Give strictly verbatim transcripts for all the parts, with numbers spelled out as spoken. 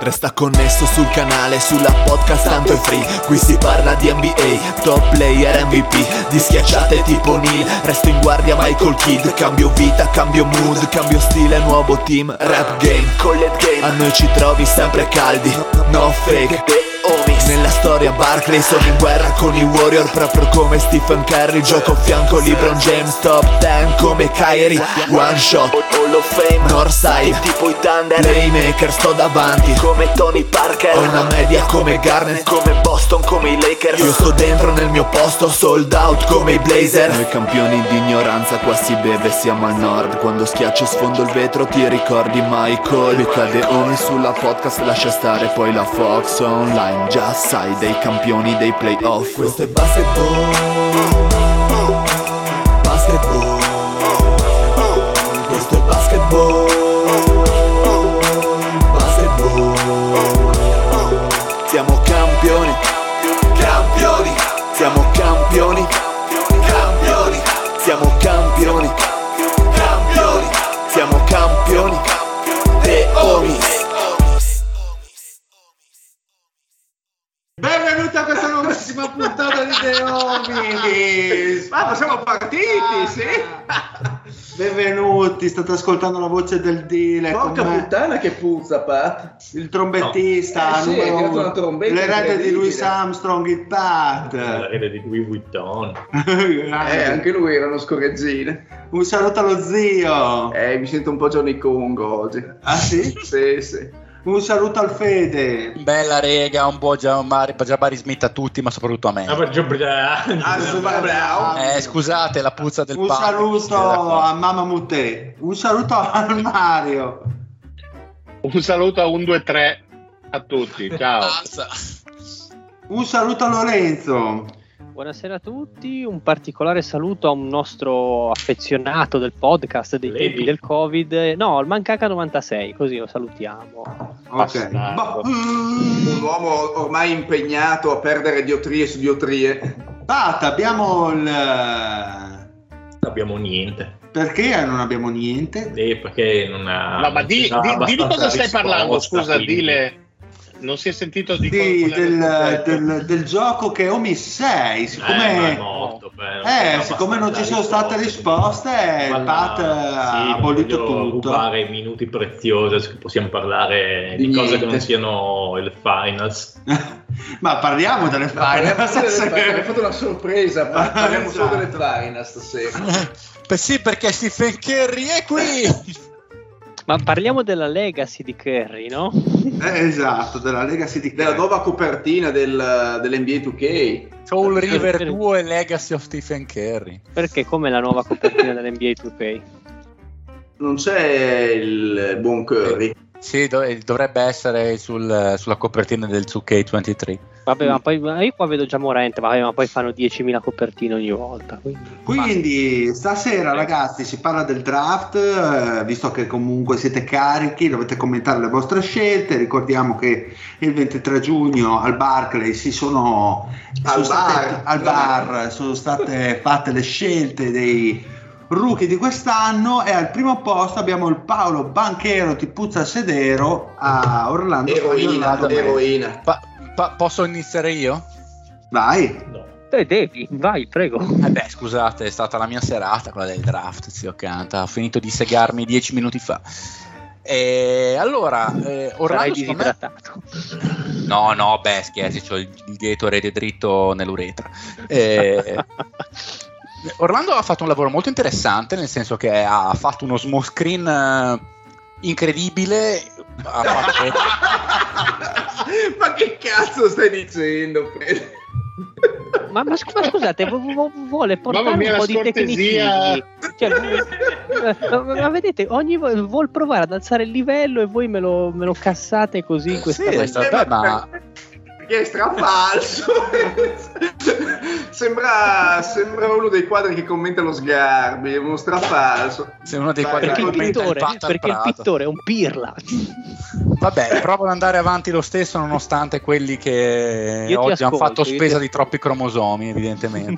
Resta connesso sul canale, sulla podcast tanto è free. Qui si parla di N B A, top player M V P, di schiacciate tipo Neil. Resto in guardia Michael Kidd, cambio vita, cambio mood, cambio stile, nuovo team. Rap game, collet game, a noi ci trovi sempre caldi, no fake. Nella storia Barkley sono in guerra con i Warrior, proprio come Stephen Curry. Gioco a fianco LeBron James, top dieci come Kyrie. One shot, Hall of Fame, Northside, tipo i Thunder. Playmaker, sto davanti come Tony Parker. Ho una media come Garnett, come Boston, come i Lakers. Io sto dentro nel mio posto, sold out come i Blazer. Noi campioni di ignoranza, qua si beve, siamo al nord. Quando schiaccio sfondo il vetro ti ricordi Michael. Mi cade ogni sulla podcast, lascia stare poi la Fox Online. Già sai dei campioni dei playoff. Questo è basketball, basketball. Questo è basketball, basketball. Siamo campioni, campioni. Siamo campioni, campioni. Siamo campioni, campioni. Siamo campioni. The Homies. Benvenuti a questa nuovissima puntata di The Homies. Ma ah, siamo partiti, sì. Benvenuti, state ascoltando la voce del Dile. Porca puttana che puzza, Pat. Il trombettista, no. eh, sì, numero uno. L'erede di Louis Armstrong, il Pat. L'erede di Louis Vuitton. eh, anche lui era uno scorreggine. Un saluto allo zio. Eh, mi sento un po' Johnny Kong oggi. Ah sì? Sì, sì. Un saluto al Fede. Bella rega, un po' Jabari Smith a tutti, ma soprattutto a me. Eh, scusate, la puzza del Un padre, saluto a Mamma Mutè. Un saluto a Mario. Un saluto a un due tre a tutti. Ciao. Un saluto a Lorenzo. Buonasera a tutti, un particolare saluto a un nostro affezionato del podcast dei Levi. tempi del Covid, no, il Mancaca novantasei, così lo salutiamo. Ok. Bah, un uomo ormai impegnato a perdere diotrie su diotrie. Pat, abbiamo il... Non abbiamo niente. Perché non abbiamo niente? Eh, perché non ha... No, ma di, di, di cosa stai parlando? Scusa, quindi... Dile. Non si è sentito di sì, del, del, del gioco che Omi sei, siccome, eh, morto, beh, eh, siccome non ci sono state risposte, il Pat ha abolito tutto. Rubare i minuti preziosi, possiamo parlare di, di cose che non siano il finals. Ma parliamo delle finals. Abbiamo fatto una sorpresa, parliamo esatto. solo delle finals stasera. Beh, sì, perché Stephen Curry è qui. Ma parliamo della legacy di Curry, no? Eh, esatto, della legacy di Curry. Della nuova copertina del, dell'N B A due K. Soul River due Legacy of Stephen Curry. Perché come la nuova copertina dell'N B A due K? Non c'è il buon Curry. Sì, dov- dovrebbe essere sul, sulla copertina del two K ventitré. Vabbè, ma poi ma io qua vedo già Morente, vabbè, ma poi fanno diecimila copertine ogni volta. Quindi, quindi stasera ragazzi si parla del draft, eh, visto che comunque siete carichi, dovete commentare le vostre scelte. Ricordiamo che il ventitré giugno al Barclays si sono, al, sono bar. State, al bar sono state fatte le scelte dei rookie di quest'anno, e al primo posto abbiamo il Paolo Banchero Tipuzza Sedero a Orlando. Eroina, Orlando eroina. Pa- pa- posso iniziare io? Vai. No. Te devi, vai, prego. Eh beh, scusate, è stata la mia serata, quella del draft, zio Canta. Ho finito di segarmi dieci minuti fa. E allora, eh, Orlando Sarai disidratato. Me... No, no, beh, scherzi, c'ho il, il Gatorade dritto nell'uretra. Eh... Orlando ha fatto un lavoro molto interessante, nel senso che ha fatto uno small screen uh, incredibile. Ha fatto... Ma che cazzo stai dicendo, Fede? Ma, ma, ma scusate, vuole portare Mamma mia, un po' di scortesia. tecnicismi, cioè, ma vedete, ogni vuol provare ad alzare il livello e voi me lo, me lo cassate così in questa sì, maniera. beh, ma... Perché è strafalso. sembra, sembra uno dei quadri che commenta lo Sgarbi, è uno strafalso. Sei uno dei quadri perché che il commenta pittore, il Pat al perché il Prato. pittore è un pirla. Vabbè, provo ad andare avanti lo stesso, nonostante quelli che Io ti oggi hanno ascolto, fatto io spesa ti di troppi cromosomi, evidentemente.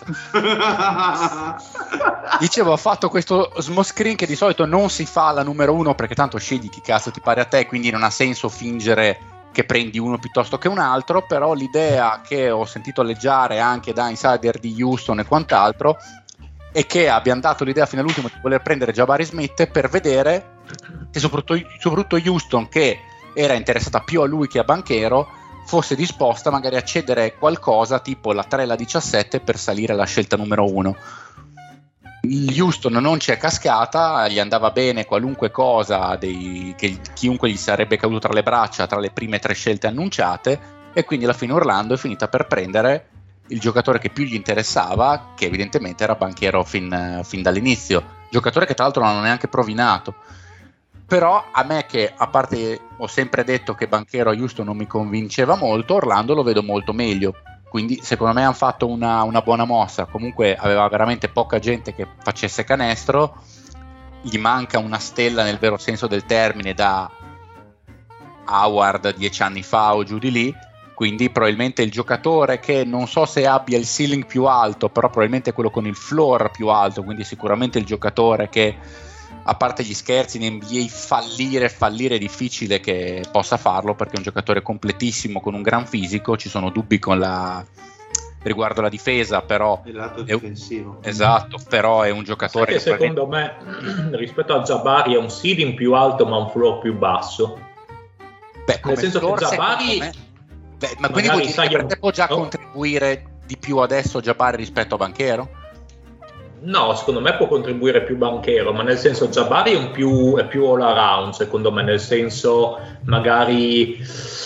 Dicevo, ho fatto questo small screen che di solito non si fa alla numero uno, perché tanto scegli chi cazzo ti pare a te, quindi non ha senso fingere che prendi uno piuttosto che un altro, però l'idea che ho sentito alleggiare anche da insider di Houston e quant'altro è che abbiano dato l'idea fino all'ultimo di voler prendere Jabari Smith per vedere che soprattutto, soprattutto Houston, che era interessata più a lui che a Banchero, fosse disposta magari a cedere qualcosa tipo la tre e la diciassette per salire alla scelta numero uno. Houston non ci è cascata, gli andava bene qualunque cosa dei, che chiunque gli sarebbe caduto tra le braccia tra le prime tre scelte annunciate, e quindi alla fine Orlando è finita per prendere il giocatore che più gli interessava, che evidentemente era Banchero fin, fin dall'inizio, giocatore che tra l'altro non hanno neanche provinato. Però a me, che a parte ho sempre detto che Banchero a Houston non mi convinceva molto, Orlando lo vedo molto meglio. Quindi secondo me hanno fatto una, una buona mossa. Comunque aveva veramente poca gente che facesse canestro, gli manca una stella nel vero senso del termine da Howard dieci anni fa o giù di lì, quindi probabilmente il giocatore che non so se abbia il ceiling più alto, però probabilmente quello con il floor più alto, quindi sicuramente il giocatore che, a parte gli scherzi, in N B A fallire, fallire è difficile che possa farlo, perché è un giocatore completissimo con un gran fisico. Ci sono dubbi con la riguardo la difesa, però il lato è un, difensivo. Esatto, però è un giocatore che secondo me rispetto a Jabari ha un ceiling più alto ma un floor più basso. Beh, nel senso floor, che Jabari me, beh, ma quindi vuol dire che per te può già no? contribuire di più adesso Jabari rispetto a Banchero? No, secondo me può contribuire più Banchero, ma nel senso Jabari è, un più, è più all around, secondo me, nel senso magari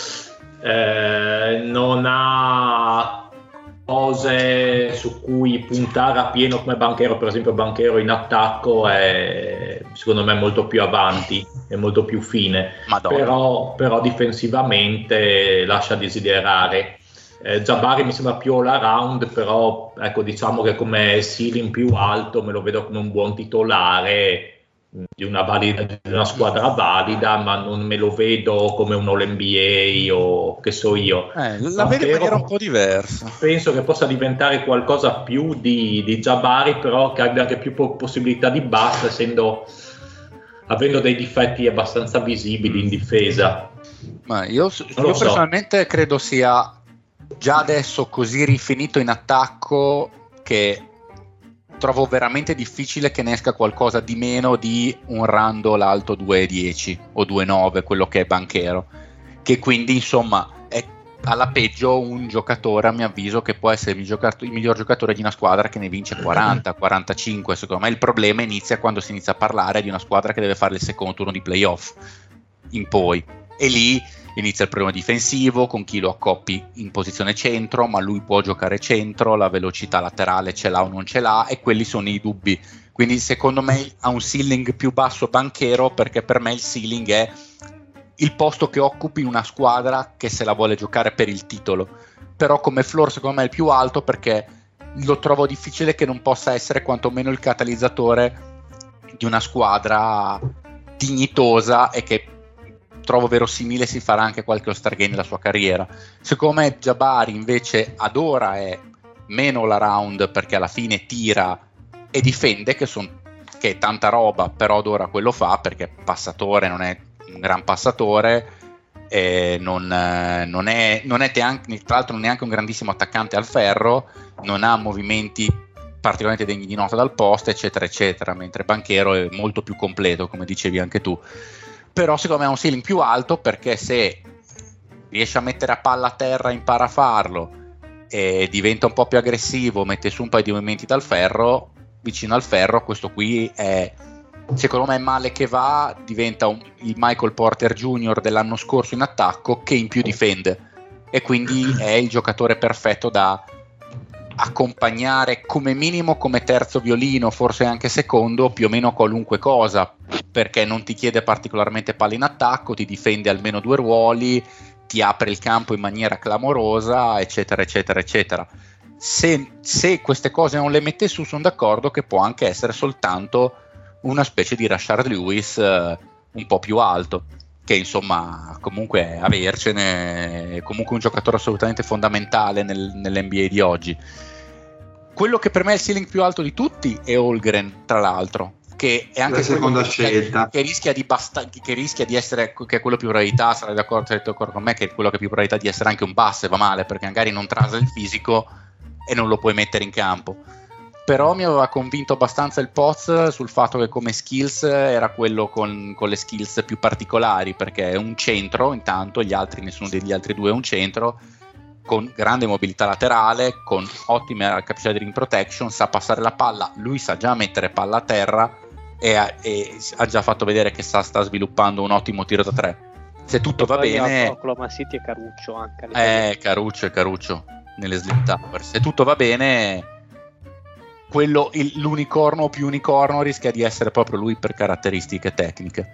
eh, non ha cose su cui puntare a pieno come Banchero. Per esempio Banchero in attacco è secondo me molto più avanti, è molto più fine, però, però difensivamente lascia desiderare. Eh, Jabari mi sembra più all around, però ecco, diciamo che come ceiling più alto me lo vedo come un buon titolare di una, valida, di una squadra valida, ma non me lo vedo come un All N B A o che so io. Eh, la vedo in maniera un po' diversa. Penso che possa diventare qualcosa più di, di Jabari, però che abbia anche più po- possibilità di basta, essendo avendo dei difetti abbastanza visibili in difesa. Ma io, io so. personalmente credo sia già adesso così rifinito in attacco che trovo veramente difficile che ne esca qualcosa di meno di un Randall alto due virgola dieci o due virgola nove, quello che è Banchero, che quindi insomma è alla peggio un giocatore, a mio avviso, che può essere il, giocato- il miglior giocatore di una squadra che ne vince quaranta quarantacinque. Secondo me il problema inizia quando si inizia a parlare di una squadra che deve fare il secondo turno di playoff in poi, e lì inizia il problema difensivo, con chi lo accoppi in posizione centro, ma lui può giocare centro, la velocità laterale ce l'ha o non ce l'ha, e quelli sono i dubbi. Quindi secondo me ha un ceiling più basso Banchero, perché per me il ceiling è il posto che occupi in una squadra che se la vuole giocare per il titolo. Però come floor secondo me è il più alto, perché lo trovo difficile che non possa essere quantomeno il catalizzatore di una squadra dignitosa, e che trovo verosimile si farà anche qualche All-Star Game nella sua carriera. Secondo me Jabari invece ad ora è meno all around, perché alla fine tira e difende, che, son, che è tanta roba, però ad ora quello fa, perché passatore non è un gran passatore, eh, non, non è, non è neanche, tra l'altro non è neanche un grandissimo attaccante al ferro, non ha movimenti particolarmente degni di nota dal post, eccetera eccetera, mentre Banchero è molto più completo, come dicevi anche tu. Però secondo me ha un ceiling più alto, perché se riesce a mettere a palla a terra, impara a farlo e diventa un po' più aggressivo, mette su un paio di movimenti dal ferro, vicino al ferro, questo qui è, secondo me, male che va, diventa un, il Michael Porter Junior dell'anno scorso in attacco, che in più difende, e quindi è il giocatore perfetto da accompagnare come minimo come terzo violino, forse anche secondo, più o meno qualunque cosa, perché non ti chiede particolarmente palle in attacco, ti difende almeno due ruoli, ti apre il campo in maniera clamorosa, eccetera eccetera eccetera. Se, se queste cose non le mette su, sono d'accordo che può anche essere soltanto una specie di Rashard Lewis eh, un po' più alto, che insomma comunque avercene è comunque un giocatore assolutamente fondamentale nel, nell'N B A di oggi. Quello che per me è il ceiling più alto di tutti è Holmgren, tra l'altro, che è anche la seconda scelta che, che rischia di basta, che rischia di essere, che è quello più probabilità, sarai d'accordo, sarete d'accordo con me, che è quello che ha più probabilità di essere anche un bust e va male, perché magari non trasla il fisico e non lo puoi mettere in campo. Però mi aveva convinto abbastanza il Poz sul fatto che come skills era quello con, con le skills più particolari, perché è un centro, intanto gli altri, nessuno degli altri due è un centro, con grande mobilità laterale, con ottima capacità di ring protection, sa passare la palla, lui sa già mettere palla a terra e ha, e ha già fatto vedere che sa, sta sviluppando un ottimo tiro da tre. Se tutto va bene, Oklahoma City e Caruccio anche. Eh, Caruccio e Caruccio nelle Slim Tower. Se tutto va bene, quello, il, l'unicorno più unicorno rischia di essere proprio lui per caratteristiche tecniche.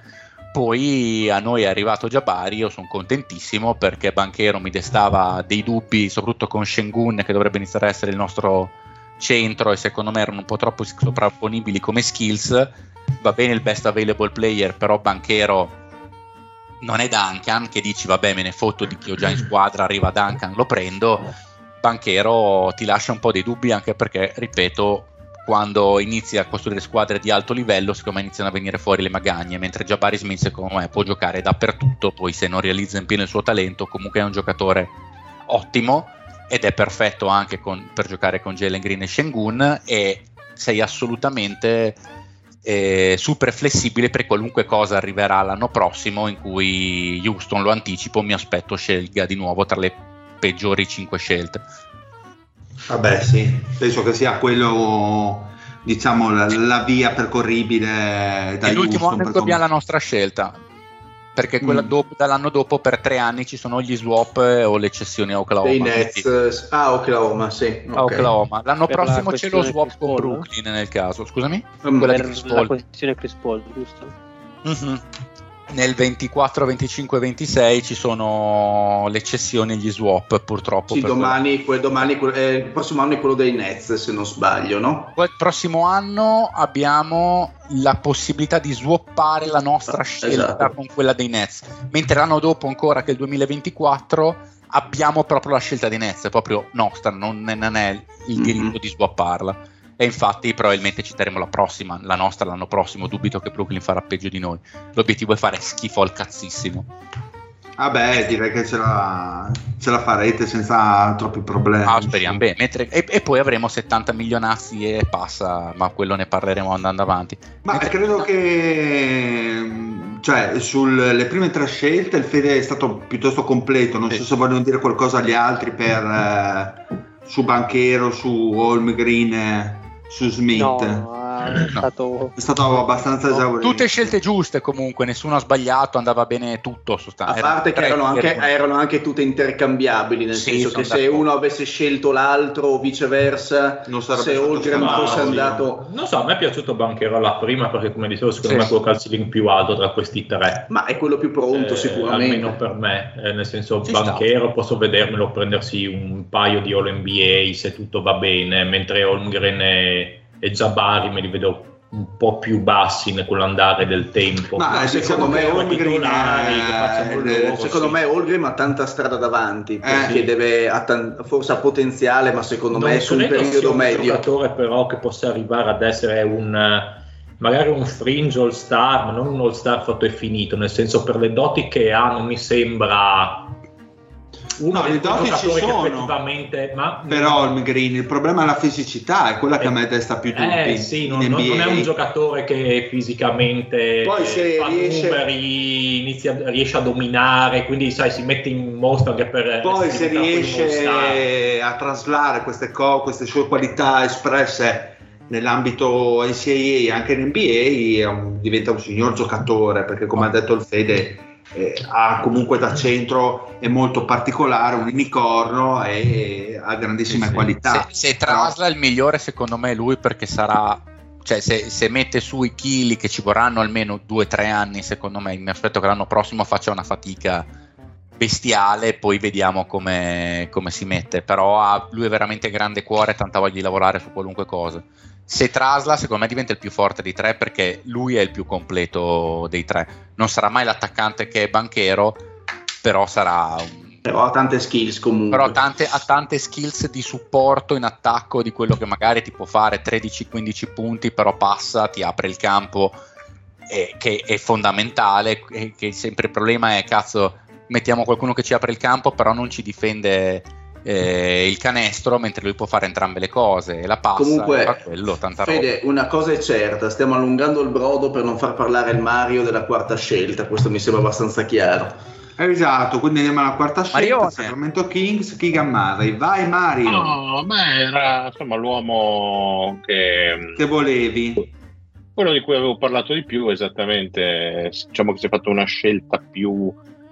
Poi a noi è arrivato Jabari, io sono contentissimo perché Banchero mi destava dei dubbi, soprattutto con Şengün, che dovrebbe iniziare a essere il nostro centro, e secondo me erano un po' troppo sovrapponibili come skills. Va bene il best available player, però Banchero non è Duncan, che dici vabbè me ne fotto di chi ho già in squadra, arriva Duncan, lo prendo. Banchero ti lascia un po' dei dubbi, anche perché, ripeto, quando inizi a costruire squadre di alto livello secondo me iniziano a venire fuori le magagne, mentre Jabari Smith secondo me può giocare dappertutto, poi se non realizza in pieno il suo talento comunque è un giocatore ottimo ed è perfetto anche con, per giocare con Jalen Green e Şengün, e sei assolutamente eh, super flessibile per qualunque cosa arriverà l'anno prossimo, in cui Houston, lo anticipo, mi aspetto scelga di nuovo tra le peggiori cinque scelte. Vabbè sì, penso che sia quello, diciamo, la, la via percorribile da È l'ultimo Houston, anno in cui abbiamo la nostra scelta, perché quella Mm. dopo, dall'anno dopo per tre anni ci sono gli swap o le cessioni a Oklahoma. Dei Nets. Ah, Oklahoma, sì. A ok. Oklahoma. L'anno Per la prossimo c'è lo questione swap Chris con Paul, Brooklyn nel caso, scusami? Mm, Quella di Per Chris la Paul. posizione Chris Paul, giusto? Mhm. Nel ventiquattro, venticinque, ventisei ci sono le cessioni e gli swap, purtroppo. Sì, per domani, que- domani eh, il prossimo anno è quello dei Nets, se non sbaglio, no? Poi il prossimo anno abbiamo la possibilità di swappare la nostra scelta Esatto. con quella dei Nets, mentre l'anno dopo ancora, che è il duemilaventiquattro, abbiamo proprio la scelta dei Nets, è proprio nostra, non, non è il diritto Mhm. di swapparla. E infatti probabilmente ci terremo la prossima, la nostra l'anno prossimo, dubito che Brooklyn farà peggio di noi. L'obiettivo è fare schifo al cazzissimo. Vabbè, direi che ce la, ce la farete senza troppi problemi. Ah, speriamo bene. Mentre- e, e poi avremo settanta milionazzi e passa, ma quello ne parleremo andando avanti. Ma Mentre- credo che, cioè, sulle prime tre scelte il Fede è stato piuttosto completo. Non Sì. so se vogliono dire qualcosa agli altri per eh, su Banchero, su Holmgren, eh, su Smith. No, è stato È stato abbastanza esaurito. Tutte scelte giuste comunque, nessuno ha sbagliato, andava bene tutto. A sostanzialmente. parte che erano anche, erano anche tutte intercambiabili, nel Sì, senso sono che se d'accordo. uno avesse scelto l'altro o viceversa, Non sarebbe se stato Holmgren scontato, fosse sì. andato... Non so, a me è piaciuto Banchero alla prima perché, come dicevo, secondo Sì. me è quello che ha il ceiling più alto tra questi tre. Ma è quello più pronto Eh, sicuramente. almeno per me, eh, nel senso, Ci Banchero posso vedermelo prendersi un paio di All N B A se tutto va bene, mentre Holmgren e, e Jabari me li vedo un po' più bassi nel quell'andare del tempo. Ma No, eh, secondo diciamo me che Holmgren titolari che facciano eh, loro, Secondo sì. me Holmgren ha tanta strada davanti, perché sì. deve, ha tan- forse ha potenziale, ma secondo me è su un credo sia periodo un medio. giocatore però che possa arrivare ad essere un eh, magari un fringe all star, ma non un all star fatto e finito, nel senso, per le doti che ha non mi sembra uno No, dei le doti ci giocatori che sono. effettivamente, ma Per Holmgren il problema è la fisicità, è quella che a me desta più dubbi. eh sì, non, in non- N B A. non è un giocatore che fisicamente Poi eh, se fa riesce- numeri, inizia, riesce a dominare, quindi sai, si mette in mostra anche per Poi se essere diventato un all-star. riesce a traslare queste, co- queste sue qualità espresse nell'ambito N C A A, anche in N B A, è un- diventa un signor giocatore, perché come ha detto il Fede eh, ha comunque da centro, è molto particolare, un unicorno e ha grandissime Sì, sì. qualità. Se, se trasla il migliore secondo me è lui, perché sarà, cioè se, se mette su i chili, che ci vorranno almeno due o tre anni secondo me, mi aspetto che l'anno prossimo faccia una fatica bestiale, poi vediamo come, come si mette, però ha, lui è veramente grande cuore e tanta voglia di lavorare su qualunque cosa. Se trasla secondo me diventa il più forte dei tre, perché lui è il più completo dei tre, non sarà mai l'attaccante che è Banchero, però sarà un, Però ha tante skills comunque. Però tante, ha tante skills di supporto in attacco di quello che magari ti può fare tredici quindici punti, però passa, ti apre il campo, eh, che è fondamentale, eh, che sempre il problema è, cazzo, mettiamo qualcuno che ci apre il campo, però non ci difende eh, il canestro, mentre lui può fare entrambe le cose, e la passa, comunque, e fa quello, tanta Fede, roba. una cosa è certa, stiamo allungando il brodo per non far parlare il Mario della quarta scelta, questo mi sembra abbastanza chiaro. Esatto, quindi andiamo alla quarta scelta, Marione. Sacramento Kings, Keegan Murray. Vai Mario, No, ma era insomma l'uomo che, che volevi. quello di cui avevo parlato di più, esattamente. Diciamo che si è fatto una scelta più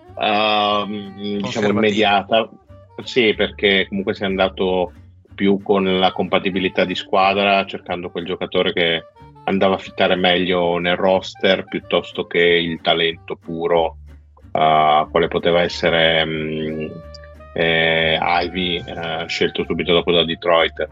ehm, diciamo immediata, sì, perché comunque si è andato più con la compatibilità di squadra, cercando quel giocatore che andava a fittare meglio nel roster piuttosto che il talento puro, uh, quale poteva essere um, eh, Ivy, uh, scelto subito dopo da Detroit.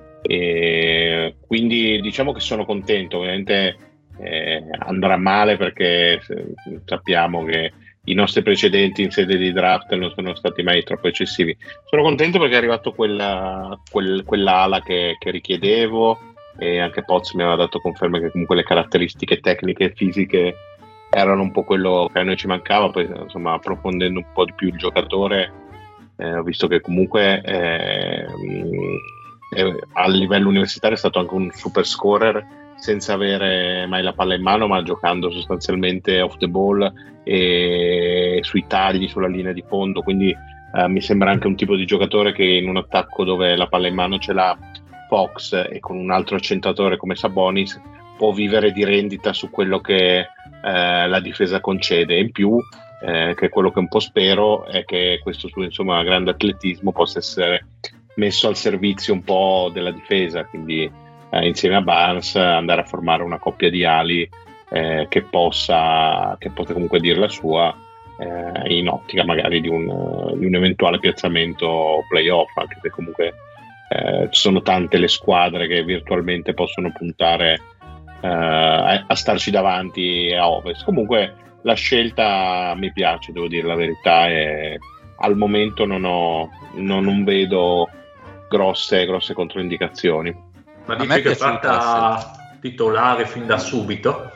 E quindi diciamo che sono contento. Ovviamente eh, andrà male, perché sappiamo che i nostri precedenti in sede di draft non sono stati mai troppo eccessivi. Sono contento perché è arrivato quella, quel, quell'ala che, che richiedevo, e anche Poz mi aveva dato conferma che comunque le caratteristiche tecniche e fisiche erano un po' quello che a noi ci mancava. Poi insomma, approfondendo un po' di più il giocatore, eh, ho visto che comunque eh, eh, a livello universitario è stato anche un super scorer, senza avere mai la palla in mano, ma giocando sostanzialmente off the ball e sui tagli, sulla linea di fondo. Quindi eh, mi sembra anche un tipo di giocatore che in un attacco dove la palla in mano ce l'ha Fox e con un altro accentratore come Sabonis può vivere di rendita su quello che eh, la difesa concede. In più, eh, che quello che un po' spero è che questo suo insomma grande atletismo possa essere messo al servizio un po' della difesa, quindi Eh, insieme a Barnes andare a formare una coppia di ali eh, che possa che possa comunque dire la sua, eh, in ottica magari di un, di un eventuale piazzamento playoff, anche se comunque eh, ci sono tante le squadre che virtualmente possono puntare eh, a, a starci davanti a Ovest. Comunque la scelta mi piace, devo dire la verità, e al momento non ho non, non vedo grosse grosse controindicazioni. Ma dici che è fatta titolare fin da subito?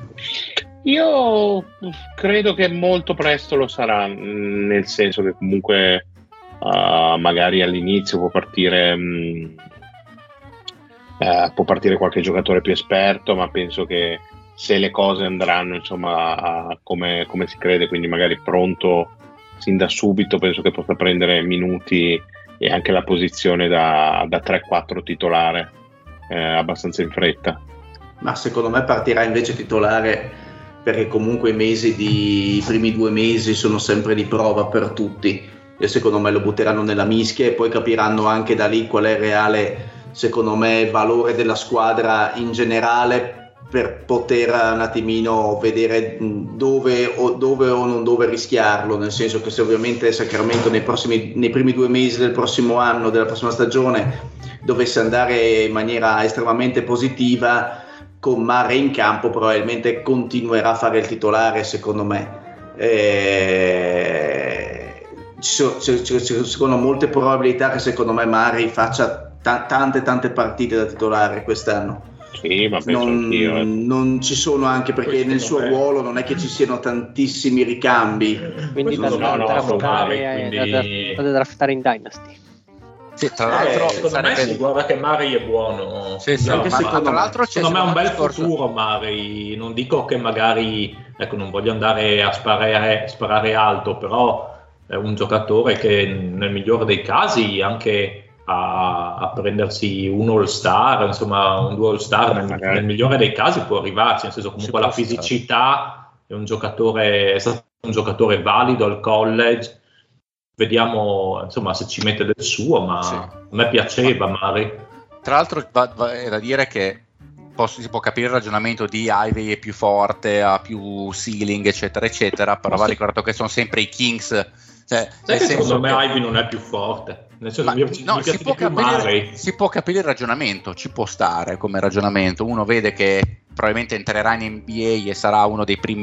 Io credo che molto presto lo sarà, nel senso che comunque uh, magari all'inizio può partire mh, uh, può partire qualche giocatore più esperto, ma penso che se le cose andranno insomma come, come si crede, quindi magari pronto sin da subito, penso che possa prendere minuti e anche la posizione da, da tre quattro titolare Eh, abbastanza in fretta. Ma secondo me partirà invece titolare, perché comunque i mesi di, i primi due mesi sono sempre di prova per tutti, e secondo me lo butteranno nella mischia e poi capiranno anche da lì qual è il reale, secondo me, valore della squadra in generale, per poter un attimino vedere dove o, dove o non dove rischiarlo, nel senso che se ovviamente Sacramento nei, prossimi, nei primi due mesi del prossimo anno, della prossima stagione, dovesse andare in maniera estremamente positiva, con Murray in campo probabilmente continuerà a fare il titolare, secondo me. Eh, ci, sono, ci, ci, ci sono molte probabilità che secondo me Murray faccia ta- tante tante partite da titolare quest'anno. Sì, ma penso non, anch'io, eh. non ci sono, anche perché Questo nel suo è. ruolo non è che ci siano tantissimi ricambi. Quindi Questo da, no, no, draftare, no, eh, quindi- da, da draftare in Dynasty. Sì, tra Eh, l'altro secondo sarebbe... me si guarda che Murray è buono. Sì, sì, Anche ma secondo tra me. l'altro c'è Secondo me ha un bel discorso- futuro Murray. Non dico che magari, ecco, non voglio andare a sparare, sparare alto, però è un giocatore che nel migliore dei casi anche a, a prendersi un all-star, insomma un due all-star, nel, Magari. nel migliore dei casi può arrivarci, nel senso comunque Ci la può stare. fisicità, è un giocatore, è stato un giocatore valido al college. Vediamo insomma se ci mette del suo, ma Sì. a me piaceva Murray. Tra l'altro va, va, è da dire che posso- si può capire il ragionamento di Ivy è più forte, ha più ceiling, eccetera, eccetera, però Ma va sì. ricordato che sono sempre i Kings. Cioè, Sai nel che senso secondo me che- Ivy non è più forte, nel senso Ma, che mi, no, mi si, piace può di più capire, Murray. si può capire il ragionamento, ci può stare come ragionamento. Uno vede che probabilmente entrerà in N B A e sarà uno dei primi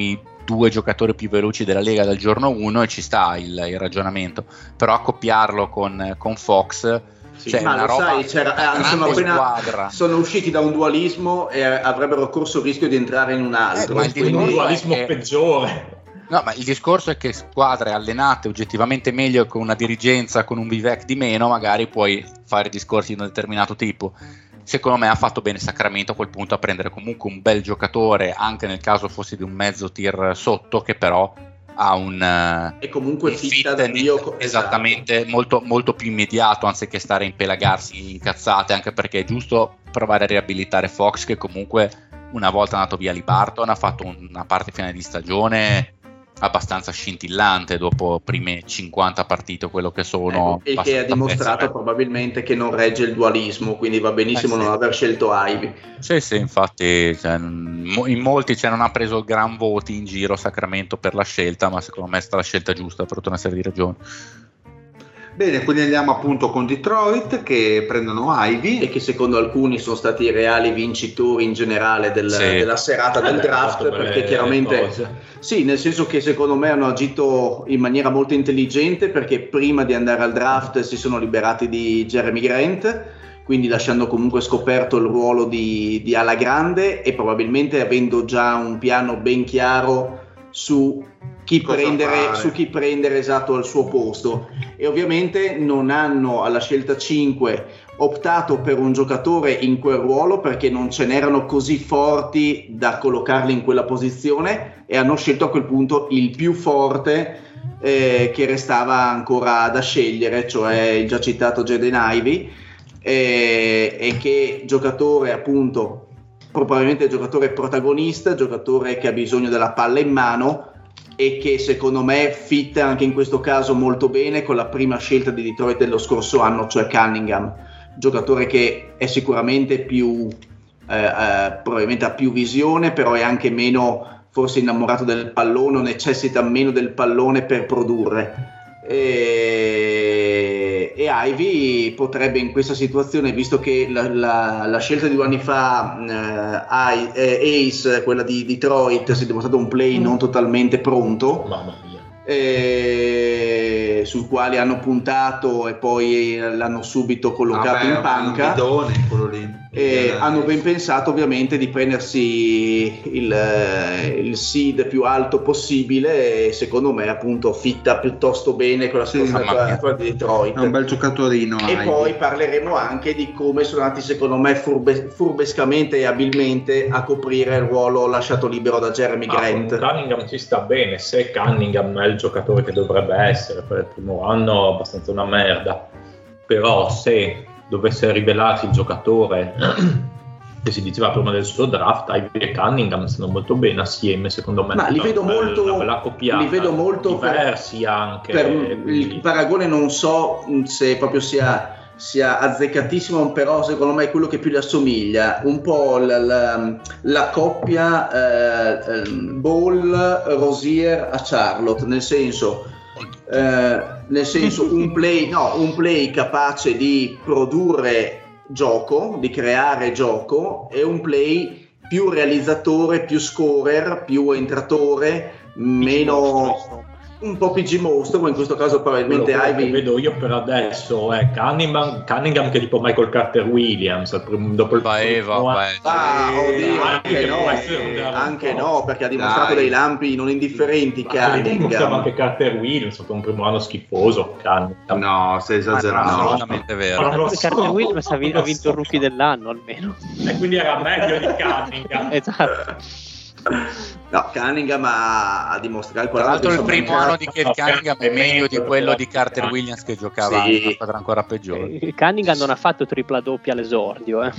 due giocatori più veloci della Lega dal giorno uno, e ci sta il, il ragionamento, però accoppiarlo con, con Fox, sì, cioè ma una lo roba, sai, c'era, eh, sono, appena, squadra. sono usciti da un dualismo e avrebbero corso il rischio di entrare in un altro, eh, ma il quindi... un dualismo che... peggiore. No, ma il discorso è che squadre allenate oggettivamente meglio, con una dirigenza, con un Vivek di meno, magari puoi fare discorsi di un determinato tipo. Secondo me ha fatto bene Sacramento a quel punto a prendere comunque un bel giocatore, anche nel caso fosse di un mezzo tier sotto, che però ha un e comunque un fitta fit Dio, esattamente, esatto. molto, molto più immediato, anziché stare a impelagarsi in cazzate, anche perché è giusto provare a riabilitare Fox, che comunque una volta andato via Libarton ha fatto una parte finale di stagione abbastanza scintillante dopo prime cinquanta partite, quello che sono, ecco, e che ha dimostrato pezzo. probabilmente che non regge il dualismo, quindi va benissimo eh sì. non aver scelto Ivy. Sì, sì, infatti cioè, in molti cioè, non ha preso gran voti in giro Sacramento per la scelta, ma secondo me è stata la scelta giusta per tutta una serie di ragioni. Bene, quindi andiamo appunto con Detroit, che prendono Ivy e che secondo alcuni sono stati i reali vincitori in generale del, sì. della serata del draft, perché chiaramente sì, nel senso che secondo me hanno agito in maniera molto intelligente, perché prima di andare al draft si sono liberati di Jeremy Grant, quindi lasciando comunque scoperto il ruolo di, di ala grande, e probabilmente avendo già un piano ben chiaro su chi Cosa prendere fare? su chi prendere esatto al suo posto. E ovviamente non hanno alla scelta cinque optato per un giocatore in quel ruolo, perché non ce n'erano così forti da collocarli in quella posizione, e hanno scelto a quel punto il più forte eh, che restava ancora da scegliere, cioè il già citato Jaden Ivey, eh, e che giocatore appunto probabilmente giocatore protagonista, giocatore che ha bisogno della palla in mano, e che secondo me fitta anche in questo caso molto bene con la prima scelta di Detroit dello scorso anno, cioè Cunningham, giocatore che è sicuramente più eh, eh, probabilmente ha più visione, però è anche meno forse innamorato del pallone, necessita meno del pallone per produrre, e, e Ivy potrebbe in questa situazione, visto che la, la, la scelta di due anni fa eh, Ace, quella di Detroit, si è dimostrato un play non totalmente pronto, mamma mia, eh, sul quale hanno puntato e poi l'hanno subito collocato Vabbè, in panca, un bidone, quello lì. e hanno ben pensato ovviamente di prendersi il, il seed più alto possibile, e secondo me appunto fitta piuttosto bene con la sì, squadra di Detroit. È un bel giocatorino. E Ivy. poi parleremo anche di come sono andati secondo me furbe, furbescamente e abilmente a coprire il ruolo lasciato libero da Jeremy ah, Grant. Cunningham ci sta bene, se Cunningham è il giocatore che dovrebbe essere per il primo anno, abbastanza una merda, però se dovesse rivelarsi il giocatore che si diceva prima del suo draft, Ivy e Cunningham stanno molto bene assieme, secondo me. Ma li vedo una molto, bella, una bella coppiata, li vedo molto diversi per, anche. Per quindi... il paragone non so se proprio sia, sia azzeccatissimo, però secondo me è quello che più gli assomiglia, un po' la, la, la coppia eh, Ball-Rozier a Charlotte, nel senso... Eh, nel senso un play, no, un play capace di produrre gioco, di creare gioco, e un play più realizzatore, più scorer, più entratore, meno un po' P G mostro, ma in questo caso probabilmente quello, quello Ivy. che vedo io per adesso è Cunningham, Cunningham che è tipo Michael Carter Williams al primo, dopo il Baeva, primo Baeva. Ah, oddio, anche anche, no, no, eh, anche no, perché ha dimostrato Dai. dei lampi non indifferenti. Cunningham, Cunningham. anche Carter Williams, è stato un primo anno schifoso. Cunningham. No, stai esagerando. No, no, assolutamente no. vero. Ma non lo so, Carter Williams ha vinto, ha vinto il non lo so. rookie dell'anno almeno. E quindi era meglio di Cunningham. Esatto. No, Cunningham ha, ha dimostrato. Tra l'altro il insomma, primo anno di Kate Cunningham è meglio di quello di Carter Sì. Williams, che giocava Sì. in una squadra ancora peggiore. Eh, Cunningham non ha fatto tripla doppia all'esordio, eh.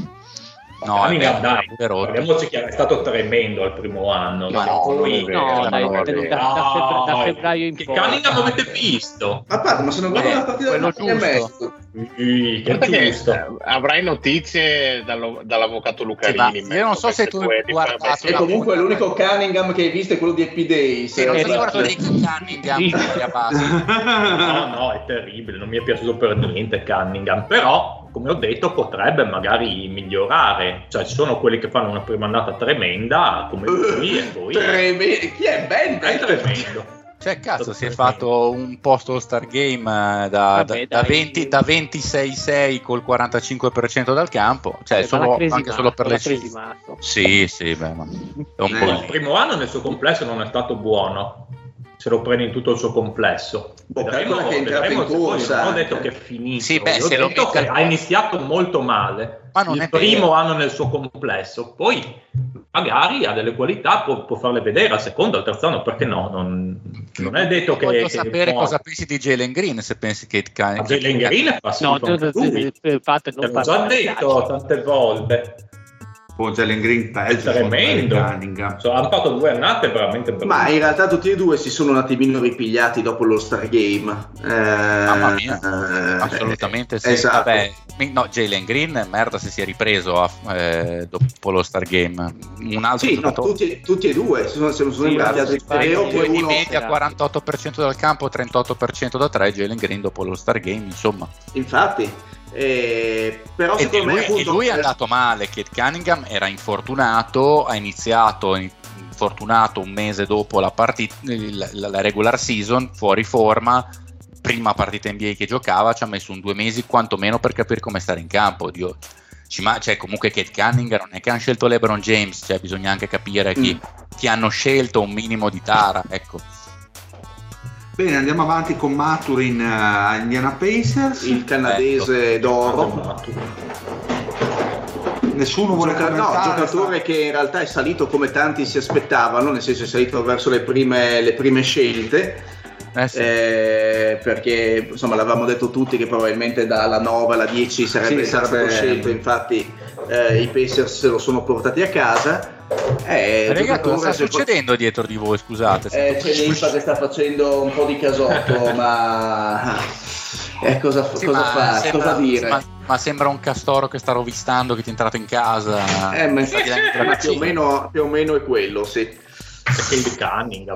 No, Cunningham, è dai, pure rotto. parliamoci che è stato tremendo al primo anno. Ma no, no, poi- non è vero. No, dai, no, da, no, da- da febbraio, da Dai, febbraio in che poi. Cunningham avete visto? A parte, ma sono guardato Eh, la partita quello del giusto. Sì, che Guarda che, giusto. eh, avrai notizie dallo- dall'avvocato Lucarini. Sì, ma io non so se tu hai guardato E la comunque puntata. l'unico Cunningham che hai visto è quello di Happy Days. Sì, non Eh, ti ricordo sì. Rick Cunningham Sì. a base. No, no, è terribile, non mi è piaciuto per niente Cunningham, però come ho detto, potrebbe magari migliorare. Cioè, ci sono quelli che fanno una prima annata tremenda, come lui, e poi... Treme- Chi è Ben? È tremendo. Cioè, cazzo, si è fatto un post All-Star Game da, Vabbè, da, da, dai. venti, da ventisei sei col quarantacinque per cento dal campo, cioè Eh, solo, ma l'ha cresimato, anche solo per le l'ha cifre. cresimato. Sì, sì, beh, ma è un Eh, po' Il lì. primo anno nel suo complesso non è stato buono, se lo prendi in tutto il suo complesso. Boh, Vedremo, calcola che è entrato vedremo in se poi corsa. non ho detto che è finito. Sì, beh, Io ho se lo detto becca- che ha iniziato molto male. Ma non il è primo vero. anno nel suo complesso, poi magari ha delle qualità, può, può farle vedere al secondo, al terzo anno, perché no? Non, non è detto che... Voglio che sapere può- cosa pensi di Jalen Green, se pensi che Ma Jalen Green fa No, schifo anche lui. fate, Te non l'ho già parlare, detto tante volte. Con Jalen Green È peggio tremendo. Cunningham. So, hanno fatto due annate veramente belle. Ma in realtà tutti e due si sono un attimino ripigliati dopo lo Star Game. Eh, Mamma mia, eh, assolutamente eh, sì. Esatto. Vabbè, mi- no, Jalen Green, merda se si è ripreso a- eh, dopo lo Star Game. Un altro Sì, no, giocatore tutti, tutti e due se sono, se non sono Sì, entrati ma altri si parla tre o di che di uno. media quarantotto per cento dal campo, trentotto per cento da tre, Jalen Green dopo lo Star Game, insomma. Infatti, eh, però E, secondo lui, me appunto, e lui è eh, andato male. Kate Cunningham era infortunato, ha iniziato infortunato un mese dopo la, partita, la, la regular season, fuori forma, prima partita N B A che giocava, ci ha messo un due mesi quantomeno per capire come stare in campo. Dio, ci ma- cioè, comunque Kate Cunningham non è che hanno scelto LeBron James, cioè bisogna anche capire chi, chi hanno scelto, un minimo di tara, ecco. Bene, andiamo avanti con Maturin a Indiana Pacers. il canadese d'oro. Nessuno vuole Gioca- no, commentare. giocatore che in realtà è salito come tanti si aspettavano, nel senso è salito verso le prime, le prime scelte. Eh sì. Eh, perché insomma l'avevamo detto tutti che probabilmente dalla nove alla dieci sarebbe, Sì, sarebbe sarebbe- scelto, infatti eh, i Pacers se lo sono portati a casa. Eh, Raga, cosa sta giocatore, se- succedendo dietro di voi, scusate? Eh, c'è Limpa che sta facendo un po' di casotto, ma eh, cosa, Sì, cosa ma fare? sembra- Cosa dire? Ma, ma sembra un castoro che sta rovistando, che ti è entrato in casa. Eh, ma infatti, Ti dai la ma più, o cucina. meno, più o meno è quello, sì. Perché il Cunningham.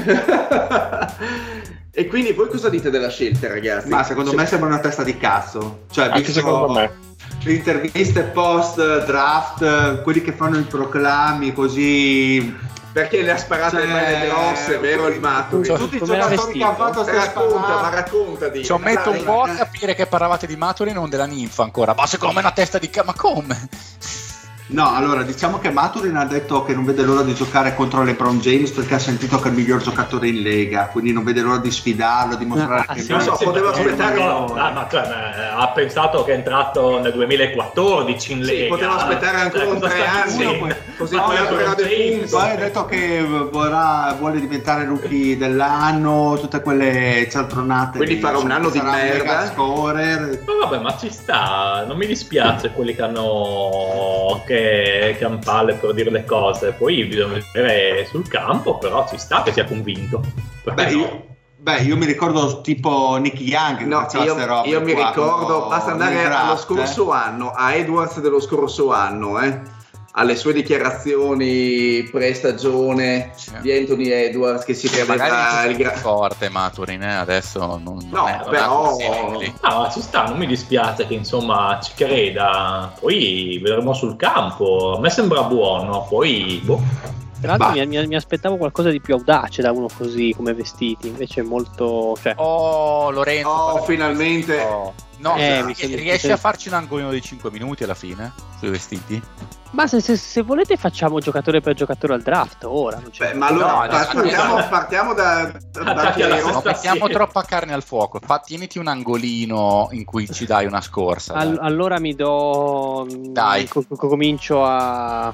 E quindi voi cosa dite della scelta, ragazzi? Ma secondo Se- me sembra una testa di cazzo. Cioè, Anche visto secondo me. le interviste post draft, quelli che fanno i proclami così. Perché le ha sparate Cioè, belle grosse, vero il Maturi? Cioè, Tutti i come era giocatori che hanno vestito? fatto Eh, ste racconta, ma sparate. raccontati. Ci metto un Dai, po' a eh. capire che parlavate di Maturi, non della ninfa ancora. Ma secondo me è una testa di cazzo. Ma come? No, allora diciamo che Maturin ha detto che non vede l'ora di giocare contro LeBron James perché ha sentito che è il miglior giocatore in lega, quindi non vede l'ora di sfidarlo, di mostrare Ah, che sì, non so, Sì, poteva perché- aspettare- no, ah, ma cioè, eh, ha pensato che è entrato nel duemilaquattordici in Sì, Lega. poteva aspettare ancora Cioè, un cosa tre sta anni, dicendo? così Ma poi LeBron avrà dei James, punti. poi ha detto che vorrà, vuole diventare rookie dell'anno, tutte quelle cialtronate. Quindi lì, farà un anno di sarà un merda. mega scorer. Ma vabbè, ma ci sta, non mi dispiace quelli che hanno che, che hanno palle per dire le cose, poi bisogna vedere sul campo, però ci sta che sia convinto. Perché Beh, no? io, beh, io mi ricordo tipo Nicky Young che No, faceva io, ste robe io mi qua, ricordo, quando- basta andare nel allo draft, scorso anno, a Edwards dello scorso anno, eh, alle sue dichiarazioni pre-stagione di Anthony Edwards che si Che magari credeva è il gra- forte Maturin, eh, adesso non, non No, è, non però- ha questi lì. No, ma ci sta, non mi dispiace che insomma ci creda, poi vedremo sul campo, a me sembra buono, poi boh. Tra l'altro Bah. mi, mi- mi aspettavo qualcosa di più audace da uno così come vestiti, invece è molto... Cioè, Oh, Lorenzo. Oh, guarda- finalmente. Oh. No, Eh, ries- mi sembra- riesci mi a farci un angolino di cinque minuti alla fine sui vestiti? ma se, se- se volete facciamo giocatore per giocatore al draft ora. Non c'è- Beh, ma allora No, pa- adesso- partiamo, partiamo da, da Attacchi alla Piero. Non Sta mettiamo sì. troppa carne al fuoco. Fa, tieniti un angolino in cui ci dai una scorsa. Al- dai. allora mi do... Dai. co- co- comincio a...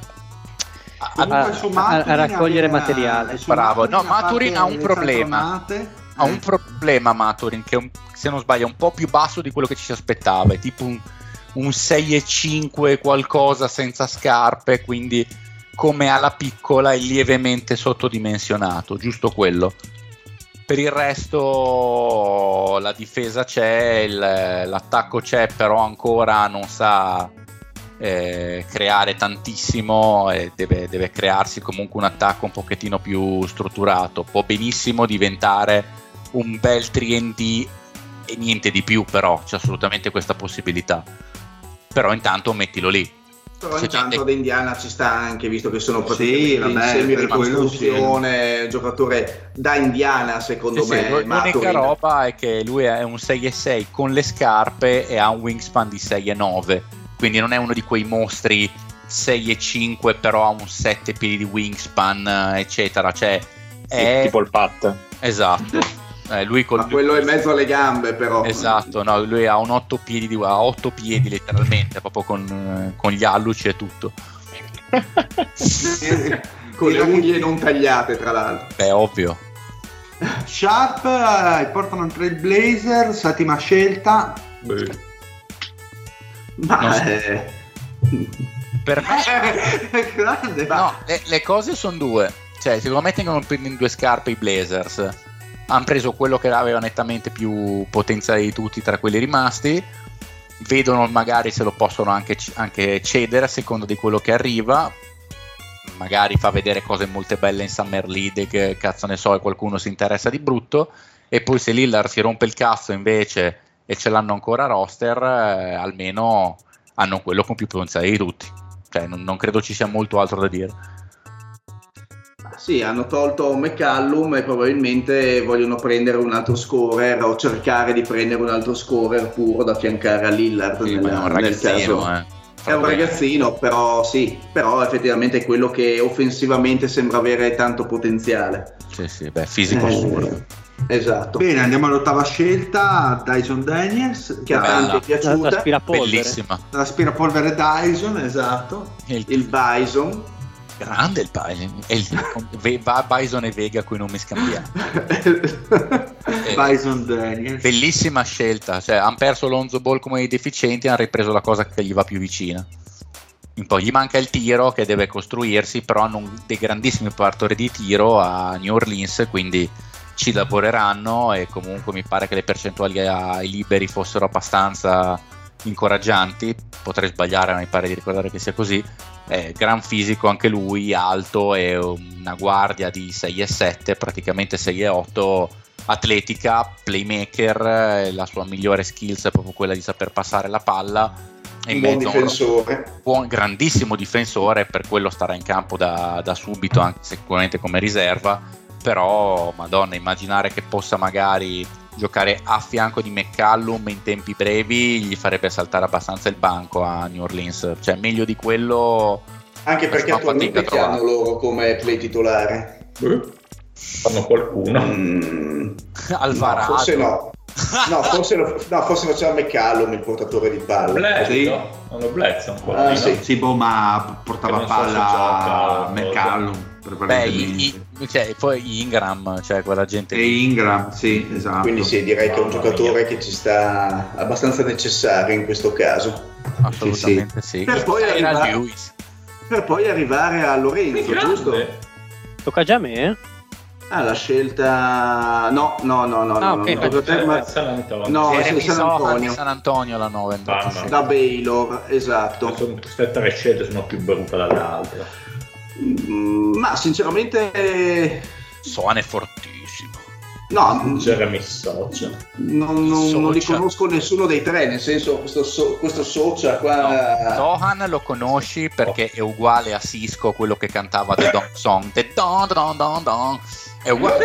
A- Comunque a- su a- Maturin a raccogliere aveva- materiale. su Bravo. No, a parte Maturin ha un le problema. cialtronate, Ha eh, un problema Maturin che è un- se non sbaglio è un po' più basso di quello che ci si aspettava, è tipo un, un sei e cinque qualcosa senza scarpe, quindi come alla piccola è lievemente sottodimensionato, giusto quello. Per il resto la difesa c'è, il- l'attacco c'è, però ancora non sa eh, creare tantissimo e deve, deve crearsi comunque un attacco un pochettino più strutturato. Può benissimo diventare un bel tre and D e niente di più, però c'è assolutamente questa possibilità. però intanto mettilo lì. Però Se intanto gente- ad Indiana ci sta anche, visto che sono Sì, praticamente vabbè, in semi per quello ricostruzione, giocatore da Indiana secondo Sì, sì, me. l'unica Maturin. roba è che lui è un sei e sei con le scarpe e ha un wingspan di sei e nove, quindi non è uno di quei mostri sei e cinque però ha un sette piedi di wingspan eccetera, cioè è tipo il Pat. esatto. Eh, lui col Ma quello è in mezzo alle gambe però. esatto, no, lui ha un otto piedi di ha otto piedi letteralmente, proprio con, con gli alluci e tutto. Con le unghie non tagliate tra l'altro. Beh, ovvio. Sharp, eh, Portland Trail Blazer, settima scelta. Beh, Ma Non so. eh, Per me È grande. no, le, le cose sono due, cioè secondo me tengono in due scarpe i Blazers. Hanno preso quello che aveva nettamente più potenziale di tutti tra quelli rimasti, vedono magari se lo possono anche, anche cedere a seconda di quello che arriva, magari fa vedere cose molto belle in Summer League, che cazzo ne so, e qualcuno si interessa di brutto, e poi se Lillard si rompe il cazzo invece e ce l'hanno ancora a roster, eh, almeno hanno quello con più potenziale di tutti, cioè non, non credo ci sia molto altro da dire. sì, hanno tolto McCallum e probabilmente vogliono prendere un altro scorer o cercare di prendere un altro scorer puro da affiancare a Lillard. Sì, nel, ma è un nel ragazzino, caso. eh. È un ragazzino, però sì, però effettivamente è quello che offensivamente sembra avere tanto potenziale. Sì, sì, beh, fisico Eh, assurdo. Esatto. Bene, andiamo all'ottava scelta, Dyson Daniels, Che a Bella. tanti è piaciuta. L'aspirapolvere. Bellissima. l'aspirapolvere Dyson, esatto. Il, Il Bison. grande il Bison. È il, Ve- va Bison e Vega cui non mi scambiamo. Eh, Dyson Daniels. Bellissima scelta, cioè hanno perso Lonzo Ball come i deficienti, hanno ripreso la cosa che gli va più vicina. Un po' gli manca il tiro che deve costruirsi, però hanno un- dei grandissimi partori di tiro a New Orleans, quindi ci lavoreranno, e comunque mi pare che le percentuali ai liberi fossero abbastanza incoraggianti, potrei sbagliare ma mi pare di ricordare che sia così. Eh, gran fisico anche lui, alto, e una guardia di sei e sette, praticamente sei e otto, atletica, playmaker, eh, la sua migliore skills è proprio quella di saper passare la palla, e in Un buon mezzo a un- difensore. buon, grandissimo difensore, per quello starà in campo da, da subito, anche sicuramente come riserva. Però madonna, immaginare che possa magari giocare a fianco di McCallum in tempi brevi gli farebbe saltare abbastanza il banco a New Orleans, cioè meglio di quello. Anche perché Fa attualmente fatica a chi hanno loro come play titolare? eh, fanno qualcuno. Mm, Alvarado. no, forse no. No, forse, lo, no, forse faceva McCallum il portatore di palla. Bledsoe, Sì. no? Hanno Bledsoe ancora. Ah, lì, sì. no? Sì, boh, ma portava Che non so se palla gioca o McCallum, Beh, prevalentemente. i- i- cioè, poi Ingram, cioè quella gente E lì. Ingram, sì, esatto. Quindi sì, direi che è un Mamma giocatore mia. che ci sta abbastanza necessario in questo caso. Assolutamente sì. Per poi Era arriva- Lewis. Per poi arrivare a Che Lorenzo, giusto? grande. Tocca già a me, eh? Ah, la scelta... No, no, no, no, Ah, no, ok, no, tocca a te, ma- San Antonio. No, Jeremy sì, San Sohan Antonio. di San Antonio la nove. Mamma da Baylor, esatto. Sono- queste tre scelte sono più brutte dall'altra. Mm, ma sinceramente... Sohan è fortissimo. No, Jeremy Socha. non, non- non li Socha. conosco nessuno dei tre, nel senso questo, so, questo Socha qua... No, Sohan lo conosci perché è uguale a Cisco, quello che cantava The Don Song. The Don Don Don Don. È uguale.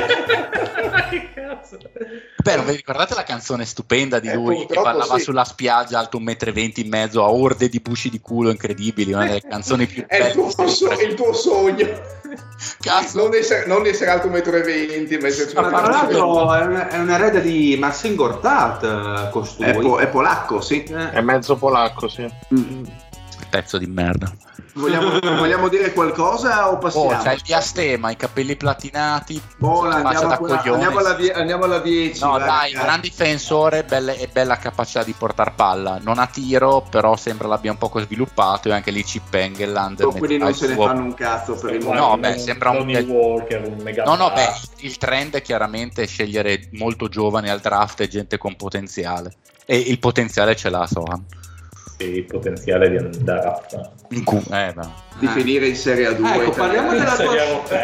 Che cazzo? Beh, non vi ricordate la canzone stupenda di Eh, lui che purtroppo ballava sì. sulla spiaggia alto un metro e venti in mezzo a orde di busci di culo incredibili, una delle canzoni più È il tuo, belle. so- il tuo sogno. Cazzo. Non essere, non essere alto un metro e venti, ma esserci Ma una tra parte- l'altro è un, è un erede di Marcin Gortat, eh, costui. è, po- è polacco, sì. Eh, È mezzo polacco, sì. Pezzo di merda. Vogliamo, vogliamo dire qualcosa o passiamo? Oh, c'è il diastema, i capelli platinati, Buona, faccia andiamo, da a quella- coglione. andiamo alla die- andiamo alla dieci. No, vai, dai, ragazzi. gran difensore, belle- e bella capacità di portare palla. Non ha tiro, però sembra l'abbia un poco sviluppato, e anche lì Chip Engelland. Oh, quindi ha non il se ne suo- fanno un cazzo per il No, momento. beh, sembra un- Tony Walker, un mega No, no, beh, blast. il trend è chiaramente scegliere molto giovani al draft e gente con potenziale. E il potenziale ce l'ha Sohan. Sì, il potenziale di andare a fare. In Q, eh, no. Di finire in Serie A due. Ecco, parliamo della tua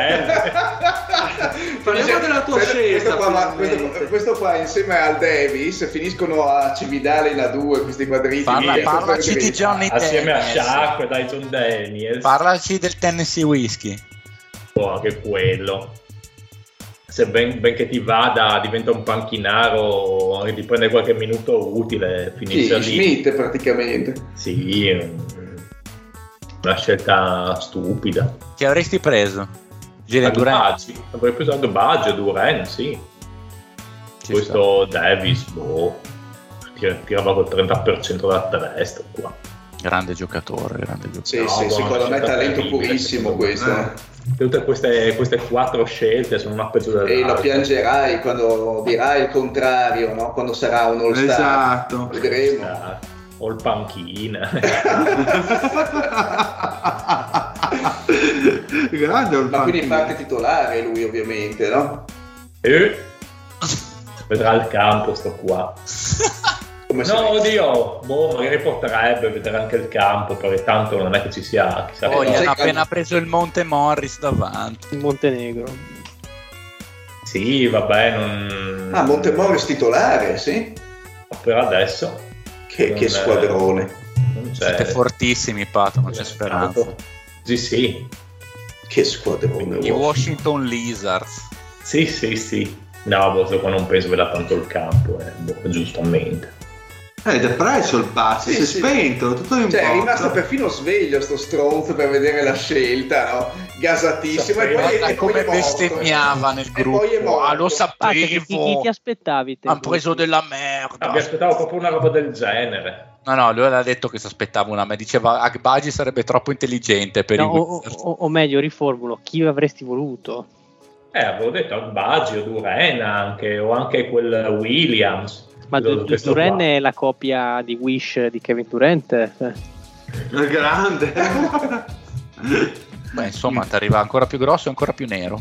parliamo della tua scelta. Questo qua, questo, questo qua insieme al Davis finiscono a Cividale in A due, questi quadriti. Parla, parlaci di Johnny assieme Daniels. a Shaq e Dyson Daniels. Parlaci del Tennessee Whiskey. Oh, anche quello. Se ben, ben che ti vada, diventa un panchinaro, ti prende qualche minuto utile, finisce Sì, lì. Schmidt praticamente. Sì, una scelta stupida. Chi avresti preso? Jalen Duren? Avrei preso Agbaggio, Duren, sì. Ci Questo Davis, boh, tir- tirava col trenta per cento da tre, sto qua. Grande giocatore, grande giocatore. Sì, No, sì, buona secondo me scelta talento terribile, purissimo secondo me. questo. Eh. Tutte queste, queste quattro scelte sono una peggio dell'altra. E lo piangerai quando dirai il contrario, no? Quando sarà un all-star. Esatto. Vedremo. Ah, o il panchina. Grande il Ma quindi panchino. parte titolare lui ovviamente, no? E vedrà il campo sto qua. Come se- No, oddio, boh, magari porterebbe a vedere anche il campo, perché tanto non è che ci sia chissà Oh, che gli sai hanno che- appena preso il Monte Morris davanti. In Montenegro. Sì, vabbè, non... Ah, Montemorris titolare, sì? per adesso Che, non che è- squadrone. non c'è. Siete fortissimi, Pato, non c'è speranza. Sì, sì, Che squadrone. I Washington Lizards. sì, sì, sì. No, boh, qua non penso veda tanto il campo, eh, boh, giustamente. Eh, depresso il pazzo, Sì, si è sì. spento, tutto in Cioè, è porta. rimasto perfino sveglio sto stronzo per vedere la scelta, no? Gasatissimo. E poi, Guarda e poi come è morto. bestemmiava nel E gruppo. poi è morto. Ah, lo Ah, che- chi, chi ti sapevo. aspettavi te? Hanno preso della Ah, mi merda. aspettavo proprio una roba del genere. No, no, lui aveva detto che si aspettava una. Me diceva Agbaji sarebbe troppo intelligente per No, i o, Wizards. o- o meglio, riformulo, chi avresti voluto? Eh, avevo detto Agbaggio, Duren anche, o anche quel Williams. Ma Quello- Du- questo Duren qua. è la copia di Wish di Kevin Durant? Eh. È grande. Beh, insomma, ti arriva ancora più grosso e ancora più nero.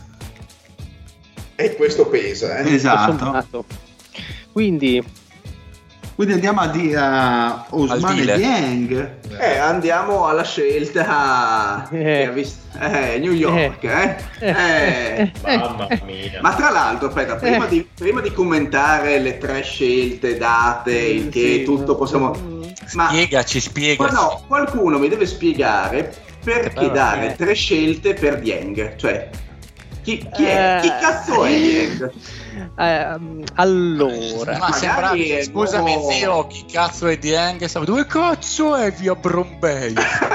E questo pesa, eh? Esatto. Sommato. Quindi, Quindi andiamo a dire a Ousmane dealer. Dieng. Eh, andiamo alla scelta Eh. che ha visto- eh, New York, eh. Eh. Mamma mia. Ma tra l'altro, aspetta, prima, Eh. di, prima di commentare le tre scelte date, il che Sì, tutto ma- possiamo... Ma Spiegaci, ma spiegaci. no, qualcuno mi deve spiegare perché bello, dare eh. tre scelte per Dieng, cioè chi, chi è? Eh. Chi cazzo è Dieng? ehm, allora, Ma magari sembra, è scusami nuovo- zio, chi cazzo è Dieng? Stavo- Dove cazzo è via Brombay?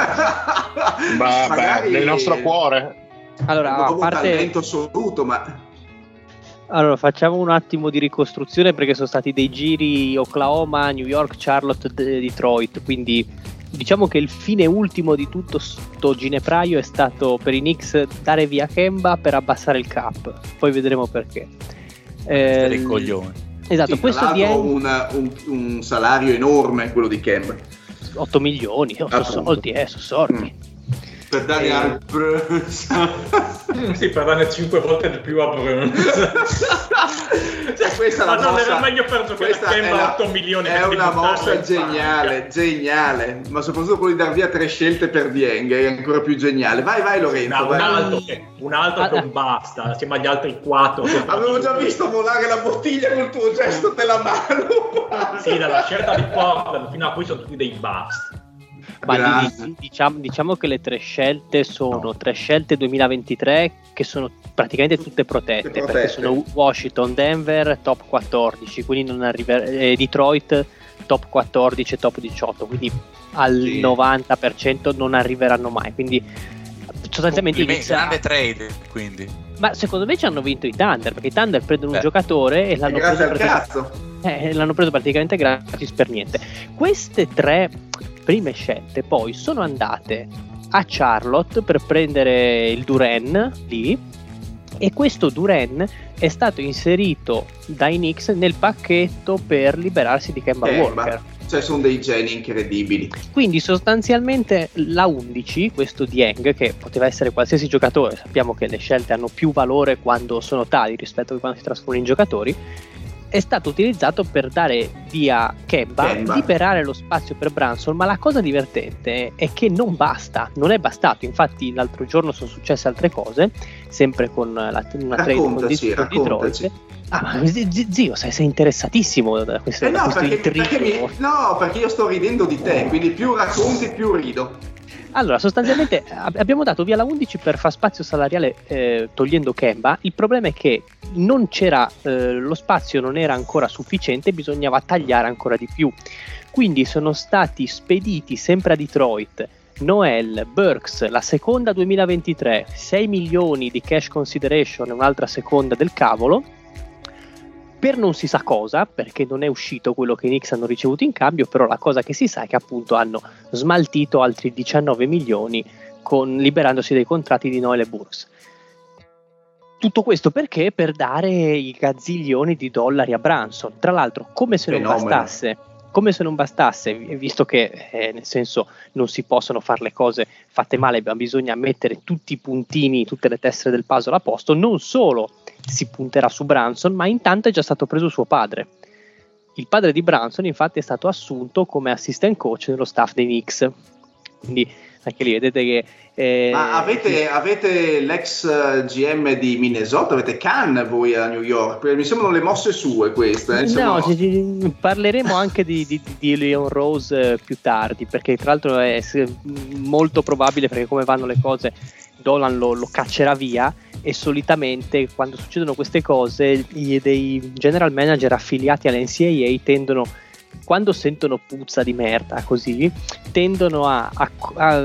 Vabbè, Magari nel nostro è cuore. allora, un a nuovo parte, talento assoluto, ma allora, facciamo un attimo di ricostruzione perché sono stati dei giri Oklahoma, New York, Charlotte, D- Detroit, quindi diciamo che il fine ultimo di tutto sto ginepraio è stato per i Knicks dare via Kemba per abbassare il cap, poi vedremo perché. Eh, Dei coglioni. esatto, sì, tra questo l'altro Dieng un, un, un salario enorme quello di Kemba. otto milioni, oh, sono Appunto. soldi, eh, sono soldi. Per dare Eh. al Mm, sì, per darne cinque volte di più a Bruno. Cioè, questa è la Ma non mossa, era meglio per giocare questa a Kemba è la- otto milioni è che di una buttarlo mossa in geniale, geniale, ma soprattutto quello di dar via tre scelte per Dieng è ancora più geniale. Vai, vai Lorenzo, No, un vai. altro che, un altro che non basta, assieme agli altri quattro. che- Avevo già visto volare la bottiglia col tuo gesto della mano. Sì, dalla scelta di Portland fino a qui sono tutti dei bust. Ma Grazie. di- diciamo, diciamo che le tre scelte sono tre scelte duemilaventitré che sono praticamente tutte protette, Tutte perché protette. sono Washington, Denver, top quattordici, quindi non arriver- eh, Detroit, top quattordici e top diciotto, quindi al Sì. novanta per cento non arriveranno mai. Quindi sostanzialmente i Complimenti, Knicks- grande trade, quindi. ma secondo me ci hanno vinto i Thunder, perché i Thunder prendono Beh. un giocatore e l'hanno Grazie preso al praticamente- cazzo. eh, l'hanno preso praticamente gratis per niente. Queste tre prime scelte poi sono andate a Charlotte per prendere il Duren lì, e questo Duren è stato inserito dai Knicks nel pacchetto per liberarsi di Kemba Kemba. Walker. Cioè sono dei geni incredibili. Quindi sostanzialmente la undici, questo Dieng, che poteva essere qualsiasi giocatore, sappiamo che le scelte hanno più valore quando sono tali rispetto a quando si trasformano in giocatori, è stato utilizzato per dare via Kemba, Kemba. liberare lo spazio per Brunson, ma la cosa divertente è che non basta, non è bastato. Infatti l'altro giorno sono successe altre cose, sempre con la, una trade con Raccontaci, con raccontaci. Detroit. Ah, ma zi- zio, sei, sei interessatissimo da questo, Eh da no, questo perché, intrigo. perché mi- no, perché io sto ridendo di te, quindi più racconti più rido. Allora, sostanzialmente ab- abbiamo dato via la undici per far spazio salariale eh, togliendo Kemba. Il problema è che non c'era eh, lo spazio non era ancora sufficiente, bisognava tagliare ancora di più. Quindi sono stati spediti sempre a Detroit Noel, Burks, la seconda duemilaventitré, sei milioni di cash consideration e un'altra seconda del cavolo, per non si sa cosa, perché non è uscito quello che i Knicks hanno ricevuto in cambio, però la cosa che si sa è che appunto hanno smaltito altri diciannove milioni con, liberandosi dei contratti di Noel e Burks. Tutto questo perché? Per dare i gazziglioni di dollari a Brunson. Tra l'altro, come se non Fenomeno. bastasse, come se non bastasse, visto che eh, nel senso non si possono fare le cose fatte male, ma bisogna mettere tutti i puntini, tutte le tessere del puzzle a posto, non solo si punterà su Brunson, ma intanto è già stato preso suo padre. Il padre di Brunson infatti è stato assunto come assistant coach nello staff dei Knicks, quindi anche lì vedete che eh, Ma avete, avete l'ex G M di Minnesota, avete Khan voi a New York? Perché mi sembrano le mosse sue queste. eh, no, sembrano- ci- ci- parleremo anche di, di, di Leon Rose eh, più tardi, perché tra l'altro è s- molto probabile, perché come vanno le cose Dolan lo, lo caccerà via, e solitamente quando succedono queste cose gli, dei general manager affiliati all'N C A A tendono, quando sentono puzza di merda così, tendono a, a, a,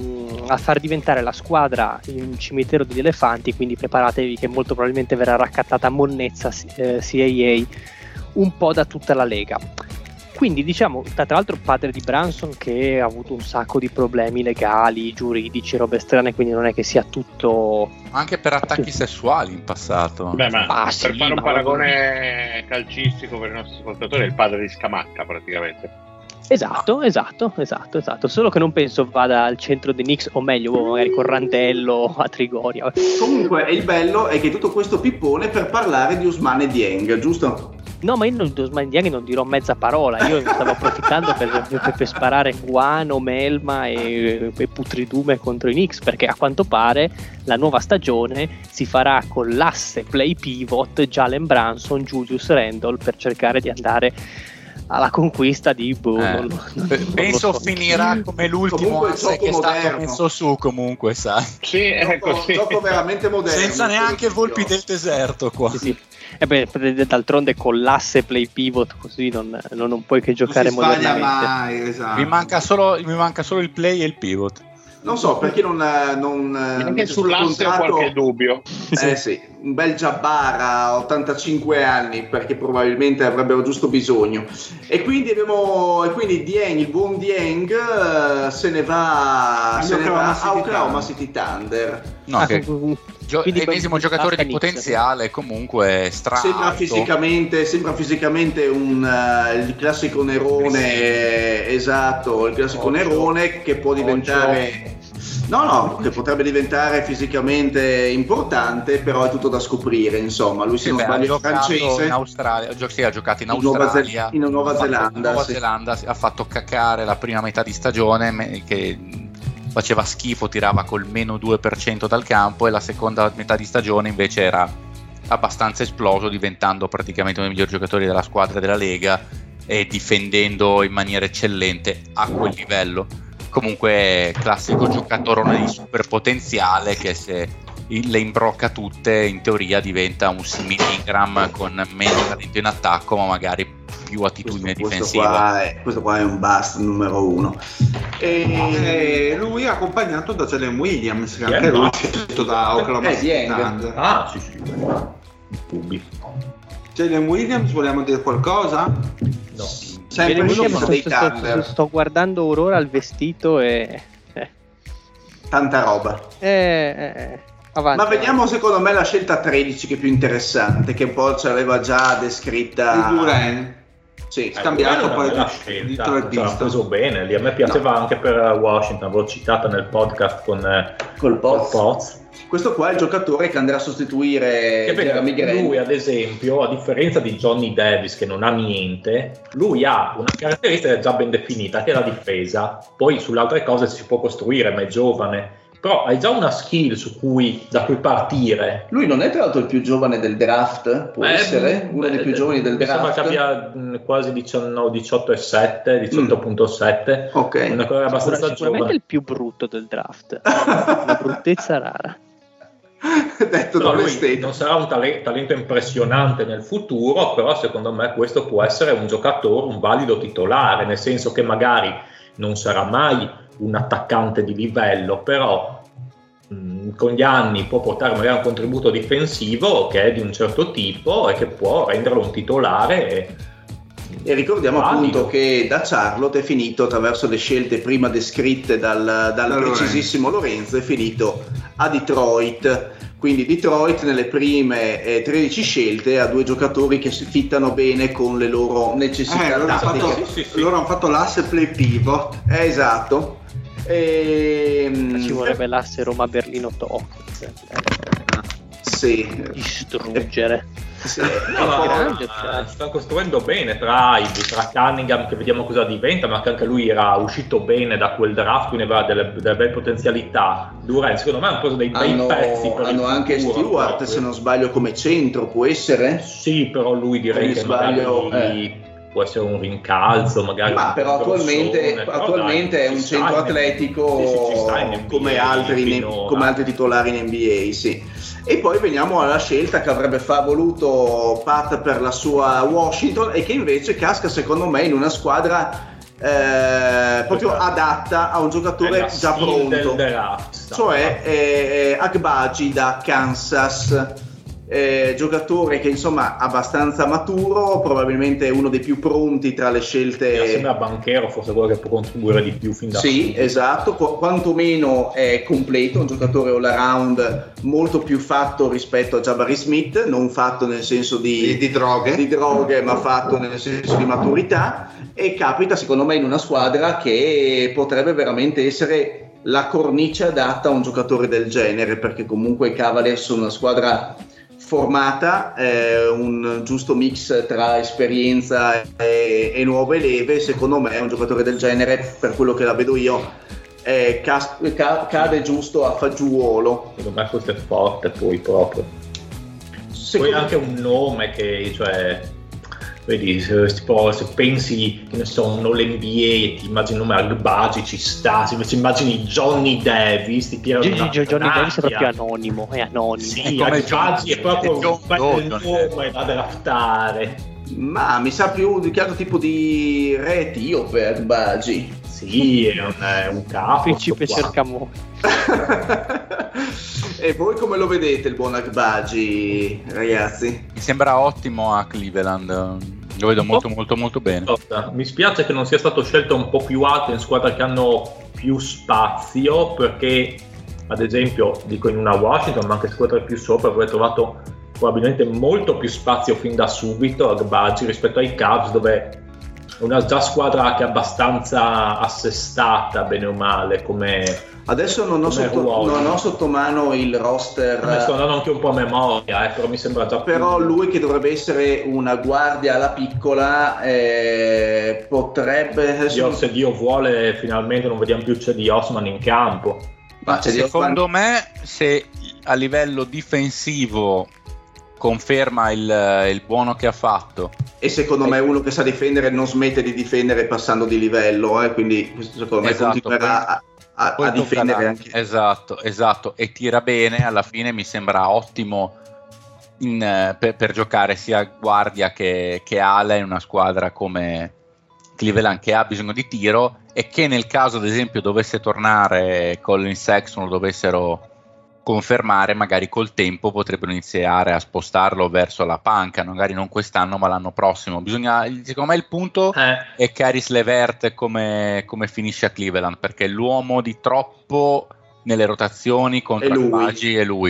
a far diventare la squadra un cimitero degli elefanti, quindi preparatevi che molto probabilmente verrà raccattata a monnezza eh, C A A un po' da tutta la lega. Quindi diciamo, tra l'altro padre di Brunson che ha avuto un sacco di problemi legali, giuridici, robe strane, quindi non è che sia tutto... Anche per attacchi sessuali in passato. Beh, ma Ah, per sì, fare un ma- paragone calcistico per i nostri ascoltatori, è il padre di Scamacca praticamente. Esatto, esatto, esatto, esatto, solo che non penso vada al centro dei Knicks, o meglio, magari con Randello a Trigoria. Comunque il bello è che tutto questo pippone per parlare di Ousmane Dieng, giusto? No, ma io non, Ousmane Dieng non dirò mezza parola, io stavo approfittando per, per, per sparare guano, melma e, e putridume contro i Knicks, perché a quanto pare la nuova stagione si farà con l'asse play pivot Jalen Brunson, Julius Randle, per cercare di andare alla conquista di boh, Eh, non- non- pe- non lo penso so. finirà come l'ultimo Comunque il asse gioco che è stato moderno. messo su comunque, sai. Sì, è Gioco, così. gioco veramente moderno. Senza neanche Quello volpi che del deserto qua. Sì, sì. E beh, d'altronde con l'asse play pivot così non, non, non puoi che giocare non si sbaglia modernamente. mai, esatto. Mi manca solo, mi manca solo il play e il pivot. Non so perché non, non Anche sull'asse ho contratto- qualche dubbio. Eh sì, un bel Jabbar a ottantacinque anni, perché probabilmente avrebbero giusto bisogno. E quindi abbiamo e quindi Dieng, il buon Dieng eh, se ne va, Agli se ne Oklahoma va City a Oklahoma Thunder. City Thunder. No, Ah, che con- gio- quindi è l'ennesimo basta giocatore di Knicks. potenziale, comunque stra Sembra alto. fisicamente, sembra fisicamente un, eh, il classico Nerone, eh, esatto, il classico Occhio. Nerone che può diventare... No, no, che potrebbe diventare fisicamente importante, però è tutto da scoprire, insomma. Lui, se Sì, non beh, ha sbaglio, è giocato francese. in Australia, gio- sì, ha giocato in In Nuova Ze- Australia, in Nuova ha fatto- Zelanda, in Nuova sì. Zelanda ha fatto caccare la prima metà di stagione, me- che faceva schifo, tirava col meno due per cento dal campo, e la seconda metà di stagione invece era abbastanza esploso, diventando praticamente uno dei migliori giocatori della squadra della Lega e difendendo in maniera eccellente a quel livello. Comunque classico giocatorone di super potenziale che, se le imbrocca tutte, in teoria diventa un simile Ingram con meno talento in attacco, ma magari più attitudine Questo, questo, difensiva. qua è, questo qua è un bust numero uno. E... E lui è accompagnato da Jalen Williams, che Chi è? anche lui No. è scelto da Oklahoma Eh, City Dieng. Thunder. Ah, sì, sì. Pubi. Jalen Williams, vogliamo dire qualcosa? No. Sempre Bene, in Williams, scelta sto, dei sto- Thunder. sto guardando Aurora al vestito e... eh, Tanta roba. eh, eh, avanti. Ma vediamo, secondo me, la scelta tredici, che è più interessante, che un po' ci aveva già descritta. Il Duren. Sì, Scambiato Quella è poi una bella di- scelta, di ce l'ha trebbista. preso bene lì. A me piaceva anche per Washington, avevo citato nel podcast con eh, col Col Poz. Poz. Questo qua è il giocatore che andrà a sostituire che Jeremy Grant. Lui ad esempio, a differenza di Johnny Davis che non ha niente, lui ha una caratteristica già ben definita che è la difesa, poi sulle altre cose si può costruire, ma è giovane, però hai già una skill su cui, da cui partire. Lui non è tra l'altro il più giovane del draft, può Beh, essere uno dei più giovani del mi draft. Sembra che abbia mh, quasi diciannove, diciotto virgola sette, diciotto virgola sette, Mm. Ok. una cosa abbastanza Sicuramente giovane. il più brutto del draft, una bruttezza rara. Detto Però da lui West non sarà un tale- talento impressionante nel futuro, però secondo me questo può essere un giocatore, un valido titolare, nel senso che magari non sarà mai un attaccante di livello, però mh, con gli anni può portare magari un contributo difensivo che è di un certo tipo e che può renderlo un titolare. E, E ricordiamo valido. appunto che da Charlotte è finito, attraverso le scelte prima descritte dal, dal Da precisissimo Lorenzo, è finito a Detroit. Quindi Detroit nelle prime eh, tredici scelte ha due giocatori che si fittano bene con le loro necessità Eh, loro, hanno tattiche. fatto, Sì, sì, sì. loro hanno fatto l'asse play pivot. Eh, esatto. E, Ci vorrebbe l'asse Roma Berlino Top, sì. distruggere. Sì. No, È no, grande, no, cioè. sta costruendo bene tra Ivy, tra Cunningham, che vediamo cosa diventa, ma che anche lui era uscito bene da quel draft, quindi aveva delle, delle belle potenzialità. Durant secondo me hanno preso dei bei Hanno, pezzi per il hanno anche futuro, Stewart, proprio. se non sbaglio, come centro, può essere? Sì, però lui direi Se che non sbaglio, magari eh. può essere un rincalzo, magari Ma un però attualmente, grossone, però attualmente dai, è un ci sta centro in- atletico sì, sì, ci sta in N B A come, altri, in- finora. come altri titolari in N B A, sì. E poi veniamo alla scelta che avrebbe fa- voluto Pat per la sua Washington e che invece casca secondo me in una squadra eh, proprio adatta a un È giocatore la già skill del pronto, draft, cioè eh, Agbaji da Kansas. Eh, giocatore che insomma abbastanza maturo, probabilmente uno dei più pronti tra le Mi scelte. sembra Banchero forse quello che può contribuire di più fin da Sì, subito. esatto, Qu- quantomeno è completo, un giocatore all around molto più fatto rispetto a Jabari Smith, non fatto nel senso Di, di, di droghe. di droghe, ma fatto nel senso di maturità, e capita secondo me in una squadra che potrebbe veramente essere la cornice adatta a un giocatore del genere, perché comunque i Cavaliers sono una squadra formata, eh, un giusto mix tra esperienza e, e nuove leve. Secondo me un giocatore del genere, per quello che la vedo io, eh, cas- ca- cade giusto a fagiolo. Secondo me questo è forte poi proprio. Secondo- Poi anche un nome che, cioè, vedi, se, tipo, se pensi, che ne so, non l'N B A, ti immagini il nome Agbaji, ci sta, se invece immagini Johnny Davis, ti tirano una Johnny Davis è rabbia. proprio anonimo, è anonimo. Sì, È come Agbaji è proprio John- un bel John- nome da draftare. Ma mi sa più di che altro tipo di re etiope Agbaji. Sì, è un, è un capo. Principe sto qua. Cercamone. E voi come lo vedete il buon Agbaji, ragazzi? Mi sembra ottimo a Cleveland, lo vedo molto molto molto bene. Mi spiace che non sia stato scelto un po' più alto in squadre che hanno più spazio, perché ad esempio dico in una Washington, ma anche squadre più sopra, avrei trovato probabilmente molto più spazio fin da subito Agbaji rispetto ai Cavs, dove è una già squadra che è abbastanza assestata bene o male come. Adesso non ho, Come sotto, ruolo. non ho sotto mano il roster. Mi sto andando anche un po' a memoria, eh, però mi sembra già più- Però lui, che dovrebbe essere una guardia alla piccola, eh, potrebbe. Dio, se Dio vuole finalmente non vediamo più c'è di Osman in campo. Ma c'è di Secondo me, se a livello difensivo conferma il, il buono che ha fatto, E secondo me uno che sa difendere non smette di difendere passando di livello, eh, quindi questo secondo me Esatto, continuerà a, a- poi a difendere tocca- anche. esatto, esatto, e tira bene, alla fine mi sembra ottimo in, eh, per, per giocare sia guardia che, che ala in una squadra come Cleveland, che ha bisogno di tiro, e che nel caso ad esempio dovesse tornare Colin Sexton, lo dovessero confermare, magari col tempo potrebbero iniziare a spostarlo verso la panca, magari non quest'anno ma l'anno prossimo. Bisogna, secondo me il punto Eh, è Caris LeVert come, come finisce a Cleveland, perché l'uomo di troppo nelle rotazioni contro È lui. Agbaji è lui,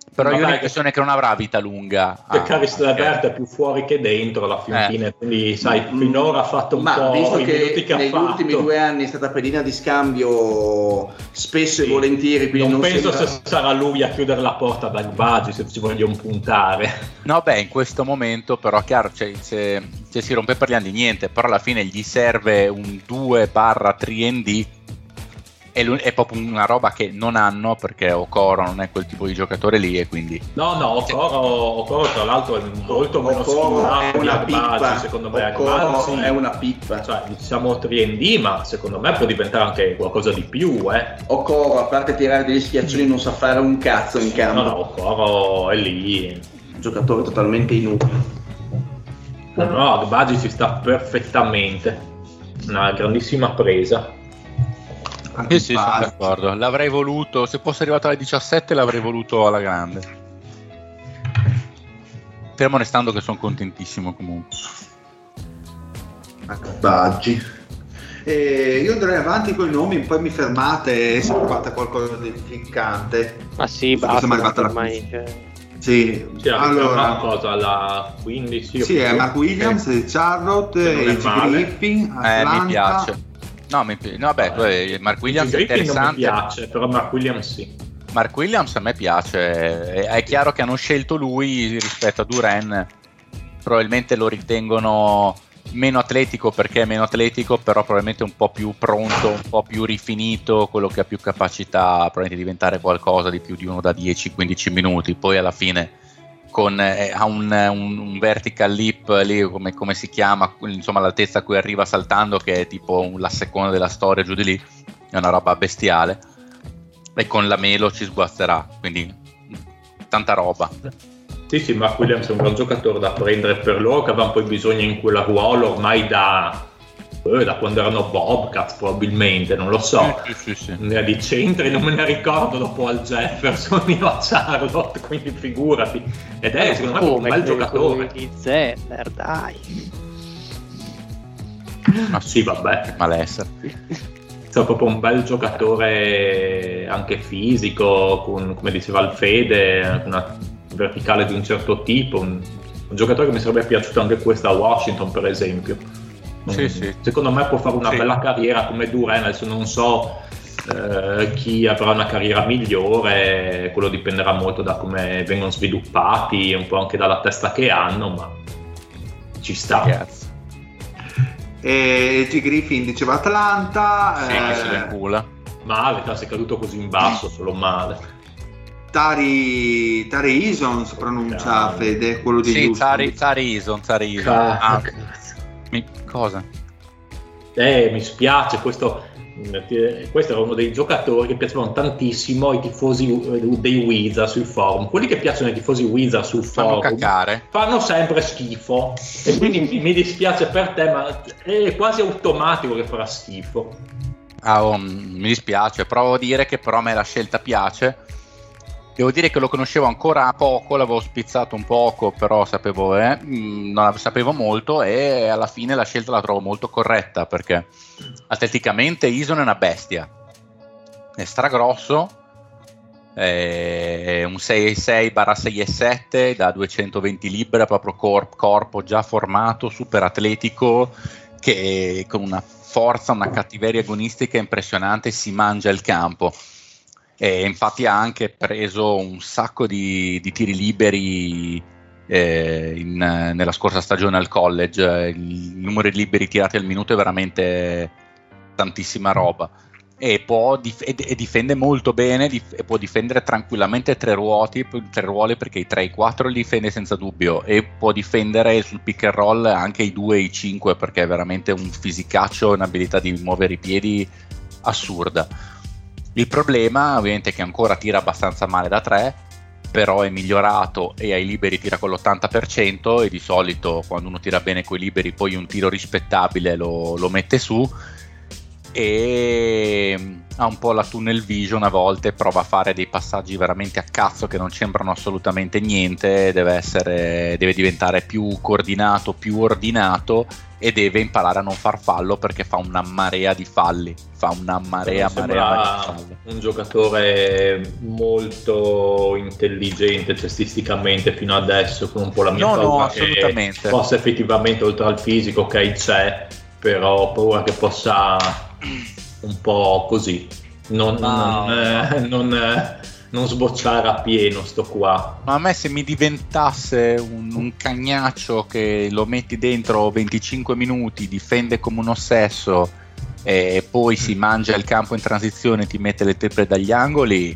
Però Vabbè, io ho l'impressione che non avrà vita lunga. Che ah, Caris okay. Levert è più fuori che dentro alla fin Eh. fine, quindi sai, finora ha fatto un Ma po' visto i minuti che, che ha negli fatto. ultimi due anni è stata pedina di scambio spesso Sì. e volentieri, quindi non, non, penso sembra... se sarà lui a chiudere la porta ad Agbaji se ci vogliono puntare. No, beh, in questo momento però chiaro, cioè, se, se si rompe parliamo di niente, però alla fine gli serve un due barra tre N D. È, è proprio una roba che non hanno, perché Okoro non è quel tipo di giocatore lì, e quindi No, no, Okoro, Okoro tra l'altro è molto meno Okoro schillato è di una Agbaji, pippa, secondo me. Okoro Agbaji, sì. è una pippa. Cioè, diciamo tre N D, ma secondo me può diventare anche qualcosa di più, eh. Okoro, a parte tirare degli schiaccioni, non sa fare un cazzo in campo. No, no, Okoro è lì. Un giocatore totalmente inutile. No, no, Agbaji ci sta perfettamente. Una grandissima presa. Anche sì, sì, sono Pazzi. d'accordo. L'avrei voluto, se fosse arrivato alle diciassette l'avrei voluto alla grande. Fermo restando che sono contentissimo comunque. Baggi. E io andrei avanti con i nomi, poi mi fermate se trovate qualcosa di ficcante. Ma sì, Forse basta, mi è arrivata la- ormai, cioè. Sì, Sì, allora, una allora cosa, la quindici. sì, è Mark Williams, Eh. Charlotte, Che non è Edge male. Griffin, Eh, Atlanta. mi piace. No, mi pi- no, beh, poi Mark Williams è Griffin non mi interessante. piace, però Mark Williams sì. Mark Williams a me piace. È, è chiaro che hanno scelto lui rispetto a Duren. Probabilmente lo ritengono meno atletico perché è meno atletico, però probabilmente un po' più pronto, un po' più rifinito, quello che ha più capacità probabilmente di diventare qualcosa di più di uno da dieci quindici minuti. Poi alla fine con, eh, ha un, un, un vertical leap lì, come, come si chiama, insomma l'altezza a cui arriva saltando, che è tipo un, la seconda della storia, giù di lì, è una roba bestiale, e con la Melo ci sguazzerà, quindi tanta roba. Sì, sì, Mark Williams è un buon giocatore da prendere per loro, che avevano poi bisogno in quel ruolo ormai da, eh, da quando erano Bobcats probabilmente, non lo so. Sì, sì, sì. Ne ha di centri, non me ne ricordo dopo al Jefferson, io a Charlotte, quindi figurati. Ed è secondo me un Come bel que- giocatore. come gli Zeller, dai. Ma Sì, vabbè. malessere. È proprio un bel giocatore anche fisico, con, come diceva Alfede, una verticale di un certo tipo, un, un giocatore che mi sarebbe piaciuto anche questo a Washington per esempio. Sì, sì. Secondo me può fare una Sì. bella carriera come Duren, adesso non so eh, chi avrà una carriera migliore, quello dipenderà molto da come vengono sviluppati, un po' anche dalla testa che hanno, ma ci sta. Ragazzi. E Edge Griffin diceva Atlanta. Sì, che se eh, ne incula. Male, cioè, sei caduto così in basso, solo male. Tari, Tari Eason si pronuncia, Tari. Fede, quello di Sì, Houston. Tari, Tari Eason, Tari Eason. Ca- Ah, mi- cosa? Eh, mi spiace, questo, questo era uno dei giocatori che piacevano tantissimo ai tifosi dei Wizards sui forum. Quelli che piacciono ai tifosi Wizards sul Fanno forum cacare. fanno sempre schifo, e quindi mi- mi dispiace per te, ma è quasi automatico che farà schifo. Ah, oh, mi dispiace, provo a dire che però a me la scelta piace. Devo dire che lo conoscevo ancora poco, l'avevo spizzato un poco, però sapevo, eh, mh, non la sapevo molto, e alla fine la scelta la trovo molto corretta, perché atleticamente Eason è una bestia, è stragrosso, è un sei sei sei sette da duecentoventi libbre, proprio corp- corpo già formato, super atletico, che con una forza, una cattiveria agonistica impressionante, si mangia il campo. E infatti ha anche preso un sacco di, di tiri liberi eh, in, nella scorsa stagione al college. Il numero di liberi tirati al minuto è veramente tantissima roba, e, può dif- e, e difende molto bene, dif- e può difendere tranquillamente tre ruoti, tre ruoli, perché i tre e i quattro li difende senza dubbio, e può difendere sul pick and roll anche i due e i cinque, perché è veramente un fisicaccio, un'abilità di muovere i piedi assurda. Il problema ovviamente è che ancora tira abbastanza male da tre, però è migliorato e ai liberi tira con l'ottanta per cento, e di solito quando uno tira bene coi liberi poi un tiro rispettabile lo, lo mette su, e, ha un po' la tunnel vision a volte, prova a fare dei passaggi veramente a cazzo che non sembrano assolutamente niente, deve essere, deve diventare più coordinato, più ordinato, e deve imparare a non far fallo perché fa una marea di falli, fa una marea, marea, marea di falli. Un giocatore molto intelligente cestisticamente fino adesso, con un po' la mia no, paura no, che assolutamente. possa effettivamente, oltre al fisico che c'è, però ho paura che possa un po' così non, no, non, eh, non, eh, non sbocciare a pieno sto qua. Ma a me, se mi diventasse un, un cagnaccio che lo metti dentro venticinque minuti, difende come un ossesso e poi si mangia il campo in transizione e ti mette le triple dagli angoli,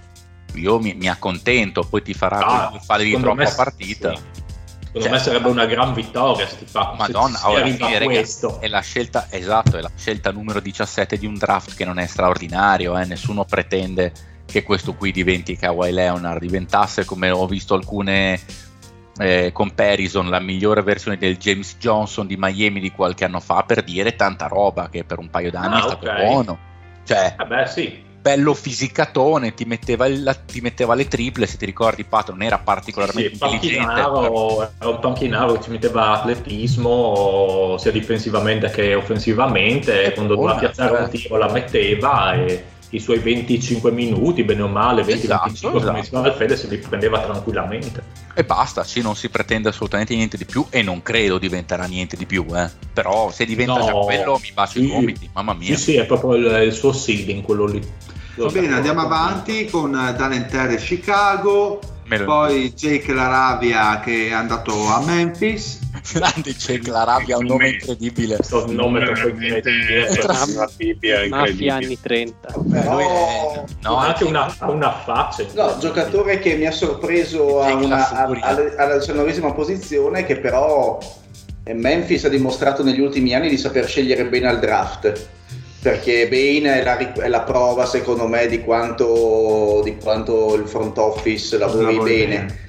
io mi, mi accontento. Poi ti farà Ah, quei falli di troppa me, partita. Sì. Secondo Cioè, me sarebbe una gran vittoria se ti fa, Madonna, se, se ora arriva fine, questo. Ragazzi, è la scelta, esatto, è la scelta numero diciassette di un draft che non è straordinario, eh? Nessuno pretende che questo qui diventi Kawhi Leonard, diventasse, come ho visto alcune eh, comparison, la migliore versione del James Johnson di Miami di qualche anno fa, per dire tanta roba, che per un paio d'anni Ah, è stato okay. buono, cioè Eh beh, sì. bello fisicatone, ti metteva, il, ti metteva le triple, se ti ricordi Pat non era particolarmente Sì, sì, intelligente, panchinaro, era un panchinaro, ci metteva atletismo sia difensivamente che offensivamente, e quando doveva piazzare un tiro la metteva, e i suoi venticinque minuti, bene o male, venti venticinque, esatto, come diceva il Fede, se li prendeva tranquillamente. e basta, sì, non si pretende assolutamente niente di più, e non credo diventerà niente di più, eh. Però se diventa No, già quello mi bacio sì, i gomiti, mamma mia. Sì, sì, è proprio il, il suo seeding, quello lì. Va bene, andiamo avanti con Dalen Terry Chicago, Me lo poi Jake LaRavia che è andato a Memphis. Grande Jake LaRavia, ha un nome incredibile. Questo nome troppo veramente incredibile. una Bibbia Mafia incredibile. anni trenta. Però- Lui è- no, Ha anche è- una, ha una faccia. No, giocatore che mi ha sorpreso a Jake una, la a- furia. alle- alla diciannovesima posizione, che però eh, Memphis ha dimostrato negli ultimi anni di saper scegliere bene al draft, perché Bane è la, ri- è la prova secondo me di quanto, di quanto il front office lavori Lavori bene. bene.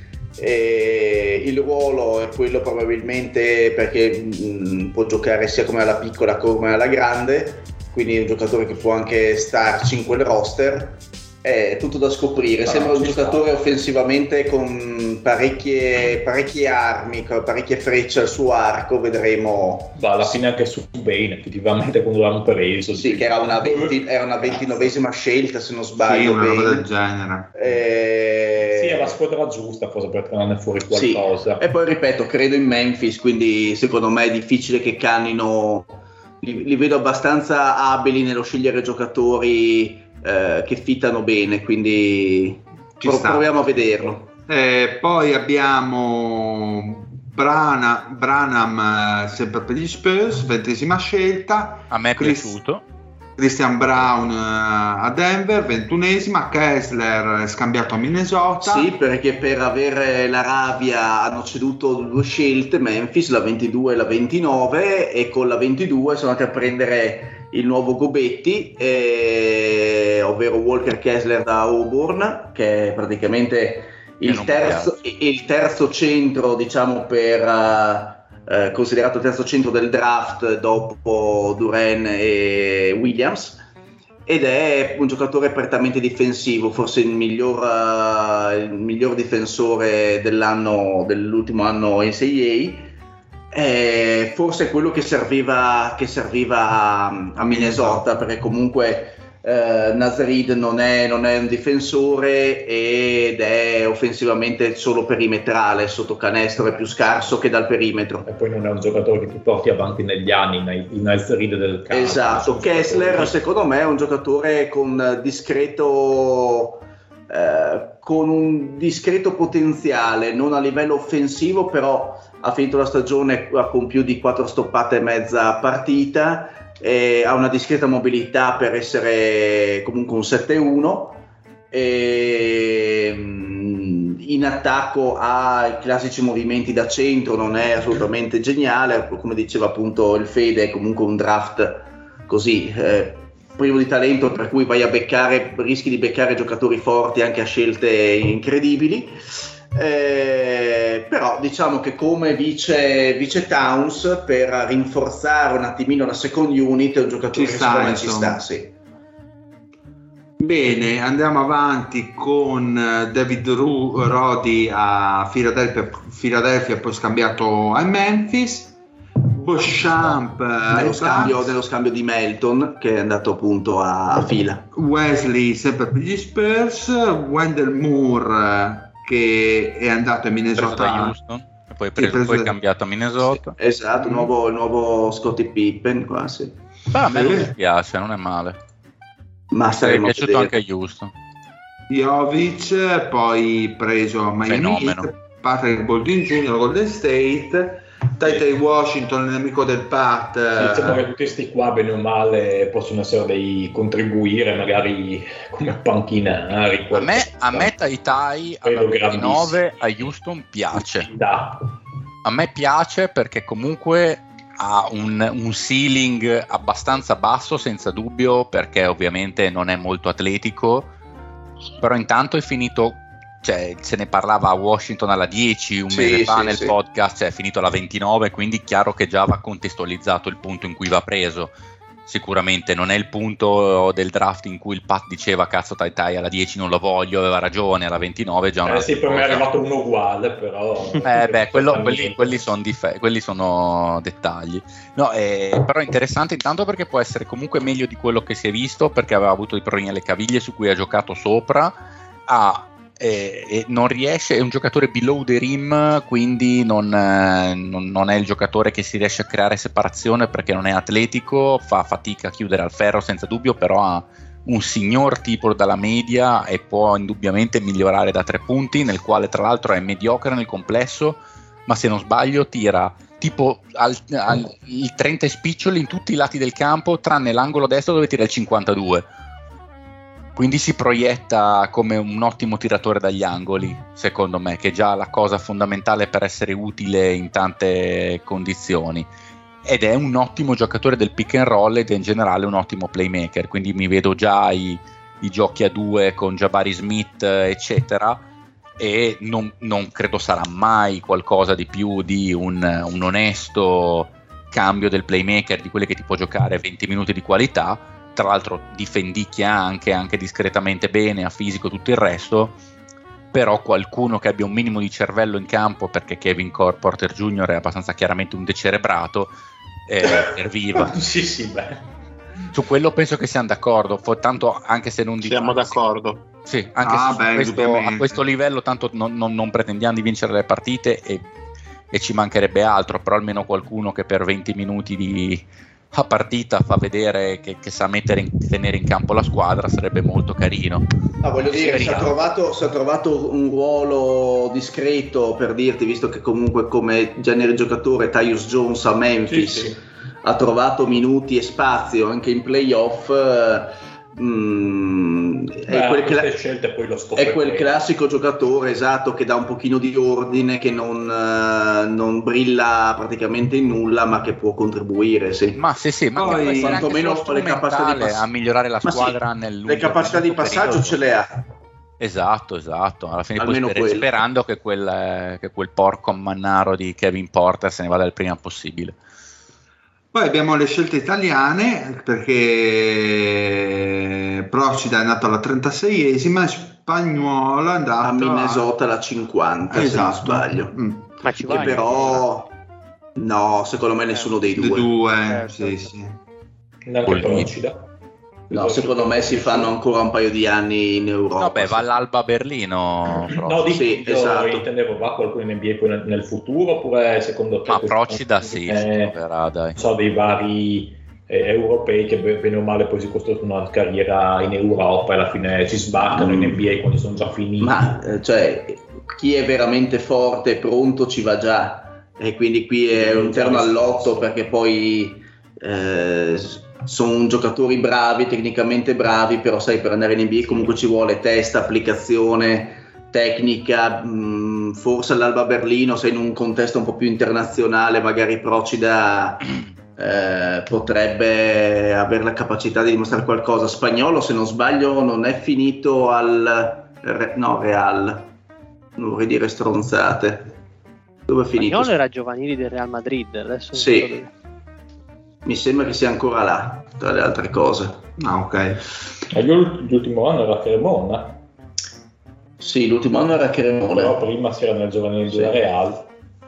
E il ruolo è quello probabilmente perché mh, può giocare sia come alla piccola come alla grande, quindi è un giocatore che può anche starci in quel roster. È tutto da scoprire. Ah, Sembra un ci giocatore sta. offensivamente con parecchie, parecchie armi, con parecchie frecce al suo arco. Vedremo. Va, alla fine anche su Bane, effettivamente, quando l'hanno preso. Sì, che era una, venti, era una ventinovesima scelta, se non sbaglio. Sì, una roba Bane. del genere. Eh, Sì, è la squadra giusta, forse, per tirarne fuori Sì. qualcosa. E poi ripeto, credo in Memphis, quindi secondo me è difficile che cannino. Li, li vedo abbastanza abili nello scegliere giocatori eh, che fittano bene, quindi Ci pro- sta. proviamo a vederlo. Eh, poi abbiamo Brana, Branham, eh, sempre per gli Spurs, ventesima scelta. a me è Chris- piaciuto. Christian Brown eh, a Denver, ventunesima. Kessler scambiato a Minnesota. Sì, perché per avere la rabbia hanno ceduto due scelte, Memphis, la ventidue e la ventinove, e con la ventidue sono andati a prendere il nuovo Gobetti, eh, ovvero Walker Kessler da Auburn, che è praticamente Che il non terzo, il terzo centro, diciamo, per eh, eh, considerato il terzo centro del draft dopo Duren e Williams, ed è un giocatore prettamente difensivo, forse il miglior, uh, il miglior difensore dell'anno, dell'ultimo anno N C A A. È forse quello che serviva, che serviva a, a Minnesota, perché comunque eh, Nasrid non è, non è un difensore ed è offensivamente solo perimetrale, sotto canestro è più scarso che dal perimetro. E poi non è un giocatore che ti porti avanti negli anni, il nice read del campo. Esatto, Kessler secondo me è un giocatore con discreto eh, con un discreto potenziale, non a livello offensivo, però ha finito la stagione con più di quattro stoppate e mezza a partita, e ha una discreta mobilità per essere comunque un sette uno, e in attacco ha i classici movimenti da centro, non è assolutamente geniale, come diceva appunto il Fede, è comunque un draft così eh, privo di talento, per cui vai a beccare, rischi di beccare giocatori forti anche a scelte incredibili. Eh, però diciamo che come vice, vice Towns, per rinforzare un attimino la second unit, è un giocatore Ci che sta, secondo me ci insomma. sta, sì. Bene, andiamo avanti con David Ru- Roddy a Philadelphia, Philadelphia, poi scambiato a Memphis. Beauchamp nello scambio, nello scambio di Melton, che è andato appunto a, a fila. Wesley sempre per gli Spurs. Wendell Moore che è andato a Minnesota preso da Houston e poi, preso, preso poi da... cambiato a Minnesota. Sì, esatto, il nuovo, il nuovo Scottie Pippen quasi. Beh, a me non mi piace, non è male. Ma mi è piaciuto anche a Houston. Jovic, poi preso a Miami Heat, Patrick Baldwin Junior Golden State, Ty Washington, nemico del Pat. Sì, diciamo che tutti questi qua bene o male possono essere dei contribuire magari come panchinari. A me, a me Tai Tai alla ventinove a Houston piace. Da. A me piace perché comunque ha un, un ceiling abbastanza basso senza dubbio, perché ovviamente non è molto atletico, però intanto è finito, cioè se ne parlava a Washington alla dieci un sì, mese fa sì, nel sì. podcast, cioè è finito alla ventinove, quindi chiaro che già va contestualizzato il punto in cui va preso. Sicuramente non è il punto del draft in cui il Pat diceva cazzo Tai Tai alla dieci non lo voglio, aveva ragione, alla ventinove già una eh sì, per me è arrivato uno uguale, però eh beh, quello, quelli, quelli, sono dif- quelli sono dettagli. No, eh, però è interessante intanto perché può essere comunque meglio di quello che si è visto, perché aveva avuto dei problemi alle caviglie su cui ha giocato sopra, ha E, e non riesce, è un giocatore below the rim, quindi non, eh, non, non è il giocatore che si riesce a creare separazione perché non è atletico, fa fatica a chiudere al ferro senza dubbio, però ha un signor tipo dalla media e può indubbiamente migliorare da tre punti, nel quale tra l'altro è mediocre nel complesso, ma se non sbaglio tira tipo al, al, il trenta spiccioli in tutti i lati del campo tranne l'angolo destro dove tira il cinquantadue. Quindi si proietta come un ottimo tiratore dagli angoli, secondo me, che è già la cosa fondamentale per essere utile in tante condizioni. Ed è un ottimo giocatore del pick and roll ed è in generale un ottimo playmaker, quindi mi vedo già i, i giochi a due con Jabari Smith, eccetera, e non, non credo sarà mai qualcosa di più di un, un onesto cambio del playmaker, di quelli che ti può giocare venti minuti di qualità. Tra l'altro difendicchia anche, anche discretamente bene, a fisico tutto il resto, però qualcuno che abbia un minimo di cervello in campo, perché Kevin Porter Junior è abbastanza chiaramente un decerebrato, eh, serviva. Sì, sì, beh. Su quello penso che siamo d'accordo, tanto anche se non siamo d'accordo. Sì, anche ah, se beh, questo, a questo livello tanto non, non, non pretendiamo di vincere le partite e, e ci mancherebbe altro, però almeno qualcuno che per venti minuti di a partita fa vedere che, che sa mettere in, tenere in campo la squadra, sarebbe molto carino. No, voglio dire, si è trovato, si è trovato un ruolo discreto, per dirti, visto che comunque come genere giocatore Tyus Jones a Memphis sì, sì. ha trovato minuti e spazio anche in playoff. Mm, Beh, è quel, cla- scelte poi lo è quel classico giocatore, esatto, che dà un pochino di ordine, che non, uh, non brilla praticamente in nulla, ma che può contribuire, sì. Ma sì, sì, ma poi quantomeno le capacità di pass- a migliorare la squadra sì, nel le capacità di passaggio periodo. Ce le ha. Esatto, esatto. Alla fine Almeno poi sper- sperando che quel, che quel porco mannaro di Kevin Porter se ne vada il prima possibile. Poi abbiamo le scelte italiane, perché Procida è andato alla trentaseiesima e Spagnuolo è andato a Minnesota alla cinquanta, esatto. Se non sbaglio. Mm. Ma ci che vai, però no, secondo me nessuno dei due. due, due certo. sì, sì. Neanche Procida. No, secondo me si fanno ancora un paio di anni in Europa. Vabbè, va all'Alba Berlino. No, di sì, io esatto. intendevo, va qualcuno in N B A poi nel, nel futuro, oppure secondo te? Ma Procida sì, eh, troverà, dai. So, dei vari eh, europei che bene o male poi si costruiscono una carriera in Europa e alla fine si sbarcano mm. in N B A quando sono già finiti. Ma eh, cioè, chi è veramente forte e pronto ci va già, e quindi qui è un terno all'otto, perché poi eh, sono giocatori bravi, tecnicamente bravi, però sai, per andare in N B A comunque ci vuole testa, applicazione, tecnica. Mh, forse all'Alba Berlino, sei in un contesto un po' più internazionale, magari Procida eh, potrebbe avere la capacità di dimostrare qualcosa. Spagnuolo, se non sbaglio, non è finito al no, Real, non vorrei dire stronzate. Dove è finito? Spagnuolo era giovanili del Real Madrid, adesso sì. Mi sembra che sia ancora là, tra le altre cose. Ah, ok. E l'ultimo anno era Cremona. Sì, l'ultimo anno era Cremona. Però prima si era nel giovanile della Real.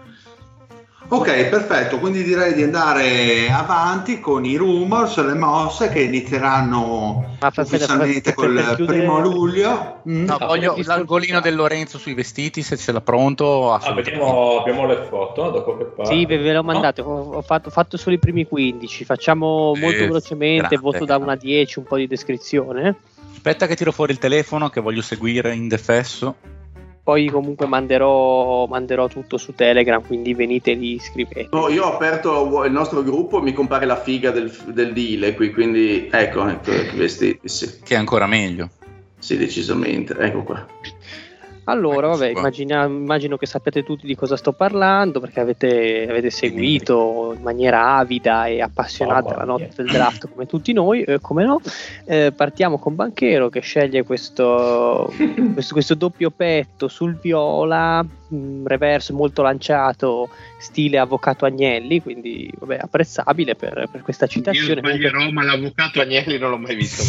Ok, perfetto, quindi direi di andare avanti con i rumors, le mosse che inizieranno Ma aspetta, ufficialmente aspetta, per col chiudere- primo luglio. Mm. No, voglio l'angolino del Lorenzo sui vestiti, se ce l'ha pronto. Ah, vediamo, abbiamo le foto dopo che parla. Sì, ve, ve l'ho mandato, ho, ho fatto, fatto solo i primi quindici, facciamo Sì, molto velocemente, grande, voto da grande. una a dieci, un po' di descrizione. Aspetta che tiro fuori il telefono che voglio seguire in defesso. Poi comunque manderò, manderò tutto su Telegram, quindi venite lì, scrivete. No, io ho aperto il nostro gruppo, mi compare la figa del, del deal qui, quindi ecco, ecco i vestiti, sì. Che è ancora meglio. Sì, decisamente, ecco qua. Allora, Eccoci vabbè, qua. immagina- immagino che sapete tutti di cosa sto parlando, perché avete, avete seguito in maniera avida e appassionata Mamma la notte mia. del draft come tutti noi, eh, come no. Eh, partiamo con Banchero che sceglie questo, questo, questo doppio petto sul viola, mh, reverso molto lanciato, stile avvocato Agnelli, quindi vabbè, apprezzabile per, per questa Io citazione. sbaglierò, ma l'avvocato Agnelli non l'ho mai visto.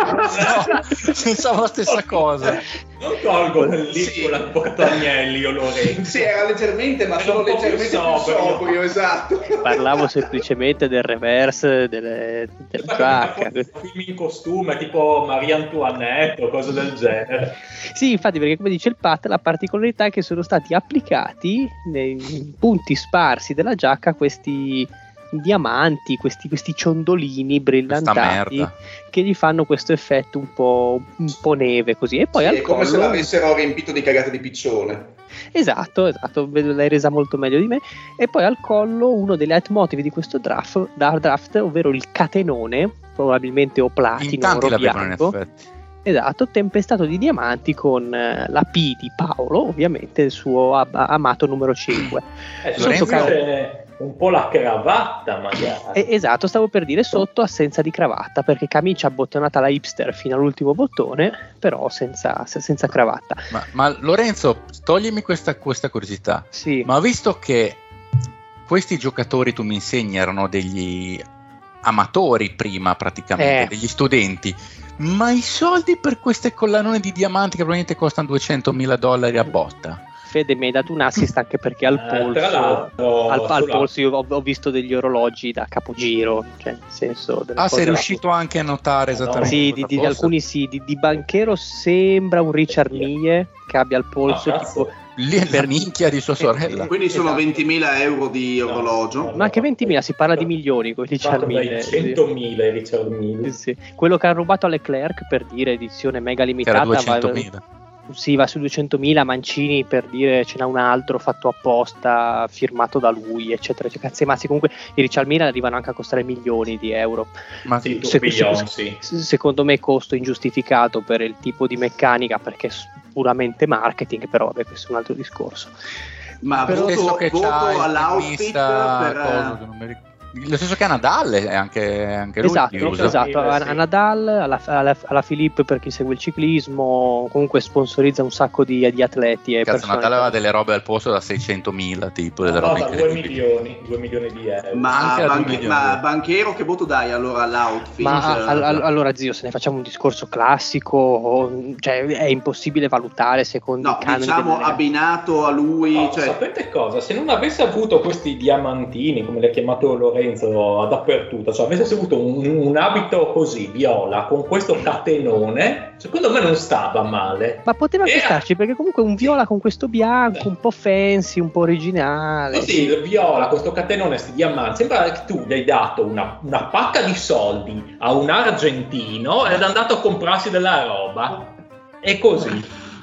No, pensavo la stessa cosa. Non colgo nel lì Sì. con l'avvocato Agnelli o Lorenzo. Sì, era leggermente, ma Era solo un po' più leggermente più sobrio. sobrio, esatto. Parlavo semplicemente del reverse delle, della giacca. Film in costume tipo Maria Antoinette o cose del genere. Sì, infatti, perché come dice il Pat, la particolarità è che sono stati applicati nei punti sparsi della giacca questi diamanti, questi, questi ciondolini brillantati merda. che gli fanno questo effetto un po', un po' neve così. E poi Sì, al è come se collo, l'avessero riempito di cagate di piccione. esatto, esatto, vedo- l'hai resa molto meglio di me. E poi al collo uno dei leitmotiv di questo draft, da- draft ovvero il catenone, probabilmente o platino In tanti o l'avevano in bianco. effetti. Esatto, tempestato di diamanti con eh, la P di Paolo, ovviamente il suo ab- amato numero cinque. Eh, Lorenzo- sotto c'è un po' la cravatta magari. E- esatto, stavo per dire sotto assenza di cravatta, perché camicia abbottonata alla hipster fino all'ultimo bottone, però senza, se- senza cravatta. Ma, ma Lorenzo, toglimi questa, questa curiosità. Sì, Ma visto che questi giocatori, tu mi insegni, erano degli amatori prima praticamente, Eh. degli studenti, ma i soldi per queste collanone di diamanti che probabilmente costano duecentomila dollari a botta? Fede mi hai dato un assist anche perché al Eh, tra polso, l'altro, al, al sulla- polso io ho, ho visto degli orologi da capogiro, cioè nel senso delle Ah, cose sei da- riuscito anche a notare esattamente Sì, cosa di, di fosse? alcuni sì, di, di Banchero sembra un Richard Mille che abbia al polso Ah, cazzo. tipo. Lì è la per- minchia di sua sorella. Quindi sono Esatto. ventimila euro di No, orologio. no, Ma anche ventimila, si parla di milioni con Richard Fatto dai Mille. sì. centomila Richard Mille. Sì, sì. Quello che ha rubato a Leclerc per dire edizione mega Che limitata era va, duecentomila. sì, va su duecentomila. Mancini per dire ce n'ha un altro fatto apposta firmato da lui eccetera, cioè, cazzi mazzi. Comunque i Richard Mille arrivano anche a costare milioni di euro. Ma Sì, Se- tourbillon, se- sì. secondo me costo ingiustificato per il tipo di meccanica, perché è puramente marketing, però vabbè, questo è un altro discorso. Ma Però- voto, stesso che voto c'ha il all'outfit tennista, per... coso, che non mi ric- lo stesso che a Nadal è anche, anche lui Esatto, li usa. esatto. A, Sì. a Nadal, alla, alla, alla Philippe per chi segue il ciclismo, comunque sponsorizza un sacco di, di atleti e Cazzo, persone. Nadal aveva delle robe al posto da seicentomila, tipo delle No, robe da due incredibili. milioni, due milioni di euro. Ma, Anche a due Banche- milioni. ma Banchero che voto dai allora all'outfit? Ma Eh, al- al- allora zio, se ne facciamo un discorso classico, o- cioè è impossibile valutare secondo no, i canoni diciamo della Lega. abbinato a lui, No, cioè, sapete cosa? Se non avesse avuto questi diamantini, come li ha chiamato Lorenzo, dappertutto, cioè avesse avuto un, un abito così, viola, con questo catenone, secondo me non stava male. Ma poteva anche Era- starci, perché comunque un viola con questo bianco, un po' fancy, un po' originale. Così il viola, questo catenone, sti diamanti, sembra che tu gli hai dato una, una pacca di soldi a un argentino ed è andato a comprarsi della roba. E così.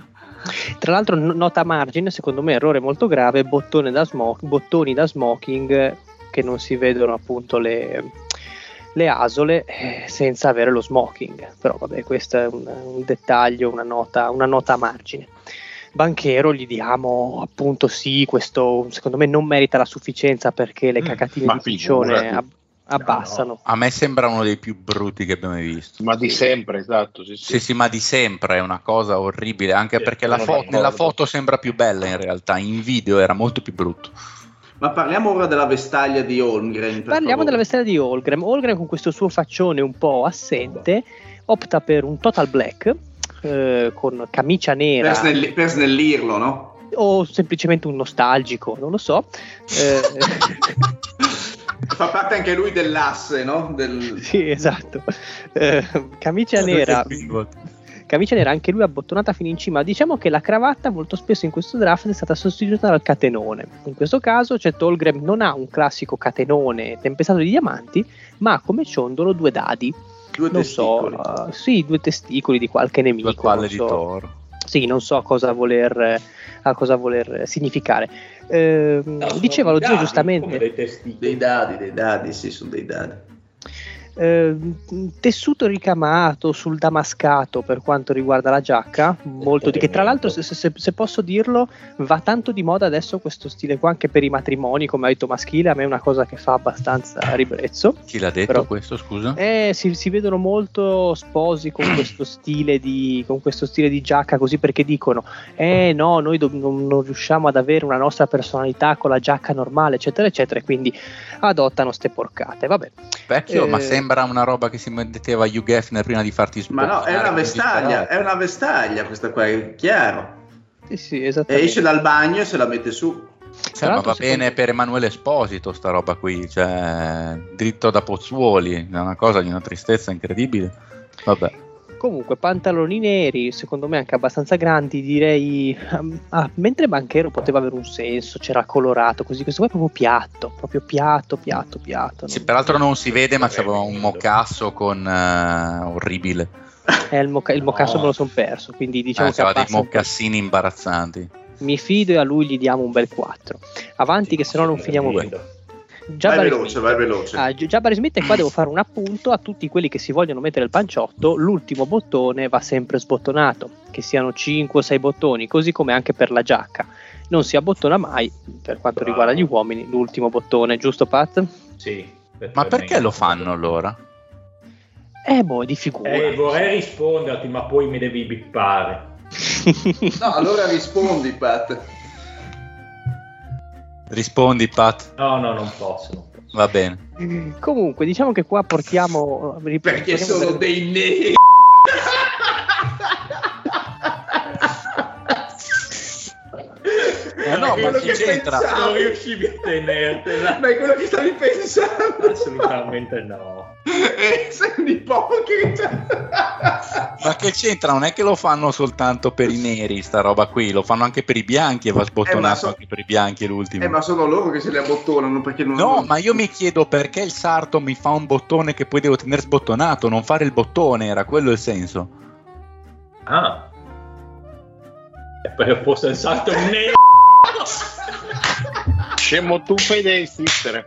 Tra l'altro, no- nota a margine, secondo me errore molto grave, bottone da smoking, bottoni da smoking che non si vedono appunto le, le asole eh, senza avere lo smoking. Però vabbè, questo è un, un dettaglio, una nota, una nota a margine. Banchero gli diamo appunto sì, questo secondo me non merita la sufficienza perché le cacatine ma di piccione figurati. ab- abbassano. A me sembra uno dei più brutti che abbiamo mai visto. Ma di sempre, esatto. Sì, sì. Sì, sì, ma di sempre è una cosa orribile, anche Sì, perché la sono fo- d'accordo. nella foto sembra più bella in realtà, in video era molto più brutto. Ma parliamo ora della vestaglia di Holmgren. Parliamo favore. della vestaglia di Holmgren. Holmgren con questo suo faccione un po' assente opta per un total black eh, con camicia nera. Per, snelli- per snellirlo, no? O semplicemente un nostalgico, non lo so. Eh, Fa parte anche lui dell'asse, no? Del... Sì, esatto. Eh, camicia nera. Camicia nera, anche lui abbottonata fino in cima. Diciamo che la cravatta molto spesso in questo draft è stata sostituita dal catenone. In questo caso Chet Holmgren non ha un classico catenone tempestato di diamanti, ma come ciondolo due dadi. Due non testicoli. so, uh, sì, due testicoli di qualche nemico. Due palle non di so. toro. Sì, non so a cosa voler, a cosa voler significare. Eh, No, diceva lo zio dadi, giustamente. come dei testicoli. Dei dadi, dei dadi, sì, sono dei dadi. Eh, tessuto ricamato sul damascato per quanto riguarda la giacca, molto di, che tra l'altro se, se, se posso dirlo va tanto di moda adesso questo stile qua anche per i matrimoni, come ha detto maschile. A me è una cosa che fa abbastanza ribrezzo. Chi l'ha detto Però, questo, scusa? eh, si, si vedono molto sposi con questo stile di con questo stile di giacca, così, perché dicono eh no, noi do, non, non riusciamo ad avere una nostra personalità con la giacca normale, eccetera eccetera, e quindi adottano ste porcate. Vabbè, Vecchio, eh, ma sembra una roba che si metteva Hugh Hefner prima di farti Ma no, è sbocciare una con vestaglia, disperare. è una vestaglia questa qua, è chiaro. sì sì, E esattamente. esce dal bagno e se la mette su. Cioè, Tra ma l'altro, va secondo- bene per Emanuele Esposito sta roba qui, cioè dritto da Pozzuoli, è una cosa di una tristezza incredibile. Vabbè. Comunque pantaloni neri, secondo me anche abbastanza grandi, direi. Ah, mentre Banchero poteva avere un senso, c'era colorato così, questo qua è proprio piatto, proprio piatto, piatto, piatto. Sì, non- peraltro non si vede, ma c'aveva un Tremendo. mocasso con eh, orribile. Eh, il, moca- il mocasso No. me lo son perso, quindi diciamo Eh, che c'aveva dei abbassa un po'. mocassini imbarazzanti. Mi fido e a lui gli diamo un bel quattro. Avanti, che se no non finiamo più. Vai Jabari veloce, Smith. vai veloce. Ah, Gi- Jabari Smith, e qua devo fare un appunto a tutti quelli che si vogliono mettere il panciotto: l'ultimo bottone va sempre sbottonato, che siano cinque o sei bottoni, così come anche per la giacca. Non si abbottona mai, per quanto Bravo. riguarda gli uomini, l'ultimo bottone, giusto Pat? Sì, Ma perché lo fanno allora? Eh boh, di figura. Eh, vorrei risponderti, ma poi mi devi bippare. No, allora rispondi, Pat. Rispondi, Pat. No, no, non posso. Non posso. Va bene. Comunque, diciamo che qua portiamo... Perché portiamo sono per- dei neri. Eh no, ma chi c'entra? Non riuscivi a tenertela. Ma è quello che stavi pensando. Assolutamente no. Eh, sei un ipocrita. Ma che c'entra? Non è che lo fanno soltanto per i neri sta roba qui, lo fanno anche per i bianchi e va sbottonato Eh, ma so- anche per i bianchi l'ultimo. Eh, ma sono loro che se li abbottonano perché non... No, ma io mi chiedo perché il sarto mi fa un bottone che poi devo tenere sbottonato, non fare il bottone, era quello il senso. Ah. E perché fosse il salto nero. Scemo, tu fai devi insistere.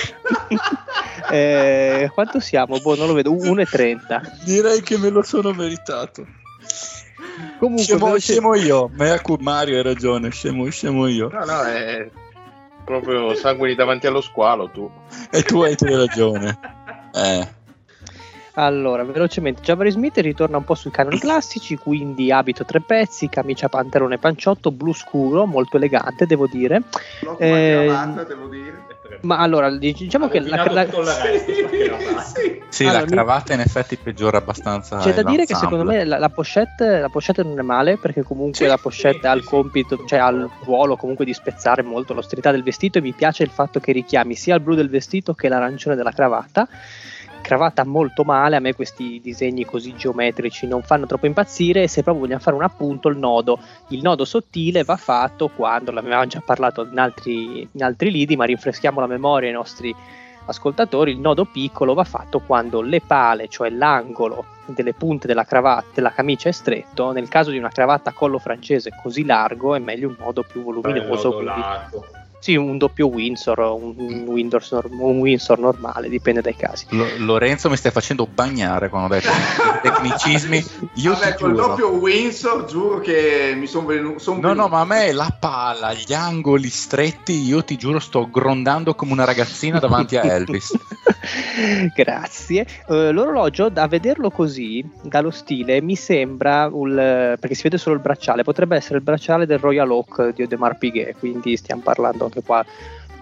Eh, quanto siamo? Boh, non lo vedo. uno e trenta. Direi che me lo sono meritato. Comunque, Scemo, veloce- scemo io, Mea cu- Mario hai ragione, scemo, scemo io. No, no, è proprio sanguini davanti allo squalo, tu. E tu hai tu hai ragione. Eh. Allora, velocemente, Jabari Smith ritorna un po' sui canoni classici, quindi abito tre pezzi, camicia pantalone panciotto, blu scuro, molto elegante, devo dire. L'ottima Eh, cravatta, devo dire. Ma allora, diciamo che la, la- Tutto il resto, sta Sì. Sì, Allora, la mi- cravatta in effetti peggiora abbastanza. c'è da dire che l'ensemble. secondo me la, la pochette la pochette non è male, perché comunque Sì, la pochette sì, ha il sì, compito, sì. cioè ha il ruolo comunque di spezzare molto l'austerità del vestito, e mi piace il fatto che richiami sia il blu del vestito che l'arancione della cravatta. Cravatta molto male, a me questi disegni così geometrici non fanno troppo impazzire, e se proprio vogliamo fare un appunto, il nodo il nodo sottile va fatto quando, l'avevamo già parlato in altri, in altri lidi, ma rinfreschiamo la memoria ai nostri ascoltatori, il nodo piccolo va fatto quando le pale, cioè l'angolo delle punte della cravatta, della camicia è stretto. Nel caso di una cravatta a collo francese così largo è meglio un nodo più voluminoso, quindi Dolato. sì, un doppio Windsor, un, un Windows nor- un Windsor normale, dipende dai casi. Lo- Lorenzo mi stai facendo bagnare quando ho detto i tecnicismi. Io Vabbè, ti col giuro. doppio Windsor giuro che mi sono venuto. Son No, no, venuto. ma a me la palla, gli angoli stretti, io ti giuro sto grondando come una ragazzina davanti a Elvis. Grazie. Eh, l'orologio, da vederlo così, dallo stile, mi sembra, un, perché si vede solo il bracciale, potrebbe essere il bracciale del Royal Oak di Audemars Piguet, quindi stiamo parlando anche qua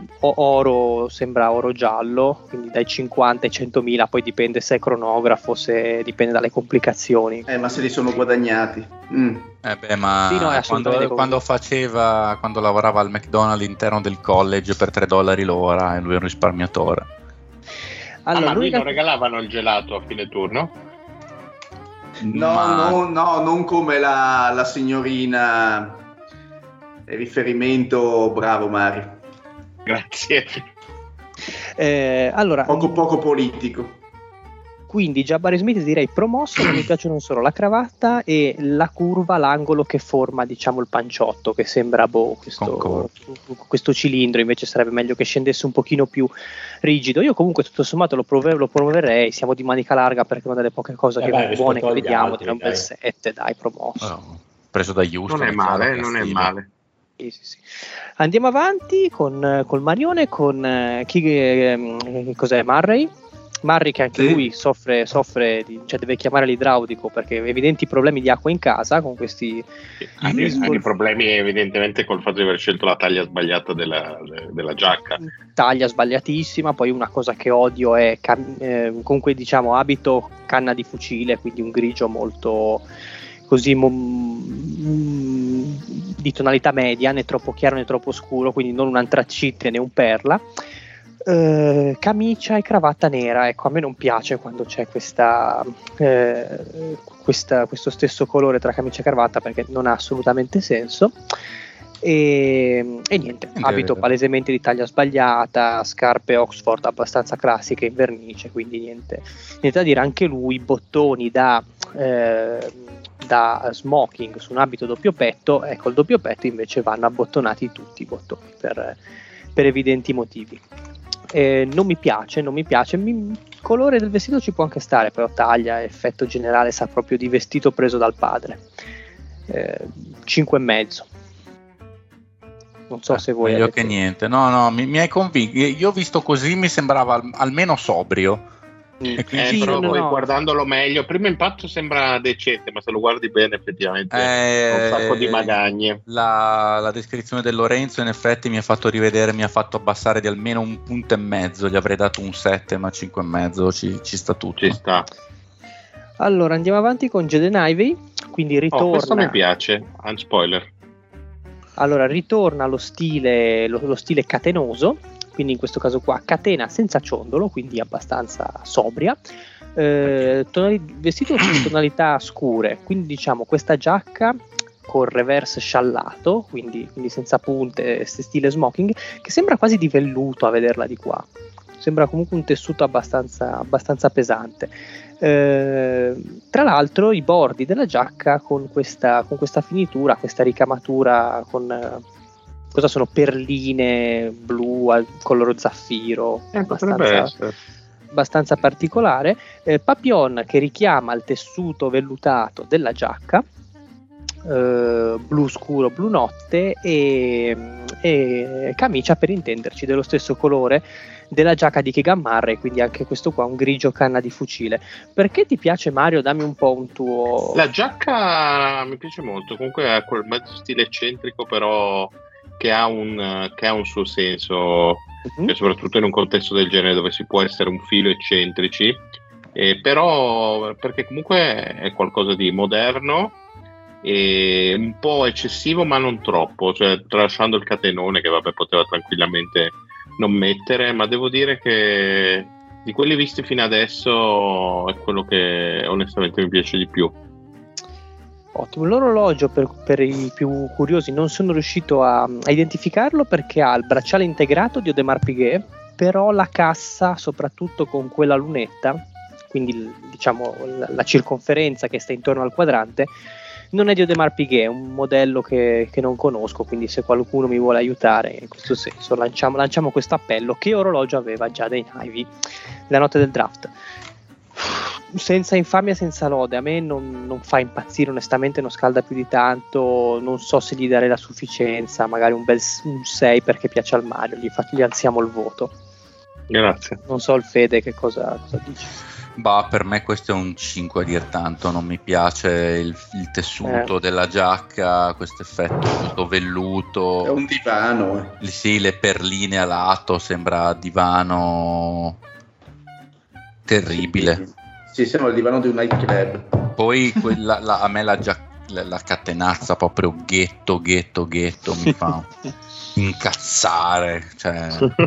oro, sembra oro giallo, quindi dai cinquanta ai centomila, poi dipende se è cronografo, se dipende dalle complicazioni. Eh, ma se li sono guadagnati. Mm. Eh beh, ma Sì, no, è quando, assolutamente quando faceva, quando lavorava al McDonald's all'interno del college per tre dollari l'ora, e lui è un risparmiatore. Allora, ah, ma lui l'unica- non regalavano il gelato a fine turno? No, Ma- no, no, non come la, la signorina. Riferimento, bravo Mario. Grazie. eh, allora, Poco poco politico. quindi Jabari Smith direi promosso, non mi piacciono solo la cravatta e la curva, l'angolo che forma diciamo il panciotto, che sembra boh, questo, Concordo. questo cilindro, invece sarebbe meglio che scendesse un pochino più rigido. Io comunque tutto sommato lo, prove- lo proverei, siamo di manica larga perché è una delle poche cose Eh che beh, buone che rispetto agli vediamo, altri, è un bel dai. sette, dai, promosso. Oh, preso da Houston. Non è male, non è male. Sì, sì, sì. Andiamo avanti con col Marione, con eh, chi eh, cos'è? Murray? Murray che anche Sì. lui soffre, soffre di, cioè deve chiamare l'idraulico perché ha evidenti problemi di acqua in casa con questi Ha dei, ha dei problemi evidentemente col fatto di aver scelto la taglia sbagliata della, de- della giacca. taglia sbagliatissima. Poi una cosa che odio è cam- eh, comunque diciamo abito canna di fucile, quindi un grigio molto così mo- mm, di tonalità media, né troppo chiaro né troppo scuro, quindi non un antracite né un perla. Eh, camicia e cravatta nera, ecco, a me non piace quando c'è questa, eh, questa questo stesso colore tra camicia e cravatta perché non ha assolutamente senso. E, e niente, Niente, abito vedo. palesemente di taglia sbagliata, scarpe Oxford abbastanza classiche in vernice, quindi niente, niente da dire. Anche lui bottoni da, eh, da smoking su un abito doppio petto, ecco, il doppio petto invece vanno abbottonati tutti i bottoni per, per evidenti motivi. Eh, non mi piace, non mi piace. Mi- il colore del vestito ci può anche stare, però taglia, effetto generale, sa proprio di vestito preso dal padre. Eh, cinque e mezzo. Non so Eh, se voi meglio avete- che niente. No, no, mi, mi hai convinto. Io ho visto così, mi sembrava al- almeno sobrio. Mm. E quindi Eh, Sì, però no, poi no. guardandolo meglio, il primo impatto sembra decente, ma se lo guardi bene effettivamente Eh, ha un sacco di magagne. La, la descrizione del Lorenzo in effetti mi ha fatto rivedere, mi ha fatto abbassare di almeno un punto e mezzo. Gli avrei dato un sette, ma cinque e mezzo ci, ci sta tutto. Ci sta. Allora andiamo avanti con Jaden Ivey, quindi Oh, questo ritorna. mi piace, un spoiler. Allora ritorna lo stile, lo, lo stile catenoso, quindi in questo caso qua catena senza ciondolo, quindi abbastanza sobria. Eh, tonali- vestito su tonalità scure, quindi diciamo questa giacca con reverse sciallato, quindi, quindi senza punte, stile smoking, che sembra quasi di velluto a vederla di qua. Sembra comunque un tessuto abbastanza, abbastanza pesante. Eh, tra l'altro i bordi della giacca con questa, con questa finitura, questa ricamatura con eh, cosa sono, perline blu al colore zaffiro, Eh, potrebbe abbastanza, essere. abbastanza particolare. Eh, papillon che richiama il tessuto vellutato della giacca, eh, blu scuro, blu notte, e, e camicia, per intenderci, dello stesso colore della giacca di Keegan Murray, quindi anche questo qua un grigio canna di fucile. Perché ti piace, Mario? Dammi un po' un tuo... La giacca mi piace molto, comunque ha quel mezzo stile eccentrico, però che ha un, che ha un suo senso, Mhm. e soprattutto in un contesto del genere dove si può essere un filo eccentrici, eh, però perché comunque è qualcosa di moderno e un po' eccessivo, ma non troppo, cioè tralasciando il catenone che vabbè poteva tranquillamente non mettere, ma devo dire che di quelli visti fino adesso è quello che onestamente mi piace di più. Ottimo. L'orologio, per, per i più curiosi, non sono riuscito a, a identificarlo perché ha il bracciale integrato di Audemars Piguet, però la cassa, soprattutto con quella lunetta, quindi il- diciamo la, la circonferenza che sta intorno al quadrante, non è di Audemars Piguet, è un modello che, che non conosco, quindi se qualcuno mi vuole aiutare in questo senso lanciamo, lanciamo questo appello. Che orologio aveva già dei Ivey la notte del draft? Senza infamia, senza lode, a me non, non fa impazzire onestamente, non scalda più di tanto, non so se gli darei la sufficienza, magari un bel s- un sei perché piace al Mario, gli, fa- gli alziamo il voto. Grazie. Non so il Fede che cosa, cosa dice. Bah, per me questo è un cinque a dir tanto, non mi piace il, il tessuto Eh. della giacca, questo effetto tutto velluto. È un divano. eh. Sì, le perline a lato, sembra divano terribile. Sì, sembra il divano di un nightclub. Poi quella, la- a me la, giacca, la, la catenazza proprio ghetto, ghetto, ghetto mi fa incazzare. Cioè,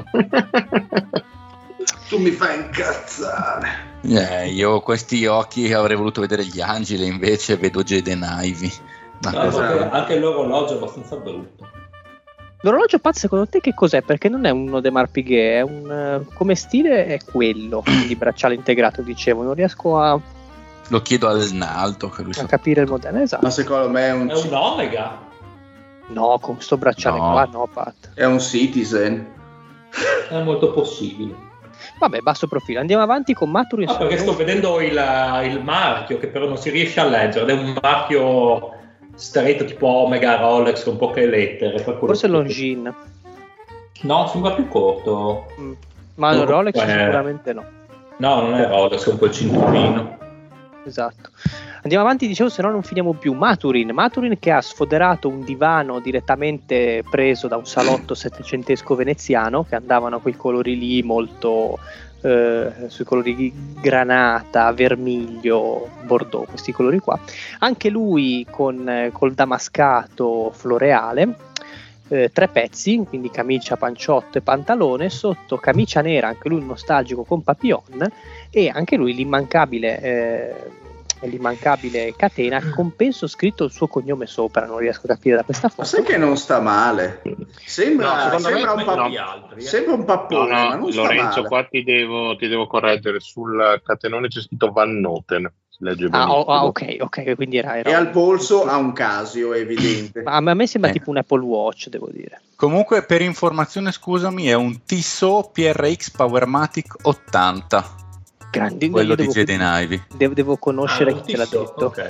Tu mi fai incazzare. eh, io questi occhi avrei voluto vedere gli angeli, invece vedo Jaden Ivey. Una No, cosa- anche, anche l'orologio è abbastanza brutto. L'orologio pazzo secondo te che cos'è? Perché non è uno De Marpiguet, è un eh, come stile è quello di bracciale integrato, dicevo, non riesco a, Lo chiedo al Naldo che lui a sa. capire il modello esatto. Ma secondo me è un, È un Omega. No, con sto bracciale No. qua no, Pat. è un Citizen. È molto possibile. Vabbè, basso profilo. Andiamo avanti con Maturin. Ah, perché sto vedendo il, il marchio che però non si riesce a leggere, ed è un marchio stretto tipo Omega, Rolex con poche lettere. per quello Forse che- Longines. No, sembra più corto. Mm. Ma No, Rolex eh. sicuramente no. No, non è Rolex, è un quel cinturino. Esatto. Andiamo avanti, dicevo, se no non finiamo più. Maturin, Maturin che ha sfoderato un divano direttamente preso da un salotto settecentesco veneziano, che andavano a quei colori lì molto eh, sui colori granata, vermiglio, bordeaux, questi colori qua. Anche lui con eh, col damascato floreale. Eh, tre pezzi, quindi camicia, panciotto e pantalone, sotto camicia nera, anche lui nostalgico con papillon, e anche lui l'immancabile eh, l'immancabile catena, compenso scritto il suo cognome sopra, non riesco a capire da questa Ma foto. sai che non sta male? Sembra, No, secondo sembra me- un, pa- no. Gli altri, eh. sembra un No, pappone, ma no, non sta Lorenzo, male. qua ti devo, ti devo correggere. Sul catenone c'è scritto Van Noten. Si legge Ah, benissimo. oh, ah, ok, ok, quindi era, era- E al polso ha un Casio, è evidente. Ma a me sembra Eh. tipo un Apple Watch, devo dire. Comunque, per informazione, scusami, è un Tissot P R X Powermatic ottanta, Grandi, quello io di devo, Jaden Ivey. devo, devo conoscere Ah, chi ce l'ha Tissot, detto. ok.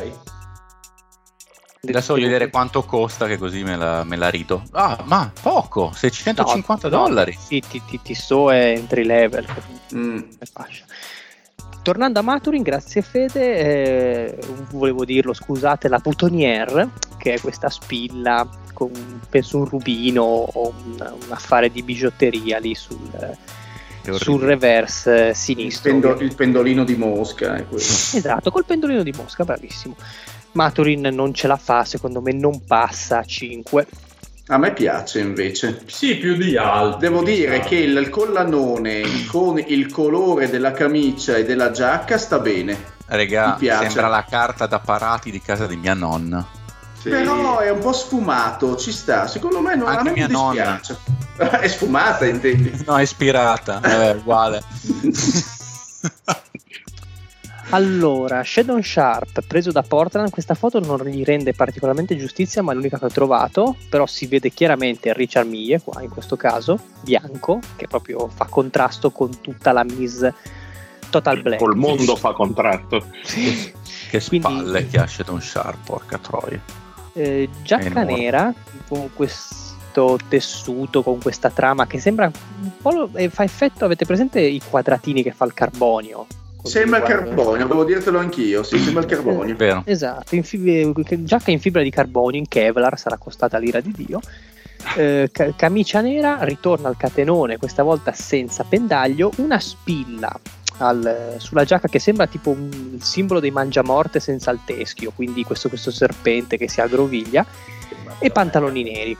Adesso voglio Devo- vedere quanto costa, che così me la, me la rido. Ah, ma poco, seicentocinquanta No, no, dollari. Sì, ti, ti, ti so è entry level. Mm. Che fascia. Tornando a Maturin, grazie Fede, eh, volevo dirlo, scusate, la boutonnière, che è questa spilla con penso un rubino o un, un affare di bigiotteria lì sul, Che orribile. sul reverse eh, Il, sinistro. pendo- il pendolino di Mosca è quello. Esatto, col pendolino di Mosca, bravissimo. Maturin non ce la fa, secondo me non passa a cinque. A me piace invece. Sì, più di altri. Devo dire diciamo. che il collanone con il colore della camicia e della giacca sta bene. Regà, Mi piace. sembra la carta da parati di casa di mia nonna. Però è un po' sfumato, ci sta. Secondo me non, Anche a me mia non dispiace. È sfumata, intendi? No, è ispirata, è uguale. Allora, Shadon Sharp preso da Portland, questa foto non gli rende particolarmente giustizia, ma è l'unica che ho trovato, però si vede chiaramente Richard Mille qua in questo caso, bianco, che proprio fa contrasto con tutta la Miss Total Black. Col mondo fa contratto. Sì. Che Quindi- spalle che ha Shadon Sharp, porca troia. Eh, giacca Enorme. nera con questo tessuto, con questa trama che sembra un po' lo- eh, fa effetto, avete presente i quadratini che fa il carbonio? Così, Sembra il guarda. carbonio, devo dirtelo anch'io. Sì, sembra il carbonio. Vero. Esatto, in fi- giacca in fibra di carbonio, in Kevlar, sarà costata l'ira di Dio. Eh, ca- camicia nera, ritorna al catenone, questa volta senza pendaglio, una spilla al- sulla giacca che sembra tipo un il simbolo dei mangiamorte senza il teschio, quindi questo, questo serpente che si aggroviglia, e pantaloni neri.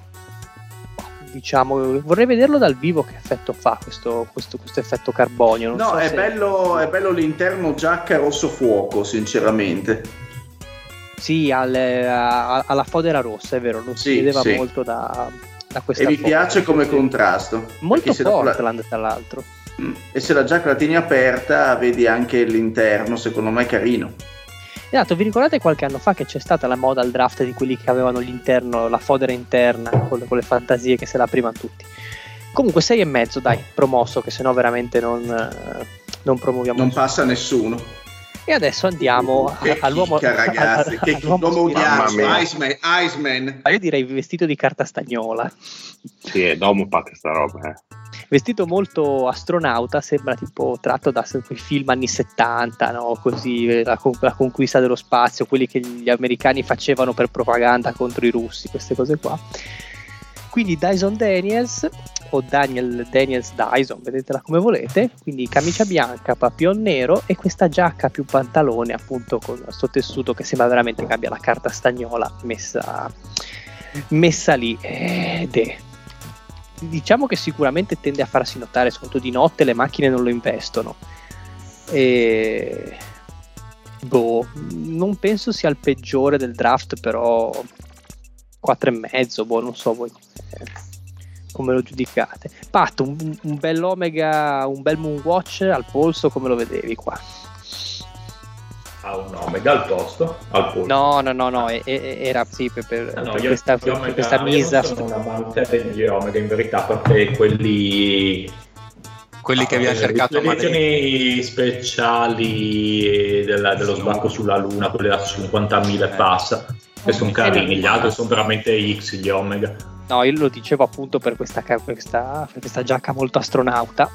Diciamo, vorrei vederlo dal vivo che effetto fa questo, questo, questo effetto carbonio. Non No, so è se- bello, è bello l'interno giacca rosso fuoco, sinceramente. Sì, al- a- alla fodera rossa, è vero, non si Sì, vedeva sì. molto da, da questa E mi foto. piace come Sì. contrasto. Molto perché se dopo la- Portland, tra l'altro. Mm. E se la giacca la tieni aperta, vedi anche l'interno, secondo me è carino. Esatto, vi ricordate qualche anno fa che c'è stata la moda al draft di quelli che avevano l'interno, la fodera interna, con le, con le fantasie che se la aprivano tutti. Comunque sei e mezzo, dai, promosso, che sennò veramente non, eh, non promuoviamo Non nessuno. passa nessuno. E adesso andiamo che a, all'uomo chicca, ragazzi, a, che all'uomo l'uomo spirale. ghiaccio, Iceman, Iceman. Ma io direi vestito di carta stagnola. Sì, è Domopac sta roba, eh. Vestito molto astronauta, sembra tipo tratto da quei film anni settanta, no? Così la, la conquista dello spazio, quelli che gli americani facevano per propaganda contro i russi, queste cose qua. Quindi Dyson Daniels o Daniel Daniels Dyson, vedetela come volete, quindi camicia bianca, papillon nero e questa giacca più pantalone appunto con questo tessuto che sembra veramente che abbia la carta stagnola messa, messa lì ed è, diciamo che sicuramente tende a farsi notare, soprattutto di notte le macchine non lo investono e boh, non penso sia il peggiore del draft, però quattro e mezzo, boh, non so voi come lo giudicate. Pat, un, un bel Omega, un bel Moonwatch al polso, come lo vedevi qua? Ha un Omega al posto, al polso. No, no, no, no, e, e, era sì per, per, Ah, no, per io, questa, io per Omega, questa misa. Io non sono un amante degli Omega in verità, perché quelli quelli che abbiamo eh, cercato le edizioni speciali della, dello sbarco sulla Luna, quelle da cinquantamila e passa, che sono carini, gli altri sono veramente X gli Omega. No, io lo dicevo appunto per questa, per questa, per questa giacca molto astronauta.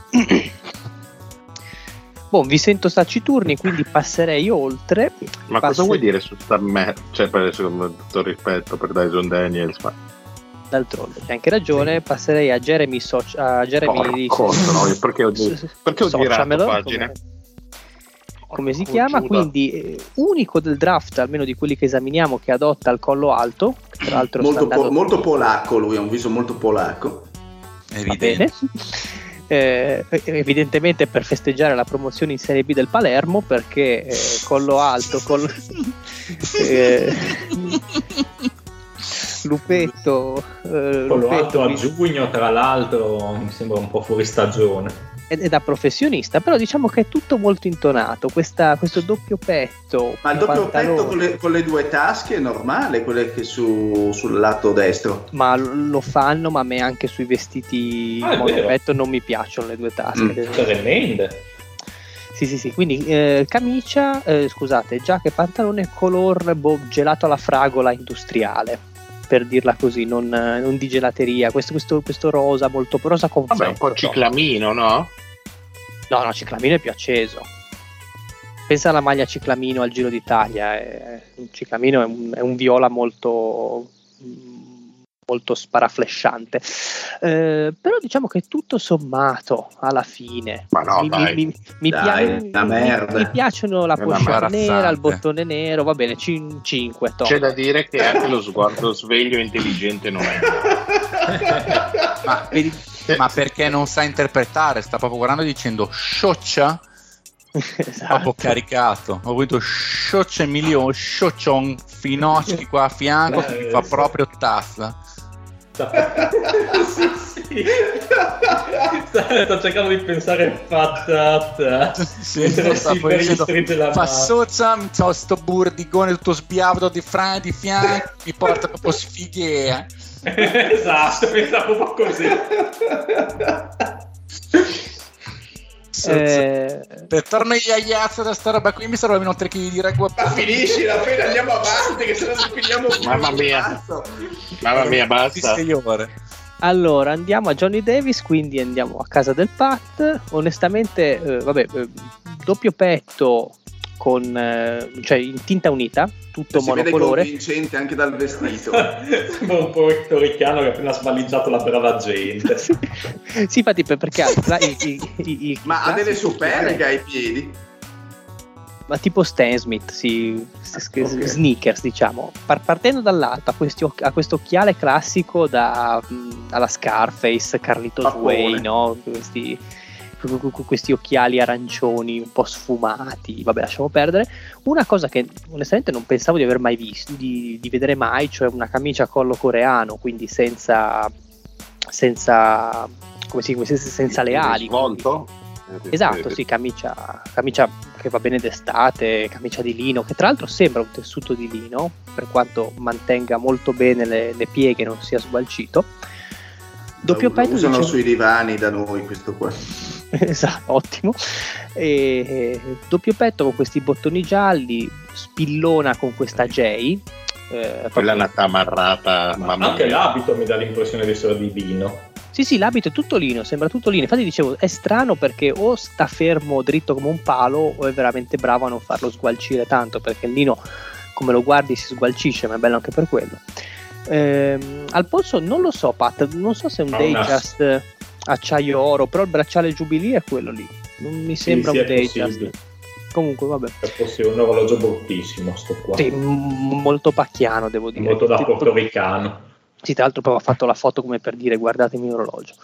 Boh, vi sento taciturni, quindi passerei oltre. Ma Passe... cosa vuoi dire su sta me? Cioè, per adesso, con tutto il rispetto per Dyson Daniels, ma... D'altronde, hai anche ragione, passerei a Jeremy Soch- a Jeremy Porco, no, perché ho, gi- perché ho girato Sociamelo, pagine? come, come si Porco chiama, Giuda. quindi eh, unico del draft, almeno di quelli che esaminiamo, che adotta il collo alto, che tra l'altro Molto, sta andando... po- molto polacco lui, ha un viso molto polacco. Va evidente. bene. Eh, evidentemente per festeggiare la promozione in Serie B del Palermo, perché eh, collo alto, collo... eh, Lupetto, eh, Quello Lupetto alto a mi- giugno, tra l'altro, mi sembra un po' fuori stagione. è, è da professionista, però diciamo che è tutto molto intonato, questa, questo doppio petto, Ma il doppio pantalone, petto con le, con le due tasche è normale, quelle che su, sul lato destro. ma lo fanno, ma a me anche sui vestiti Ah, è monopetto non mi piacciono le due tasche. Mm. Tremende. Sì, sì, sì, quindi eh, camicia, eh, scusate, giacca e pantalone color boh, gelato alla fragola industriale, per dirla così, non, non di gelateria, questo, questo, questo rosa, molto rosa confetto. Vabbè, un po' ciclamino, no? No, no, ciclamino è più acceso. Pensa alla maglia ciclamino al Giro d'Italia, è, un ciclamino è un, è un viola molto... molto sparaflesciante, eh, però diciamo che tutto sommato alla fine Ma no, mi, dai. mi, mi, mi, Dai, pia- una merda. mi, mi piacciono la È una pochette imbarazzante. nera, il bottone nero, va bene, cinque C'è da dire che anche lo sguardo sveglio e intelligente non è. Ma, ma perché non sa interpretare? Sta proprio guardando e dicendo scioccia? esatto. Proprio caricato. Ho avuto scioccia Emilio, scioccion Finocchi qua a fianco, che mi fa proprio tassa. sì, sì. Sto, sto cercando di pensare patata. Sì, Mentre sta Silver poi gli dicendo, stringe la fa mano. sozza, c'ho sto burdigone tutto sbiavdo di fra di fianco, mi porta proprio sfighea. Esatto, pensavo un po' così. Eh, Per tornare gli aiazzi da sta roba qui mi servono tre chili di ragù. Ma finisci appena andiamo avanti, che se no spigliamo Mamma mia. Mamma mia, basta. Sei ore. allora andiamo a Johnny Davis, quindi andiamo a casa del Pat. Onestamente, eh, vabbè, eh, doppio petto con eh, cioè in tinta unita, tutto Si vede monocolore. convincente anche dal vestito. Sembra un portoricano che ha appena svaliggiato la brava gente. sì, infatti per- perché ha il, il, il, il Ma ha delle classico superghe ai piedi? ma tipo Stan Smith, sì, s- Ok. sneakers diciamo. Par- partendo dall'alto a, questi oc- a questo occhiale classico da, mh, alla Scarface, Carlitos Pappone. Way, no? Questi, cu- cu- cu- questi occhiali arancioni un po' sfumati, vabbè lasciamo perdere. Una cosa che onestamente non pensavo di aver mai visto, di, di vedere mai, cioè una camicia a collo coreano, quindi senza senza come si come se- senza le ali, quindi- Svolto? esatto, sì, camicia, camicia che va bene d'estate, camicia di lino, che tra l'altro sembra un tessuto di lino, per quanto mantenga molto bene le, le pieghe, non sia sgualcito. Doppio Lo petto, usano dicevo- sui divani da noi questo qua. Esatto, ottimo. E, doppio petto con questi bottoni gialli, spillona con questa J. Eh, Quella è una tamarrata, mamma anche mia. l'abito mi dà l'impressione di essere di lino. Sì, sì, l'abito è tutto lino, sembra tutto lino. Infatti dicevo, è strano perché o sta fermo dritto come un palo o è veramente bravo a non farlo sgualcire tanto, perché il lino, come lo guardi, si sgualcisce, ma è bello anche per quello. Ehm, al polso non lo so, Pat, non so se è un No, Datejust una... acciaio oro, però il bracciale Jubilee è quello lì. Non mi sembra sì, un sì, Datejust. Comunque, vabbè. È possibile, un orologio bruttissimo sto qua. Sì, m- molto pacchiano, devo dire. Molto da Sì, portoricano. Sì, tra l'altro poi ho fatto la foto come per dire guardatemi l'orologio.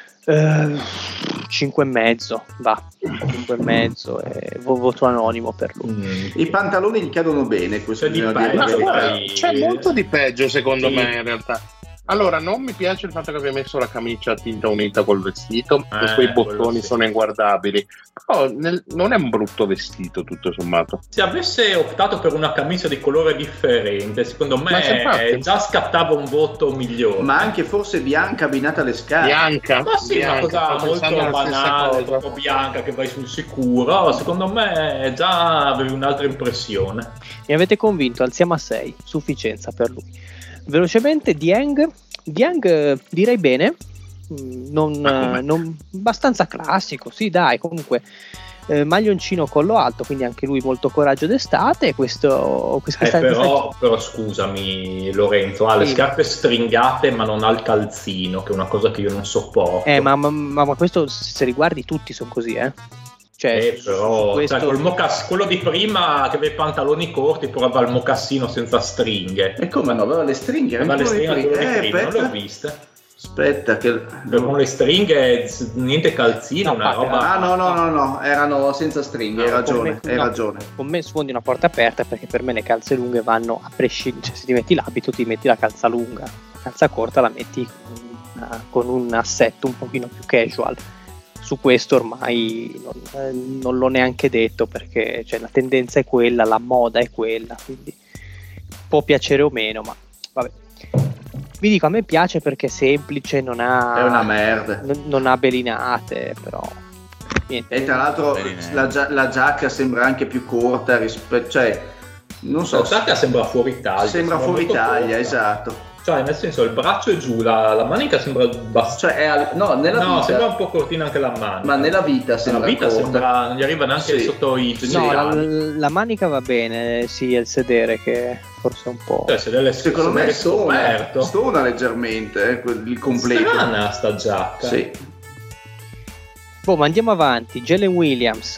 Uh, cinque e mezzo, va, cinque e mezzo e voto anonimo per lui. Mm. I pantaloni gli cadono bene, questo C'è di bisogna dire la peggio, verità. poi- C'è molto di peggio secondo Sì. me in realtà. Allora, non mi piace il fatto che abbia messo la camicia a tinta unita col vestito, Eh, e quei quello bottoni sì. sono inguardabili. Però nel- non è un brutto vestito tutto sommato. Se avesse optato per una camicia di colore differente, secondo Ma sì, me infatti. già scattava un voto migliore. Ma anche forse bianca abbinata alle scarpe. Bianca, Ma sì, bianca, una cosa sto molto pensando alla stessa banale, cosa. troppo bianca che vai sul sicuro. Secondo me già avevi un'altra impressione. Mi avete convinto, alziamo a sei, sufficienza per lui. Velocemente Dieng, Dieng eh, direi bene, mm, non, Ma com'è? eh, non- abbastanza classico, sì dai, comunque eh, maglioncino collo alto, quindi anche lui molto coraggio d'estate. Questo, Eh, questa, però, però scusami Lorenzo, ha le Sì. scarpe stringate ma non ha il calzino, che è una cosa che io non sopporto. eh, ma, ma, ma- ma questo se riguardi tutti sono così, eh. Cioè, Eh, su- però, su questo- sai, col mocass- quello di prima che aveva i pantaloni corti però aveva il mocassino senza stringhe. E come no? Aveva le stringhe? Aveva le anche stringhe quello di quello di prima. prima, Eh, non le ho aspetta. viste. Aspetta che... Però con le stringhe z- niente calzino, No, una ma- roba. Ah no, no, no, no, erano senza stringhe, hai No, ragione, con me- hai no, ragione. Con me sfondi una porta aperta, perché per me le calze lunghe vanno a prescindere. Cioè, se ti metti l'abito ti metti la calza lunga, la calza corta la metti con, una- con un assetto un pochino più casual. Su questo ormai non, eh, non l'ho neanche detto, perché cioè, la tendenza è quella, la moda è quella, quindi può piacere o meno, ma vabbè. Vi dico, a me piace perché è semplice, non ha, È una merda. non, non ha belinate, però niente. E tra l'altro Bene. la, gia- la giacca sembra anche più corta rispetto, cioè, non so, La giacca sembra fuori Italia. sembra fuori molto Italia, corta. esatto. Cioè, nel senso, il braccio è giù, la, la manica sembra bast- Cioè, è al- no, nella No, vita, sembra un po' cortina anche la manica. ma nella vita la sembra vita corta. sembra, non gli arriva neanche Sì. sotto i Sì. No, la, genitali. la manica va bene, sì, è il sedere che forse è un po'. Cioè, se delle Secondo se me delle stona, scoperto. stona leggermente eh, quel- il completo. Strana sta giacca. Sì. Boh, ma andiamo avanti. Jalen Williams.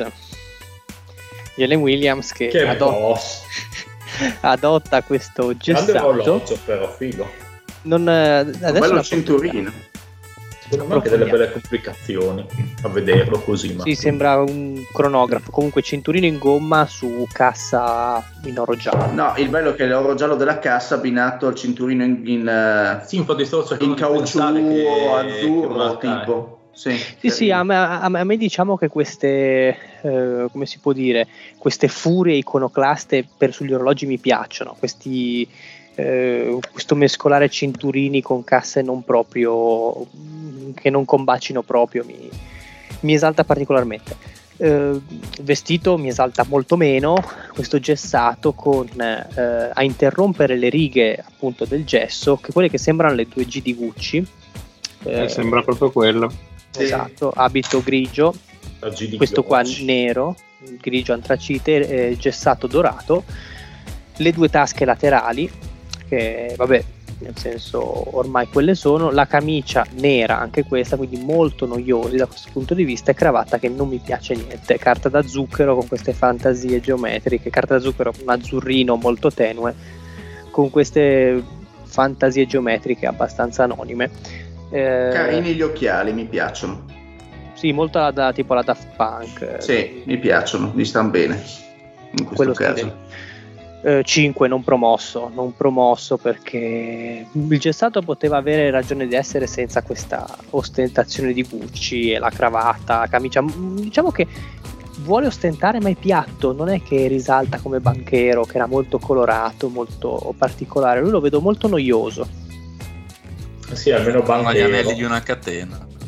Jalen Williams che, Che ado- boss. adotta questo Grande gessato. orologio, però, figo. Non, eh, adesso Bello la- il cinturino. Secondo me anche delle belle complicazioni a vederlo così. Ma... Sì, sembra un cronografo. Comunque cinturino in gomma su cassa in oro giallo. No, il bello è che è l'oro giallo della cassa abbinato al cinturino in, in, eh, Sì, un po' di sto cercando in di caucciù pensare che- azzurro che marca è. tipo. Sì, Sì, sì, a me, a me- a me diciamo che queste, eh, come si può dire, queste furie iconoclaste per sugli orologi mi piacciono. Questi, eh, questo mescolare cinturini con casse non proprio, che non combacino proprio, mi, mi esalta particolarmente. Eh, vestito mi esalta molto meno, questo gessato con eh, a interrompere le righe appunto del gesso, che quelle che sembrano le due G di Gucci. Eh, sembra proprio quello. Esatto, abito grigio, La G D questo qua Ghost. nero, grigio antracite, eh, gessato dorato, le due tasche laterali, che vabbè, nel senso ormai quelle sono, la camicia nera anche questa, quindi molto noiosi da questo punto di vista, e cravatta che non mi piace niente, carta da zucchero con queste fantasie geometriche, carta da zucchero un azzurrino molto tenue, con queste fantasie geometriche abbastanza anonime. Eh, Carini gli occhiali, mi piacciono. Sì, molto da, da- tipo la Daft Punk. Sì, mi piacciono, mi stanno bene in questo Quello caso. Eh, cinque non promosso, non promosso perché il gessato poteva avere ragione di essere senza questa ostentazione di Gucci e la cravatta, la camicia. Mm, Diciamo che vuole ostentare, ma è piatto, non è che risalta come banchero, che era molto colorato, molto particolare. Lui lo vedo molto noioso. Sì, almeno Sono gli anelli banchero. di una catena.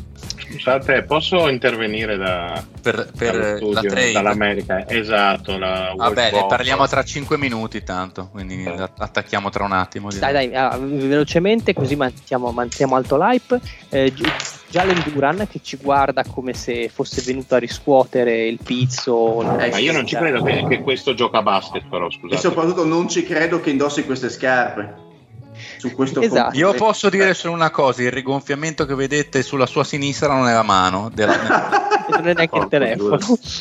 Scusate, posso intervenire da per, per studio, la trade dall'America? Esatto, la vabbè, ne World parliamo Cup. tra cinque minuti tanto, quindi Eh. attacchiamo tra un attimo. Dai, dai, ah, velocemente, così mantiamo, mantiamo alto l'hype. Eh, Gi- Jalen Duran che ci guarda come se fosse venuto a riscuotere il pizzo. la- Eh, Ma io non ci credo che, che questo gioca a basket, però, scusate. E soprattutto non ci credo che indossi queste scarpe. Su questo Esatto. Io posso dire solo una cosa: il rigonfiamento che vedete sulla sua sinistra non è la mano della... non è neanche il Porco telefono.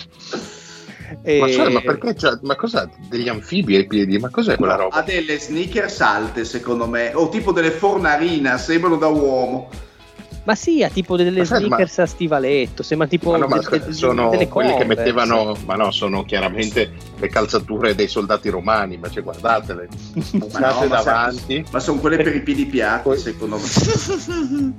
E- Ma, scusa, ma perché c'ha, ma cosa, degli anfibi ai piedi? Ma cos'è quella roba? Ha delle sneakers alte, secondo me, o tipo delle fornarina, sembrano da uomo. Ma sì, ha tipo delle Ma sai, sneakers a stivaletto, sembra tipo Ma no, ma de- de- sono delle quelli che Converse. mettevano, ma no, sono chiaramente le calzature dei soldati romani, ma cioè, guardatele, Ma, state no, ma, davanti. ma sono quelle per i piedi piatti, secondo me.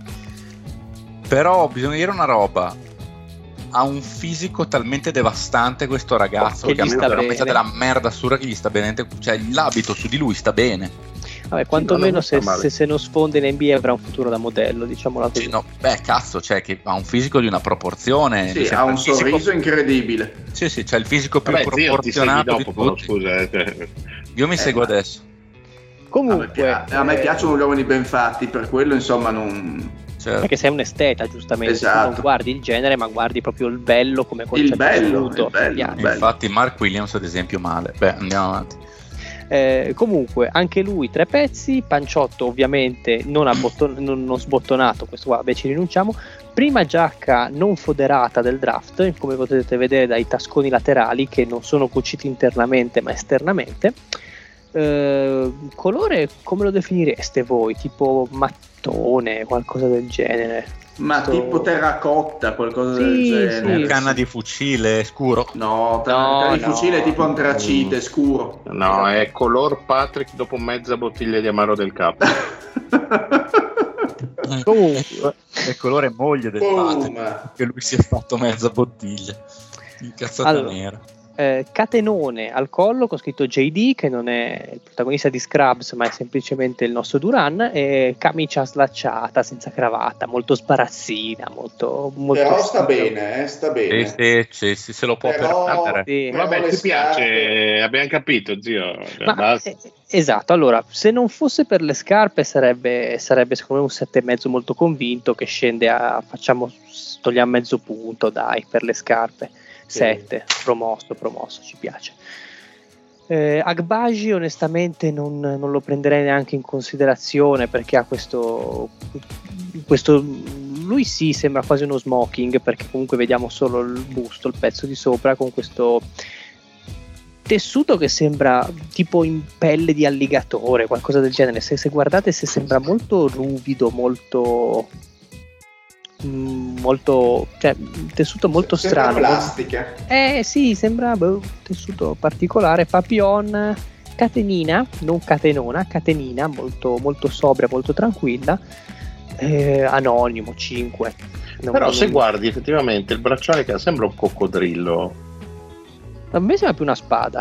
Però bisogna dire una roba: ha un fisico talmente devastante questo ragazzo Che che, gli ha sta una mezza bene. della merda assura che gli sta bene, cioè l'abito su di lui sta bene. Vabbè, quantomeno non se, sta male. se, se non sfonda in N B A avrà un futuro da modello, diciamola così. Sì, no, beh, cazzo, cioè che ha un fisico di una proporzione. Sì, mi sembra ha un il fisico- sorriso incredibile. Sì, sì, c'è il fisico più Vabbè, zio, ti segui proporzionato dopo, di però, tutti. scusa. eh. Io mi Eh, seguo ma- adesso. A me, Comunque, pia- a me eh, piacciono gli uomini ben fatti, per quello insomma non... Cioè, perché sei un esteta, giustamente. Esatto. Tu non guardi il genere, ma guardi proprio il bello come concetto Il bello, assoluto. il bello, Chiaro. il bello. infatti Mark Williams ad esempio male. Beh, andiamo avanti. Eh, comunque, anche lui tre pezzi, panciotto ovviamente non, abbotton- non, non sbottonato, questo qua, beh, ci rinunciamo. Prima giacca non foderata del draft, come potete vedere dai tasconi laterali che non sono cuciti internamente ma esternamente. Eh, colore come lo definireste voi? Tipo mattone, qualcosa del genere? Ma Sto- tipo terracotta, qualcosa Sì, del sì. genere. Canna di fucile scuro. No, tra- No, canna di no. fucile tipo antracite, scuro. No, è color Patrick dopo mezza bottiglia di amaro del capo. Comunque, È colore moglie del Boom. padre, che lui si è fatto mezza bottiglia. Incazzata Allora. nera. eh, catenone al collo con scritto J D, che non è il protagonista di Scrubs ma è semplicemente il nostro Duran, e camicia slacciata senza cravatta, molto sbarazzina, molto, molto Però sta stile. bene, eh, sta Sì, bene. sì, sì, sì, se lo può Però- permettere. Sì. Però Vabbè, le ti scarpe- piace, abbiamo capito, zio. Ma, Basta. eh, esatto, allora se non fosse per le scarpe sarebbe, sarebbe secondo me un sette e mezzo molto convinto, che scende a facciamo togliamo mezzo punto dai per le scarpe. sette, promosso, promosso, ci piace. Eh, Agbaji onestamente non, non lo prenderei neanche in considerazione, perché ha questo, questo lui sì sembra quasi uno smoking, perché comunque vediamo solo il busto, il pezzo di sopra con questo tessuto che sembra tipo in pelle di alligatore, qualcosa del genere. Se, se guardate, se sembra molto ruvido, molto mm, molto, cioè un tessuto molto Sembra strano. plastica. Eh sì, sembra boh, un tessuto particolare. Papillon, catenina, non catenona, catenina, molto, molto sobria, molto tranquilla. Eh, anonimo cinque. Non- Però non- se guardi effettivamente il bracciale che ha sembra un coccodrillo. a me sembra più una spada.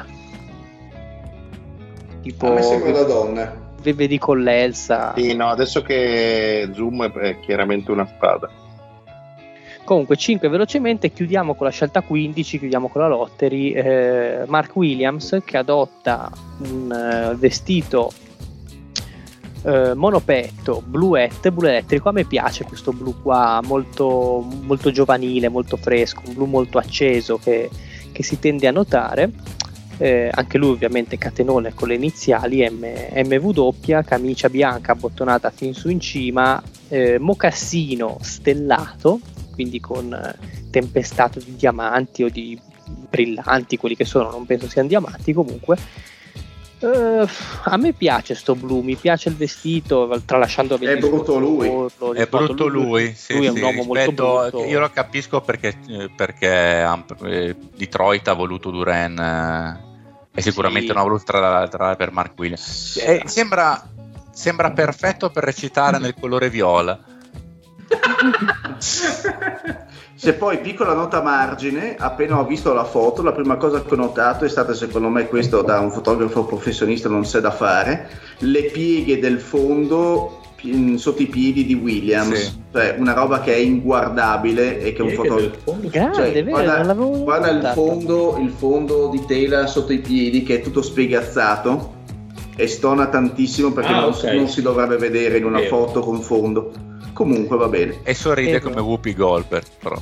Tipo A me sembra da donna. ve- vedi con l'Elsa. Sì, no, adesso che zoom è, è chiaramente una spada. Comunque cinque velocemente, chiudiamo con la scelta quindici, chiudiamo con la lottery. eh, Mark Williams che adotta un eh, vestito eh, monopetto bluette, blu elettrico. A me piace questo blu qua, molto, molto giovanile, molto fresco, un blu molto acceso che, che si tende a notare. Eh, anche lui ovviamente catenone con le iniziali M, M V doppia, camicia bianca abbottonata fin su in cima, eh, mocassino stellato, quindi con eh, tempestato di diamanti o di brillanti, quelli che sono, non penso siano diamanti. Comunque eh, a me piace sto blu, mi piace il vestito, tralasciando È brutto lui. Urlo, È brutto lui, sì, lui è sì, un uomo molto rispetto- brutto. Io lo capisco perché, eh, perché eh, Detroit ha voluto Duran eh, e sicuramente Sì. non ha voluto tra, tra per Mark Williams. Eh, sembra, sembra perfetto per recitare nel colore viola. Se poi, piccola nota a margine, appena ho visto la foto, la prima cosa che ho notato è stata, secondo me, questo da un fotografo professionista non c'è da fare, le pieghe del fondo pi- sotto i piedi di Williams, Sì. cioè una roba che è inguardabile e che un Chi è che foto del fondo? Grande, cioè, vero, guarda, non l'avevo guarda il notato. fondo, il fondo di tela sotto i piedi che è tutto spiegazzato e stona tantissimo perché Ah, non, ok. non si dovrebbe vedere in una Vero. foto con fondo. Comunque va bene. E sorride Eh, come Whoopi Goldberg, però.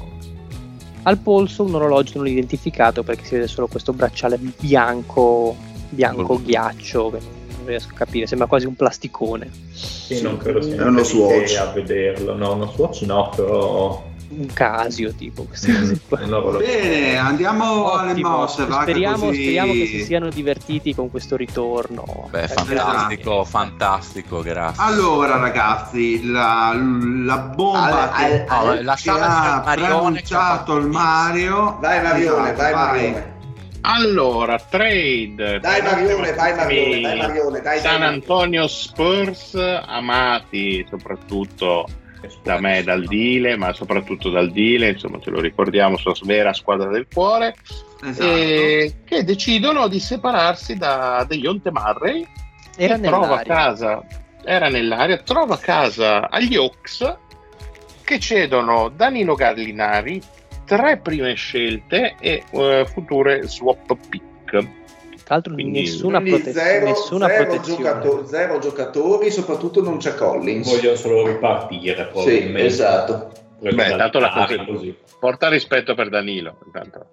Al polso un orologio non identificato perché si vede solo questo bracciale bianco, bianco ghiaccio, che non riesco a capire, sembra quasi un plasticone. Sì, non credo sia È uno Swatch. a vederlo. No, uno Swatch no, però Un Casio tipo queste cose qua. un orologio. Bene, andiamo alle Ottimo. mosse. Va, che speriamo, così- speriamo che si siano divertiti con questo ritorno. Beh, Eh, fantastico, fantastico, grazie. Allora ragazzi, la, la bomba Ale- che, ale- No, che lasciamo che ha il Marione che ha preannunciato il Mario. Vai Marione, Esatto, vai Marione. Allora, trade. Dai Marione, vai Marione, dai Marione, dai. San dai. Antonio Spurs, amati soprattutto da me dal Dile, ma soprattutto dal Dile, insomma ce lo ricordiamo, sua vera squadra del cuore, Esatto. e che decidono di separarsi da Dejounte Murray. Era e trova a nell'aria. casa, era nell'area, trova a casa agli Hawks che cedono Danilo Gallinari, tre prime scelte e eh, future swap pick. Tra l'altro Quindi- nessuna, Quindi prote- zero, nessuna zero protezione. giocato- zero giocatori, soprattutto non c'è Collins. Vogliono solo ripartire. Sì, probabilmente. esatto. Preso Beh, da tanto la Lari, cosa- così. Porta rispetto per Danilo, intanto.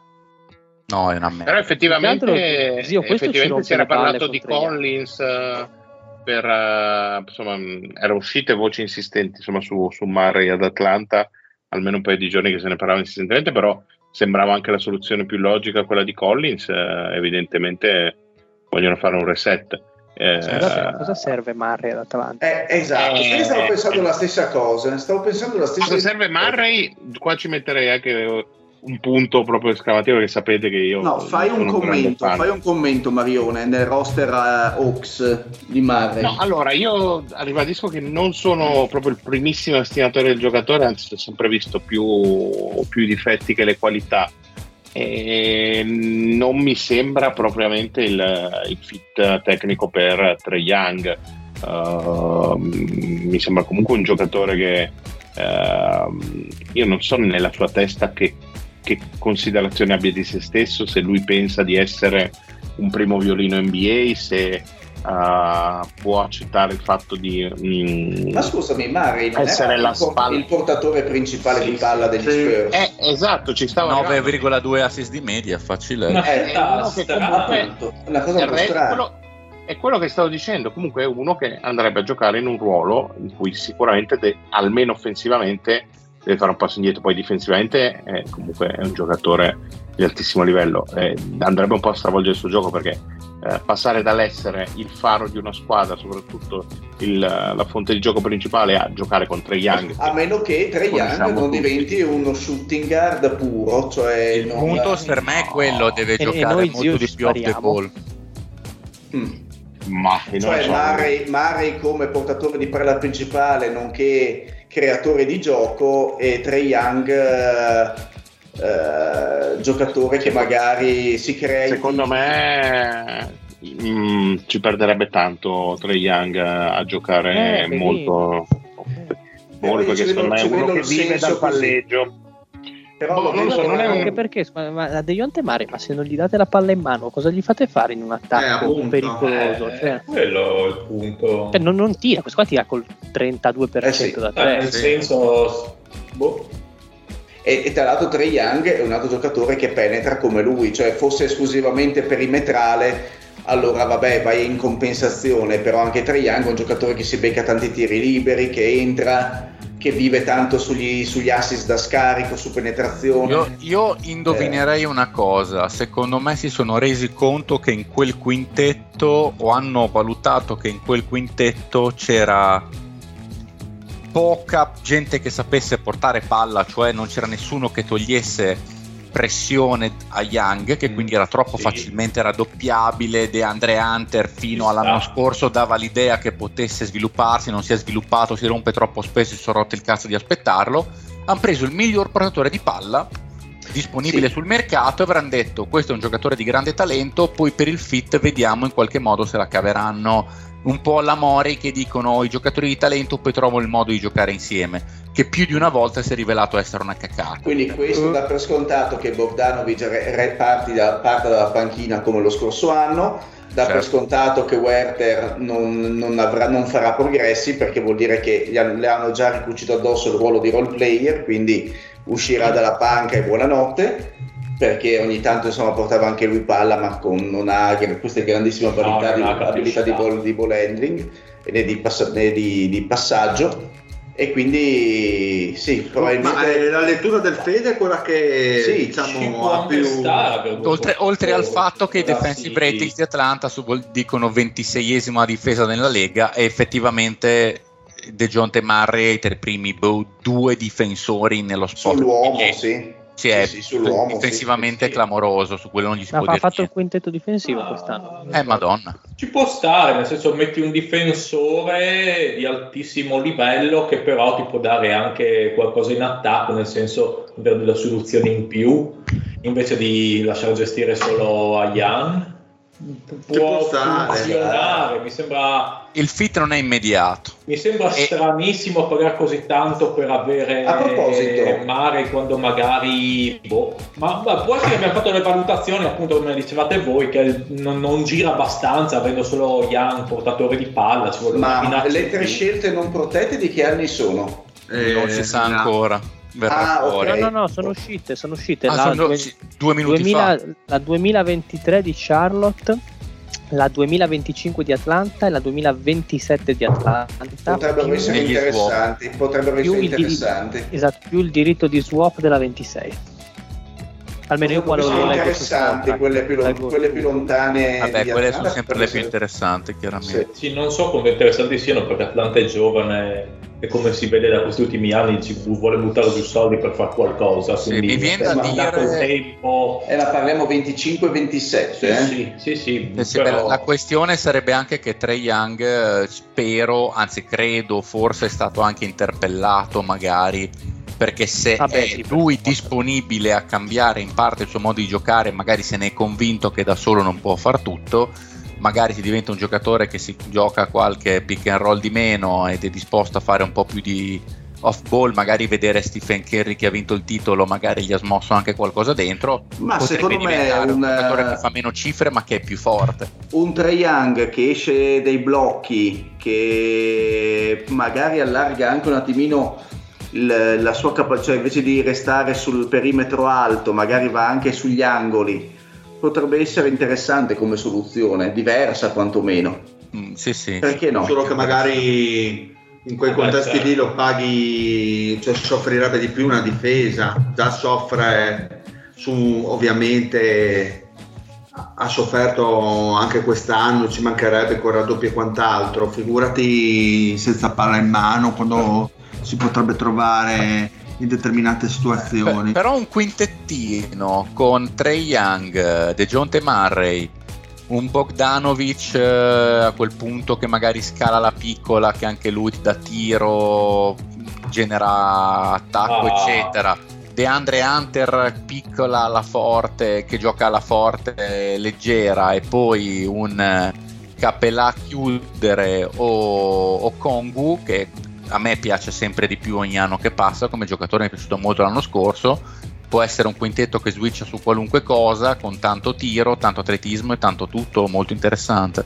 No, è una merda. Però effettivamente, Più che altro, zio, questo ci effettivamente rompe si era le palle parlato di contro gli Collins eh, per eh, insomma, mh, erano uscite voci insistenti insomma su, su Murray ad Atlanta, almeno un paio di giorni che se ne parlava insistentemente, però sembrava anche la soluzione più logica quella di Collins. eh, evidentemente vogliono fare un reset. Eh, Scusate, a cosa serve Murray ad Atlanta? Eh, esatto, Eh, io stavo pensando la stessa cosa, stavo pensando la stessa cosa serve Murray? Qua ci metterei anche un punto proprio esclamativo, che sapete che io No, fai un sono grande commento, fan. fai un commento Marione nel roster uh, Hawks di Murray. No, allora io ribadisco che non sono proprio il primissimo estimatore del giocatore, anzi ho sempre visto più, più i difetti che le qualità, e non mi sembra propriamente il, il fit tecnico per Trae Young. Uh, mi sembra comunque un giocatore che uh, io non so nella sua testa che, che considerazione abbia di se stesso, se lui pensa di essere un primo violino N B A, se uh, può accettare il fatto di mm, Ma scusami, Murray non essere era la il, por- spalla. il portatore principale Sì, di palla degli sì. Spurs? eh, esatto, ci stava nove arrivando. virgola due assist di media, facile. Ma Eh, è uno che strano. comunque- Appunto, una cosa un Il po' re- strana. quello, è quello che stavo dicendo, comunque è uno che andrebbe a giocare in un ruolo in cui sicuramente de- almeno offensivamente deve fare un passo indietro, poi difensivamente è, comunque è un giocatore di altissimo livello, eh, andrebbe un po' a stravolgere il suo gioco, perché eh, passare dall'essere il faro di una squadra, soprattutto il, la fonte di gioco principale, a giocare con Trae Young, A meno che Trae Young conosciamo non tutti. diventi uno shooting guard puro, cioè Il non- punto per me è quello, deve E- e giocare noi, molto zio, di ci più off the spariamo. ball. Mm. ma che non Cioè so. Murray, Murray come portatore di palla principale nonché creatore di gioco, e Trae Young eh, eh, giocatore che magari si crea Secondo me mm, ci perderebbe tanto Trae Young a giocare Eh, molto io perché ci vedo- secondo me ci è uno vedo che il vive senso dal così. palleggio. però Boh, lo non lo so, vedo- non è un- Anche perché ma, ma a Dejounte Murray, ma se non gli date la palla in mano, cosa gli fate fare in un Eh, attacco appunto, pericoloso? Eh, Cioè, quello è il punto. cioè, non, non tira, questo qua tira col trentadue per cento Eh sì. da Eh, tre. nel sì. senso, boh. e, e tra l'altro Trae Young è un altro giocatore che penetra come lui, cioè fosse esclusivamente perimetrale allora vabbè, vai in compensazione, però anche Trae Young è un giocatore che si becca tanti tiri liberi, che entra, che vive tanto sugli, sugli assist da scarico, su penetrazione. Io, io indovinerei Eh. una cosa, secondo me si sono resi conto che in quel quintetto, o hanno valutato che in quel quintetto c'era poca gente che sapesse portare palla, cioè non c'era nessuno che togliesse pressione a Young, che quindi era troppo Sì. facilmente raddoppiabile. DeAndre Hunter fino Ci all'anno sta. scorso dava l'idea che potesse svilupparsi, non si è sviluppato, si rompe troppo spesso, si sono rotti il cazzo di aspettarlo. Hanno preso il miglior portatore di palla disponibile Sì. sul mercato e avranno detto: questo è un giocatore di grande talento, poi per il fit vediamo in qualche modo se la caveranno un po' alla Mori che dicono i giocatori di talento poi trovo il modo di giocare insieme, che più di una volta si è rivelato essere una cacata. Quindi questo dà per scontato che Bogdanovic re, re parti da, parta dalla panchina come lo scorso anno, dà certo. per scontato che Werther non, non, avrà, non farà progressi, perché vuol dire che gli hanno, le hanno già ricucito addosso il ruolo di role player, quindi uscirà dalla panca e buonanotte, perché ogni tanto insomma portava anche lui palla, ma con, non ha queste grandissime abilità, no, di, abilità di, ball, di ball handling e né di, pass- né di, di passaggio, e quindi sì, probabilmente... Ma eh, la lettura del Fede è quella che sì, diciamo ha più... oltre, oltre al fatto che i defensive ratings di Atlanta su, dicono ventiseiesimo a difesa nella Lega, e effettivamente DeJounte Murray tra i primi boh, due difensori nello sport. Sull'uomo, sì. Sì, è sì, sì, difensivamente sì, sì. clamoroso, su quello non gli si ma può ha dire fatto niente. il quintetto difensivo quest'anno. Eh madonna, ci può stare, nel senso metti un difensore di altissimo livello che però ti può dare anche qualcosa in attacco, nel senso avere delle soluzioni in più invece di lasciare gestire solo a Jan. Può, può funzionare, mi sembra. Il fit non è immediato. Mi sembra e... stranissimo pagare così tanto per avere a proposito Mare quando magari boh. Ma, ma può essere che abbiamo fatto le valutazioni, appunto come dicevate voi, che non, non gira abbastanza avendo solo Jan portatore di palla. Ci vuole ma le tre scelte non protette di che anni sono? Eh, non si sa no. ancora. Ah, okay. No, no, no, sono uscite, sono uscite. Ah, la, sono due, due minuti duemila, fa. La duemilaventitré di Charlotte, la duemilaventicinque di Atlanta e la duemilaventisette di Atlanta. Potrebbero essere interessanti, potrebbero essere interessanti. Di, esatto, più il diritto di swap della ventisei. Almeno io quando sono lo leggo interessanti, quelle più, lo, quelle più lontane. Vabbè, quelle sono sempre le più interessanti, chiaramente. Sì. Sì, non so come interessanti siano, perché Atlanta è giovane e come si vede da questi ultimi anni ci vuole buttare giù soldi per fare qualcosa. Sì, mi viene da dire tempo... e la parliamo venticinque ventisette. Sì, eh? sì, sì, sì, sì però... beh, la questione sarebbe anche che Trae Young, spero, anzi credo, forse è stato anche interpellato magari, perché se Vabbè, è sì, lui disponibile a cambiare in parte il suo modo di giocare, magari se ne è convinto che da solo non può far tutto, magari si diventa un giocatore che si gioca qualche pick and roll di meno ed è disposto a fare un po' più di off ball, magari vedere Stephen Curry che ha vinto il titolo, magari gli ha smosso anche qualcosa dentro, ma potrebbe secondo me è un, un giocatore che fa meno cifre ma che è più forte. Un Trae Young che esce dai blocchi, che magari allarga anche un attimino il, la sua capacità, cioè invece di restare sul perimetro alto magari va anche sugli angoli, potrebbe essere interessante come soluzione, diversa quantomeno. Mm, sì, sì. Perché no? Solo che magari in quei contesti lì lo paghi, cioè soffrirebbe di più una difesa, già soffre su, ovviamente ha sofferto anche quest'anno, ci mancherebbe con raddoppio e quant'altro, figurati senza palla in mano quando si potrebbe trovare in determinate situazioni. Però un quintettino con Trae Young, DeJounte Murray, un Bogdanovic eh, a quel punto che magari scala la piccola, che anche lui da tiro genera attacco, ah. eccetera. DeAndre Hunter piccola alla forte, che gioca alla forte leggera, e poi un Capelà chiudere o, o Kongu, che a me piace sempre di più ogni anno che passa, come giocatore mi è piaciuto molto l'anno scorso. Può essere un quintetto che switcha su qualunque cosa, con tanto tiro, tanto atletismo e tanto tutto, molto interessante.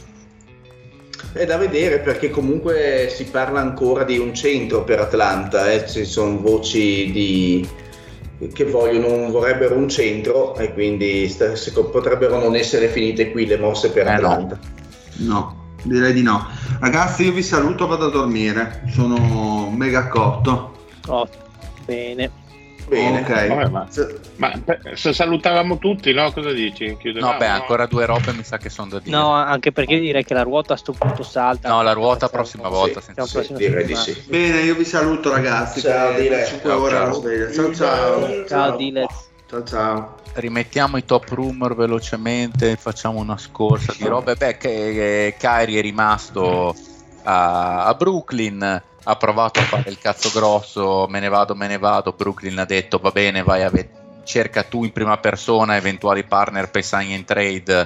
È da vedere, perché comunque si parla ancora di un centro per Atlanta, eh? Ci sono voci di... che vogliono, vorrebbero un centro, e quindi sta, potrebbero non essere finite qui le mosse per eh Atlanta. No. no. Direi di no. Ragazzi, io vi saluto, vado a dormire. Sono mega cotto. Oh, bene. Bene. Ok. Vabbè, ma, ma se salutavamo tutti, no? Cosa dici? Chiudevamo, no, beh, ancora due robe mi sa che sono da dire. No, anche perché direi che la ruota a sto punto salta. No, la ruota prossima volta. Sì, senza sì, direi di sì. Bene, io vi saluto, ragazzi. Ciao, Dile. cinque ore alla sveglia. Ciao, ciao. Ciao, Dile. Ciao, ciao. Rimettiamo i top rumor velocemente, facciamo una scorsa di robe. Beh, che Kyrie è rimasto a, a Brooklyn, ha provato a fare il cazzo grosso, me ne vado, me ne vado. Brooklyn ha detto va bene, vai a ve- cerca tu in prima persona eventuali partner per sign and trade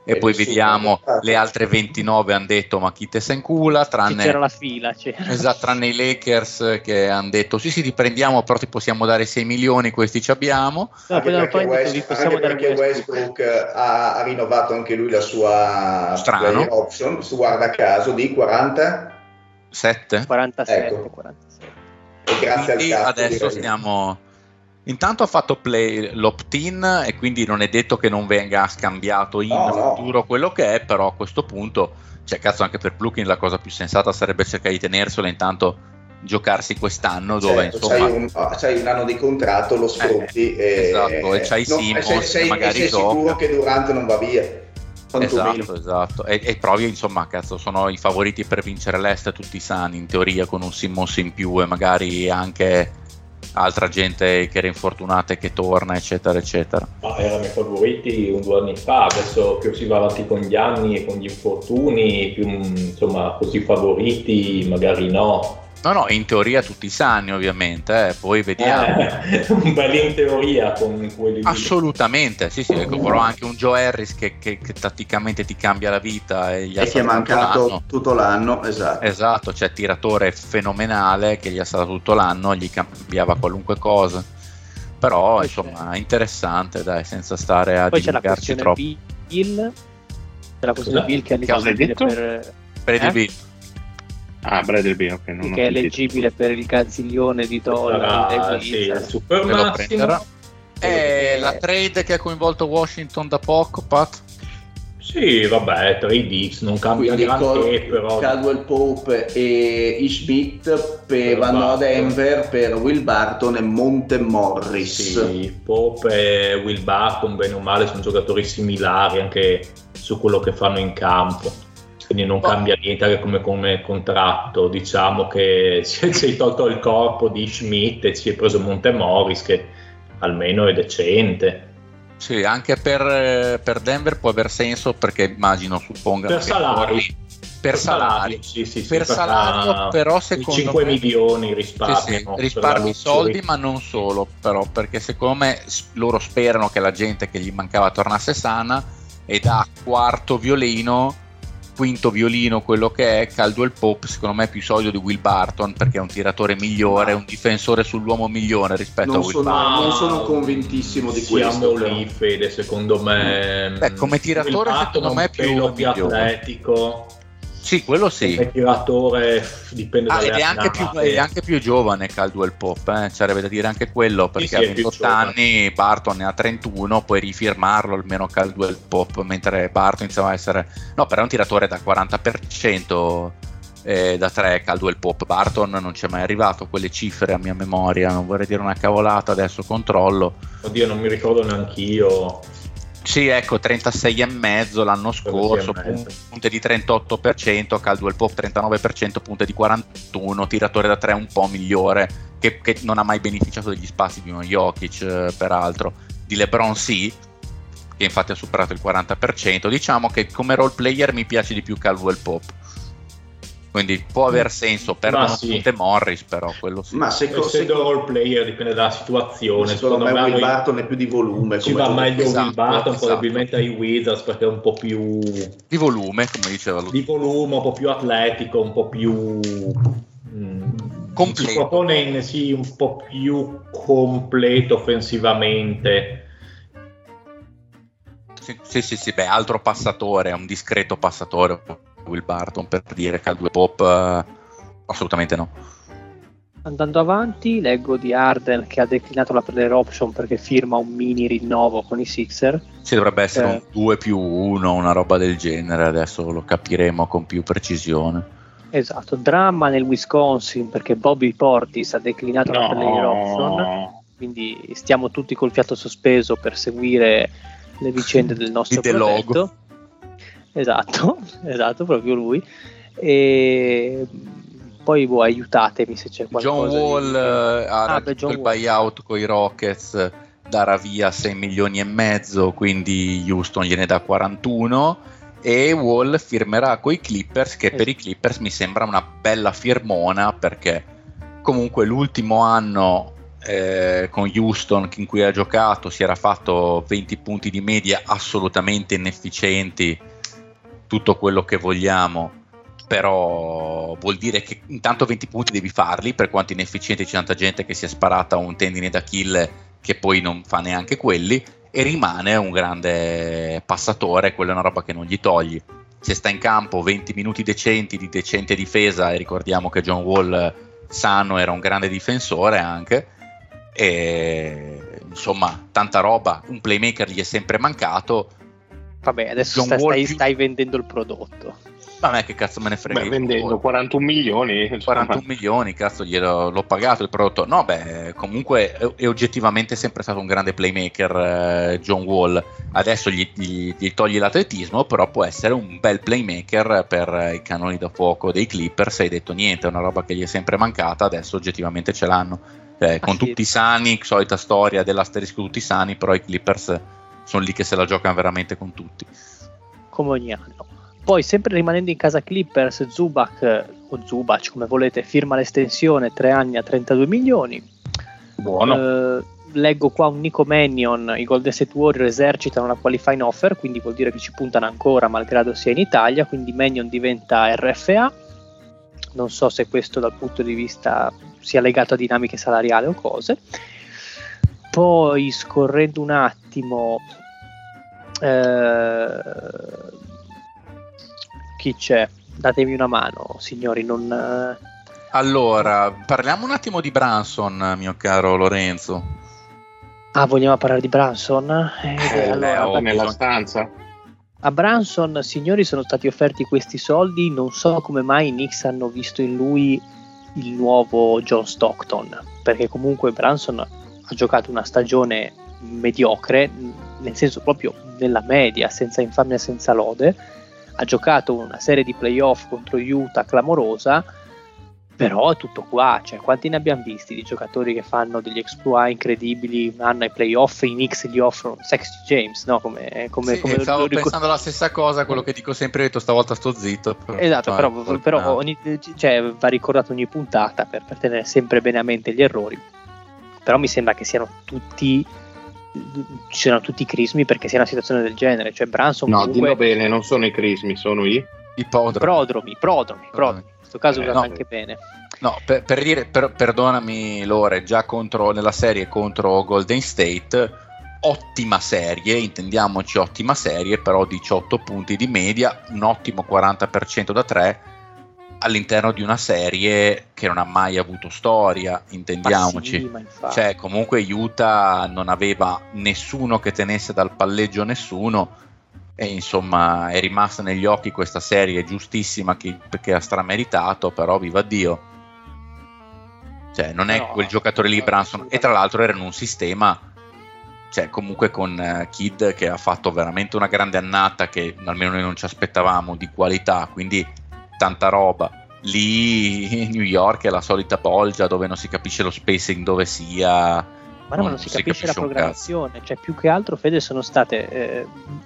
e, e poi vediamo le altre ventinove hanno detto ma chi te se incula, tranne c'era la fila, c'era. Esatto, tranne i Lakers che hanno detto sì sì ti prendiamo però ti possiamo dare sei milioni, questi ci abbiamo. No, anche perché, poi West, detto, possiamo anche perché Westbrook, Westbrook ha, ha rinnovato anche lui la sua Strano. player option, guarda caso di quarantasette quarantasette, ecco. quarantasette. E grazie quindi al cazzo adesso stiamo intanto ha fatto play l'opt-in e quindi non è detto che non venga scambiato in no, futuro no. quello che è, però a questo punto cioè cazzo anche per Plugin la cosa più sensata sarebbe cercare di tenerselo intanto giocarsi quest'anno dove certo, insomma c'hai un, c'hai un anno di contratto, lo sfrutti eh, e, esatto, e c'hai no, Simmons sei, sei, magari sei gioca. sicuro che Durant non va via. Esatto, esatto. E, e provi, insomma, cazzo, sono i favoriti per vincere l'Est tutti sani, in teoria, con un Simmons in più e magari anche altra gente che era infortunata e che torna, eccetera, eccetera. Ma erano i favoriti un due anni fa, adesso più si va avanti con gli anni e con gli infortuni, più insomma così favoriti, magari no. No, no, in teoria tutti sani ovviamente, eh. Poi vediamo. Eh, un bel in teoria con quelli assolutamente, sì, sì, ecco, però anche un Joe Harris che, che, che tatticamente ti cambia la vita e, gli e che è mancato l'anno. tutto l'anno, esatto. Esatto, cioè tiratore fenomenale che gli è stato tutto l'anno, gli cambiava qualunque cosa. Però poi insomma è interessante, dai, senza stare a poi dilungarci troppo. Bill, c'è la questione Bill che è eleggibile per Bradley Beal. Ah, Bradley Beal, ok, non che è eleggibile per il canziglione di dollari. Ah, sì, il super massimo. E la trade che ha coinvolto Washington da poco, Pat? Sì, vabbè, trade X non cambia granché, però Caldwell Pope e Ish Smith per vanno a Denver per Will Barton e Monte Morris. Sì, Pope e Will Barton bene o male sono giocatori similari anche su quello che fanno in campo. Quindi non cambia niente anche come, come contratto, diciamo che si è tolto il corpo di Schmidt e si è preso Montemoris che almeno è decente. Sì, anche per, per Denver può aver senso perché immagino, supponga per salari, per, per salari, sì, sì, sì, per salario, però secondo cinque me milioni risparmi, sì, sì, risparmi soldi, ma non solo, però perché secondo me loro sperano che la gente che gli mancava tornasse sana e da quarto violino quinto violino quello che è Caldwell Pope secondo me è più solido di Will Barton perché è un tiratore migliore, un difensore sull'uomo migliore rispetto non a Will sono, Barton. Non sono convintissimo di Siamo questo. Siamo lì, Fede, secondo me. Beh, come tiratore secondo me è più, più atletico. Sì, quello sì. Come tiratore dipende ah, dalle ed è anche, più, è anche più giovane Caldwell Pope, eh? Sarebbe da dire anche quello perché sì, a sì, ventotto anni Barton ne ha trentuno, puoi rifirmarlo almeno Caldwell Pope, mentre Barton iniziava a essere no, però è un tiratore da quaranta per cento eh, da tre Caldwell Pope. Barton non c'è mai arrivato a quelle cifre a mia memoria, non vorrei dire una cavolata, adesso controllo. Oddio, non mi ricordo neanch'io. Sì, ecco, trentasei e mezzo l'anno scorso, punte di trentotto per cento, Caldwell Pope trentanove per cento, punte di quarantuno, tiratore da tre un po' migliore, che, che non ha mai beneficiato degli spazi di uno Jokic, eh, peraltro, di LeBron sì, che infatti ha superato il quaranta per cento. Diciamo che come role player mi piace di più Caldwell Pope. Quindi può aver senso per sì. Monte Morris, però quello sì. Ma se essendo role player dipende dalla situazione. Secondo, secondo me Will Barton è più di volume. Ci va meglio esatto, Will Barton esatto. Probabilmente ai Wizards perché è un po' più di volume, come diceva lui. Di volume, un po' più atletico, un po' più mh, completo. Si propone in, sì, un po' più completo offensivamente. Sì, sì, sì, sì, beh, altro passatore, un discreto passatore Will Barton, per dire Caldwell Pope uh, assolutamente no. Andando avanti leggo di Harden che ha declinato la player option perché firma un mini rinnovo con i Sixer. Ci dovrebbe essere eh. un due più uno, una roba del genere, adesso lo capiremo con più precisione. Esatto, dramma nel Wisconsin perché Bobby Portis ha declinato no. la player option, quindi stiamo tutti col fiato sospeso per seguire le vicende del nostro progetto. Esatto, esatto, proprio lui. E poi boh, aiutatemi se c'è qualcosa. John Wall di... uh, ha ah, raggiunto il buyout con i Rockets, darà via sei milioni e mezzo, quindi Houston gliene dà quarantuno e Wall firmerà coi Clippers, che per i Clippers mi sembra una bella firmona perché comunque l'ultimo anno eh, con Houston in cui ha giocato si era fatto venti punti di media assolutamente inefficienti, tutto quello che vogliamo, però vuol dire che intanto venti punti devi farli, per quanto inefficienti c'è tanta gente che si è sparata un tendine d'Achille che poi non fa neanche quelli, e rimane un grande passatore, quella è una roba che non gli togli. Se sta in campo venti minuti decenti di decente difesa, e ricordiamo che John Wall sano era un grande difensore anche, e insomma tanta roba, un playmaker gli è sempre mancato. Vabbè, adesso stai, stai, più... stai vendendo il prodotto. Ma me che cazzo me ne frega. Beh, vendendo quarantuno milioni, insomma. quarantuno milioni, cazzo, glielo, l'ho pagato il prodotto. No, beh, comunque è, è oggettivamente sempre stato un grande playmaker, eh, John Wall. Adesso gli, gli, gli togli l'atletismo, però può essere un bel playmaker per i canoni da fuoco dei Clippers. Hai detto niente, è una roba che gli è sempre mancata, adesso oggettivamente ce l'hanno. Eh, con ah, tutti sì. sani, solita storia dell'asterisco tutti sani, però i Clippers sono lì che se la giocano veramente con tutti. Come ogni anno. Poi, sempre rimanendo in casa Clippers, Zubac o Zubac come volete, firma l'estensione tre anni a trentadue milioni. Buono. Eh, leggo qua un Nico Mannion, i Golden State Warriors esercitano una qualifying offer, quindi vuol dire che ci puntano ancora malgrado sia in Italia, quindi Mannion diventa R F A. Non so se questo dal punto di vista sia legato a dinamiche salariali o cose. Poi, scorrendo un attimo, eh, chi c'è? Datemi una mano, signori. Non... Allora, parliamo un attimo di Brunson, mio caro Lorenzo. Ah, vogliamo parlare di Brunson? Eh, eh, allora, beh, nella stanza. A Brunson, signori, sono stati offerti questi soldi. Non so come mai i Knicks hanno visto in lui il nuovo John Stockton, perché comunque Brunson ha giocato una stagione mediocre, nel senso proprio nella media, senza infamia e senza lode. Ha giocato una serie di playoff contro Utah clamorosa, però è tutto qua. Cioè, quanti ne abbiamo visti di giocatori che fanno degli exploit incredibili un anno ai playoff, i Knicks gli offrono Sexy James, no? Come, come, sì, come stavo lo, pensando alla stessa cosa, quello che dico sempre, ho detto stavolta sto zitto. Però, esatto, però, no. però ogni, cioè, va ricordato ogni puntata per, per tenere sempre bene a mente gli errori. Però mi sembra che siano tutti... ci siano tutti i crismi perché sia una situazione del genere, cioè Brunson no, comunque... dillo bene, non sono i crismi, sono i i podromi. prodromi, prodromi, prodromi. In questo caso eh, usato no, anche bene. No, per, per dire, per, perdonami Lore, già contro nella serie contro Golden State, ottima serie, intendiamoci ottima serie, però diciotto punti di media, un ottimo quaranta per cento da tre all'interno di una serie che non ha mai avuto storia, intendiamoci. Ma sì, ma cioè comunque Utah non aveva nessuno che tenesse dal palleggio nessuno, e insomma è rimasta negli occhi questa serie giustissima che, che ha strameritato, però viva Dio, cioè non è no, quel giocatore lì Brunson, e tra l'altro era in un sistema, cioè comunque con uh, Kidd che ha fatto veramente una grande annata che almeno noi non ci aspettavamo, di qualità, quindi tanta roba. Lì New York è la solita bolgia dove non si capisce lo spacing dove sia, ma no, non, ma non si, si capisce la programmazione, cioè più che altro, Fede, sono state eh,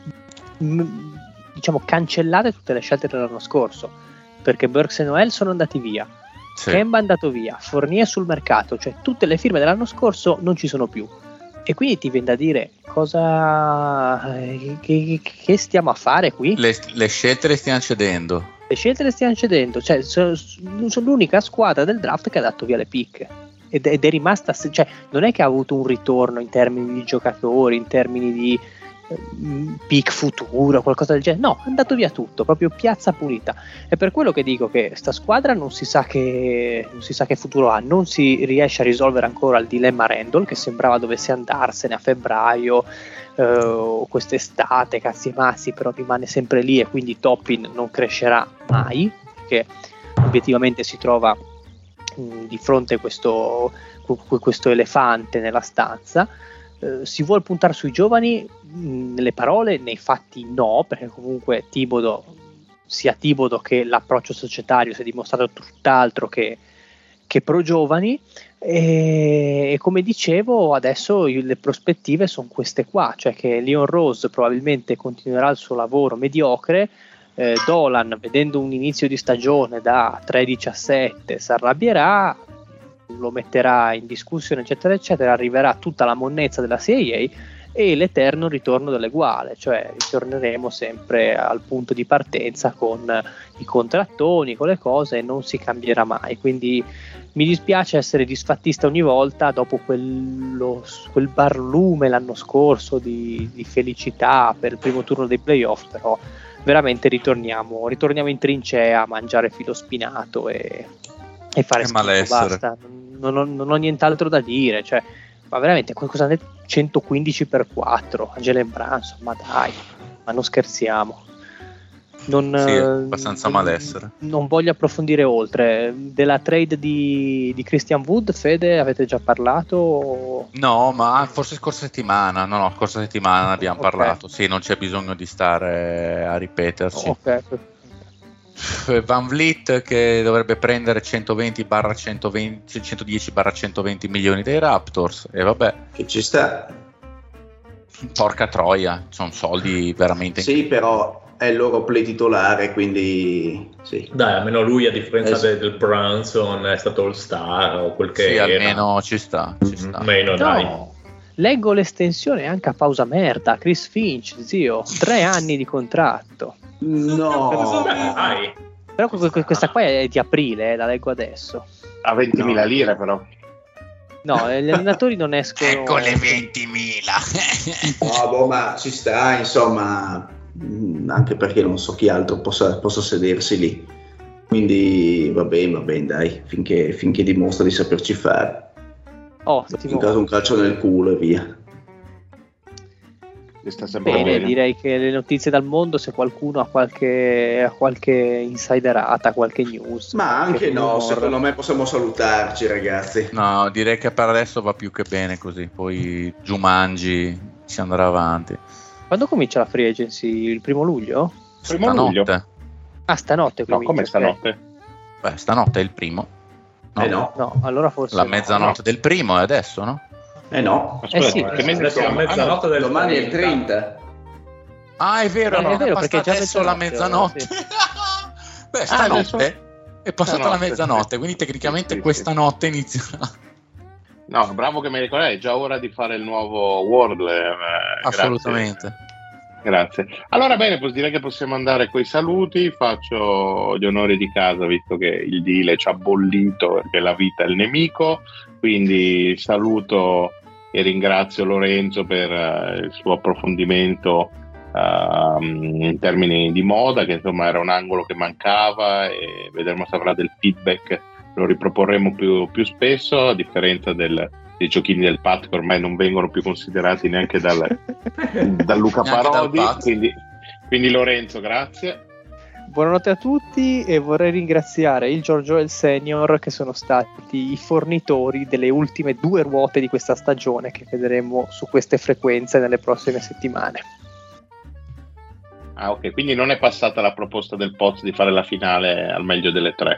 m- diciamo cancellate tutte le scelte dell'anno scorso, perché Burks e Noel sono andati via, sì. Kemba è andato via, Fournier sul mercato, cioè tutte le firme dell'anno scorso non ci sono più, e quindi ti viene da dire cosa che, che stiamo a fare qui? Le, le scelte le stiamo cedendo. Le scelte le stiamo cedendo, cioè sono, sono l'unica squadra del draft che ha dato via le pick ed, ed è rimasta, cioè non è che ha avuto un ritorno in termini di giocatori, in termini di eh, pick futuro, qualcosa del genere, no, è andato via tutto, proprio piazza pulita. È per quello che dico che sta squadra non si sa che non si sa che futuro ha, non si riesce a risolvere ancora il dilemma Randall, che sembrava dovesse andarsene a febbraio, Uh, quest'estate, cazzi e mazzi, però rimane sempre lì, e quindi Toppin non crescerà mai, perché obiettivamente si trova mh, di fronte a questo, questo elefante nella stanza. Uh, si vuole puntare sui giovani, mh, nelle parole, nei fatti no, perché comunque Thibodeau, sia Thibodeau che l'approccio societario si è dimostrato tutt'altro che, che pro giovani. E, e come dicevo, adesso le prospettive sono queste qua, cioè che Leon Rose probabilmente continuerà il suo lavoro mediocre, eh, Dolan, vedendo un inizio di stagione da tre diciassette, si arrabbierà, lo metterà in discussione, eccetera eccetera, arriverà tutta la monnezza della C I A e l'eterno ritorno dell'eguale, cioè ritorneremo sempre al punto di partenza con i contrattoni, con le cose, e non si cambierà mai. Quindi mi dispiace essere disfattista ogni volta dopo quello, quel barlume l'anno scorso di, di felicità per il primo turno dei playoff, però veramente ritorniamo, ritorniamo in trincea a mangiare filo spinato e, e fare schifo, basta, non ho, non ho nient'altro da dire, cioè, ma veramente qualcosa nel centoquindici per quattro, Jalen Brunson, ma dai, ma non scherziamo. Non, sì, è abbastanza non, malessere. Non voglio approfondire oltre. Della trade di, di Christian Wood, Fede, avete già parlato? No, ma forse scorsa settimana. No, no, scorsa settimana ne abbiamo okay. parlato. Sì, non c'è bisogno di stare a ripeterci. Ok. Van Vliet che dovrebbe prendere centoventi barra centoventi, centodieci barra centoventi milioni dei Raptors, e vabbè, che ci sta. Porca troia, sono soldi veramente. Sì, però è il loro play titolare, quindi sì. Dai, almeno lui, a differenza es- del, del Brunson, è stato all star o quel che sì, era. almeno ci sta, ci sta. Mm, meno, dai. No, leggo l'estensione anche a pausa merda. Chris Finch, zio, tre anni di contratto. No, dai. Però questa qua è di aprile, eh, la leggo adesso. A ventimila no. lire però. No, gli allenatori non escono. Ecco le ventimila. No, boh, ma ci sta, insomma, anche perché non so chi altro possa, possa sedersi lì. Quindi va bene, va bene, dai, finché, finché dimostra di saperci fare. Ottimo. In caso un calcio nel culo e via. Bene, bene, direi che le notizie dal mondo, se qualcuno ha qualche, ha qualche insiderata, qualche news. Ma anche no, rumor. Secondo me possiamo salutarci, ragazzi. No, direi che per adesso va più che bene così, poi Jumanji si andrà avanti. Quando comincia la free agency? Il primo luglio? Primo stanotte. luglio. Ah, stanotte comincia. No, come stanotte? Okay. Beh, stanotte è il primo. No, eh no. no allora forse la no, mezzanotte no. del primo è adesso, no? Eh no, aspetta, eh sì, che mese siamo? Mezzanotte del domani è il trenta. Ah, è vero, no, no, è vero, è perché già adesso la mezzanotte. Sì. Beh, stanotte ah, è passata stanotte, la mezzanotte, sì. Quindi tecnicamente sì, questa sì. notte inizierà. No, bravo che mi ricordi, è già ora di fare il nuovo World. Eh, Assolutamente. Grazie. grazie. Allora bene, direi che possiamo andare coi saluti, faccio gli onori di casa visto che il deal ci ha bollito perché la vita è il nemico, quindi saluto e ringrazio Lorenzo per uh, il suo approfondimento uh, in termini di moda, che insomma era un angolo che mancava, e vedremo se avrà del feedback, lo riproporremo più, più spesso, a differenza del, dei giochini del Pat che ormai non vengono più considerati neanche dal, da Luca Parodi, quindi, quindi Lorenzo, grazie. Buonanotte a tutti, e vorrei ringraziare il Giorgio e il Senior, che sono stati i fornitori delle ultime due ruote di questa stagione, che vedremo su queste frequenze nelle prossime settimane. Ah, ok, quindi non è passata la proposta del Poz di fare la finale al meglio delle tre?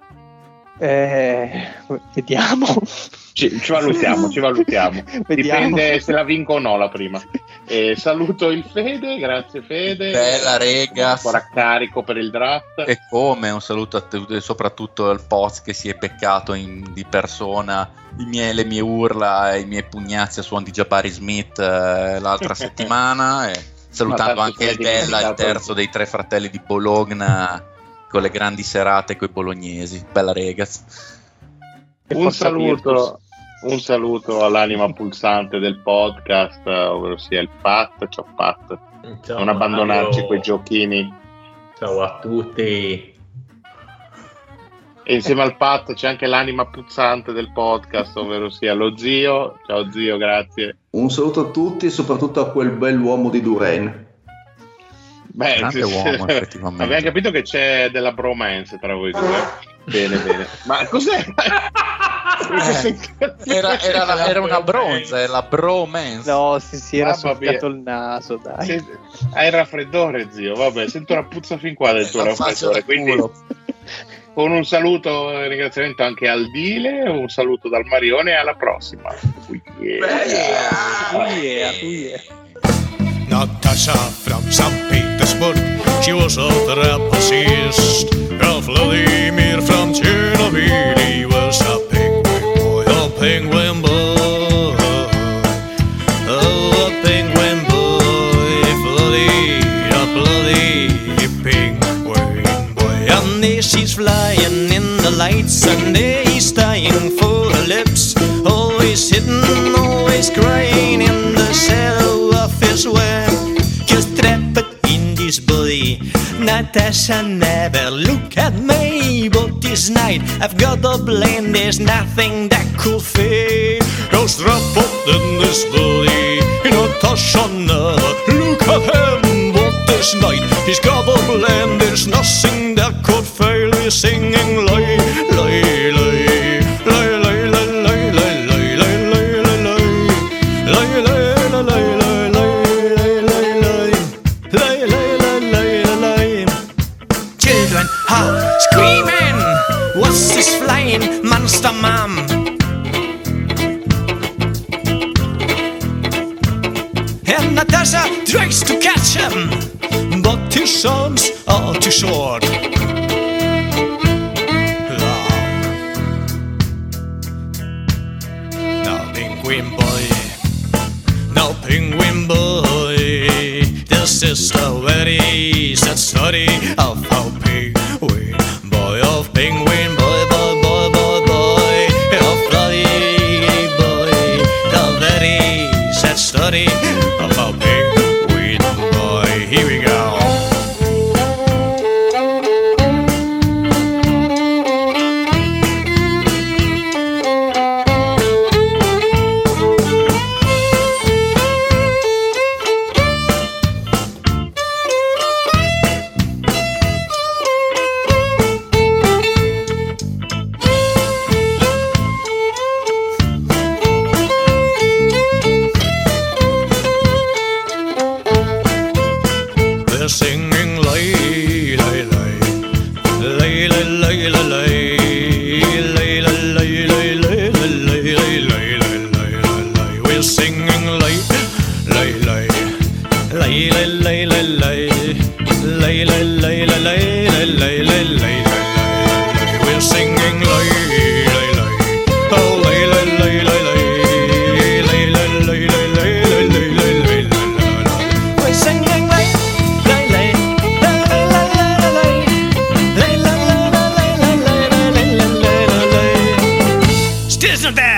Eh, vediamo. Ci, ci valutiamo, ci valutiamo. Dipende se la vinco o no la prima. Eh, saluto il Fede, grazie Fede. Bella rega. Ancora carico per il draft. E come, un saluto a te, soprattutto al Poz che si è beccato in, di persona i miei, le mie urla e i miei pugnazzi a suon di Jabari Smith eh, l'altra settimana. E salutando anche il Della, il terzo dei tre fratelli di Bologna, con le grandi serate coi bolognesi. Bella ragazzi. Un saluto, un saluto all'anima pulsante del podcast, ovvero sia il Pat. Ciao Pat, ciao, non abbandonarci Mario. Quei giochini. Ciao a tutti. E insieme al Pat c'è anche l'anima puzzante del podcast, ovvero sia lo zio. Ciao zio, grazie. Un saluto a tutti e soprattutto a quel bell'uomo di Duren. Beh, grande uomo, effettivamente. Abbiamo capito che c'è della bromance tra voi due. Bene, bene. Ma cos'è? Eh, era, era, la, era una bronza, è la bromance. No, si, si era Ah, soffiato vabbè. il naso, dai. Se- Hai il raffreddore, zio. Vabbè, sento una puzza fin qua del tuo La faccia raffreddore. da Quindi, culo. con un saluto e ringraziamento anche al Dile, un saluto dal Marione e alla prossima. Oh, yeah. Oh yeah, oh yeah. Natasha from Saint Petersburg, she was a trapezist. Ralph Vladimir from Chernobyl, he was a penguin. lights and he's dying for lips. Always hidden, always crying in the shadow of his way. Just trapped in this body. Natasha never look at me, but this night I've got a blame. There's nothing that could fade. Cause trapped in this body. Natasha never look at him, but this night he's got a blame. There's nothing that could fail. He's singing lay, lay, lay, lay, lay, lay, lay, lay, lay, lay, lay, lay, lay, lay, lay. Children are screaming, what's this flying monster, mom? And Natasha tries to catch him, but his arms are too short. Now penguin boy, now penguin boy, this is the very sad story of how penguin boy, of penguin boy, boy, boy, boy, boy, of bloody boy, the very sad story of how penguin boy. Here we go. They're singing lay, lay, lay, lay, lay, lay, lay, lay, lay, lay, lay, lay, lay, lay, lay, lay, lay. We're singing lay, lay, lay, lay, lay, lay, lay, lay, lay, lay, lay, lay, lay, lay, lay, lay. We're singing lay, lay, lay, oh lay, lay, lay, lay, lay, lay, lay, lay, lay, lay, lay, lay, lay. We're singing lay. Isn't that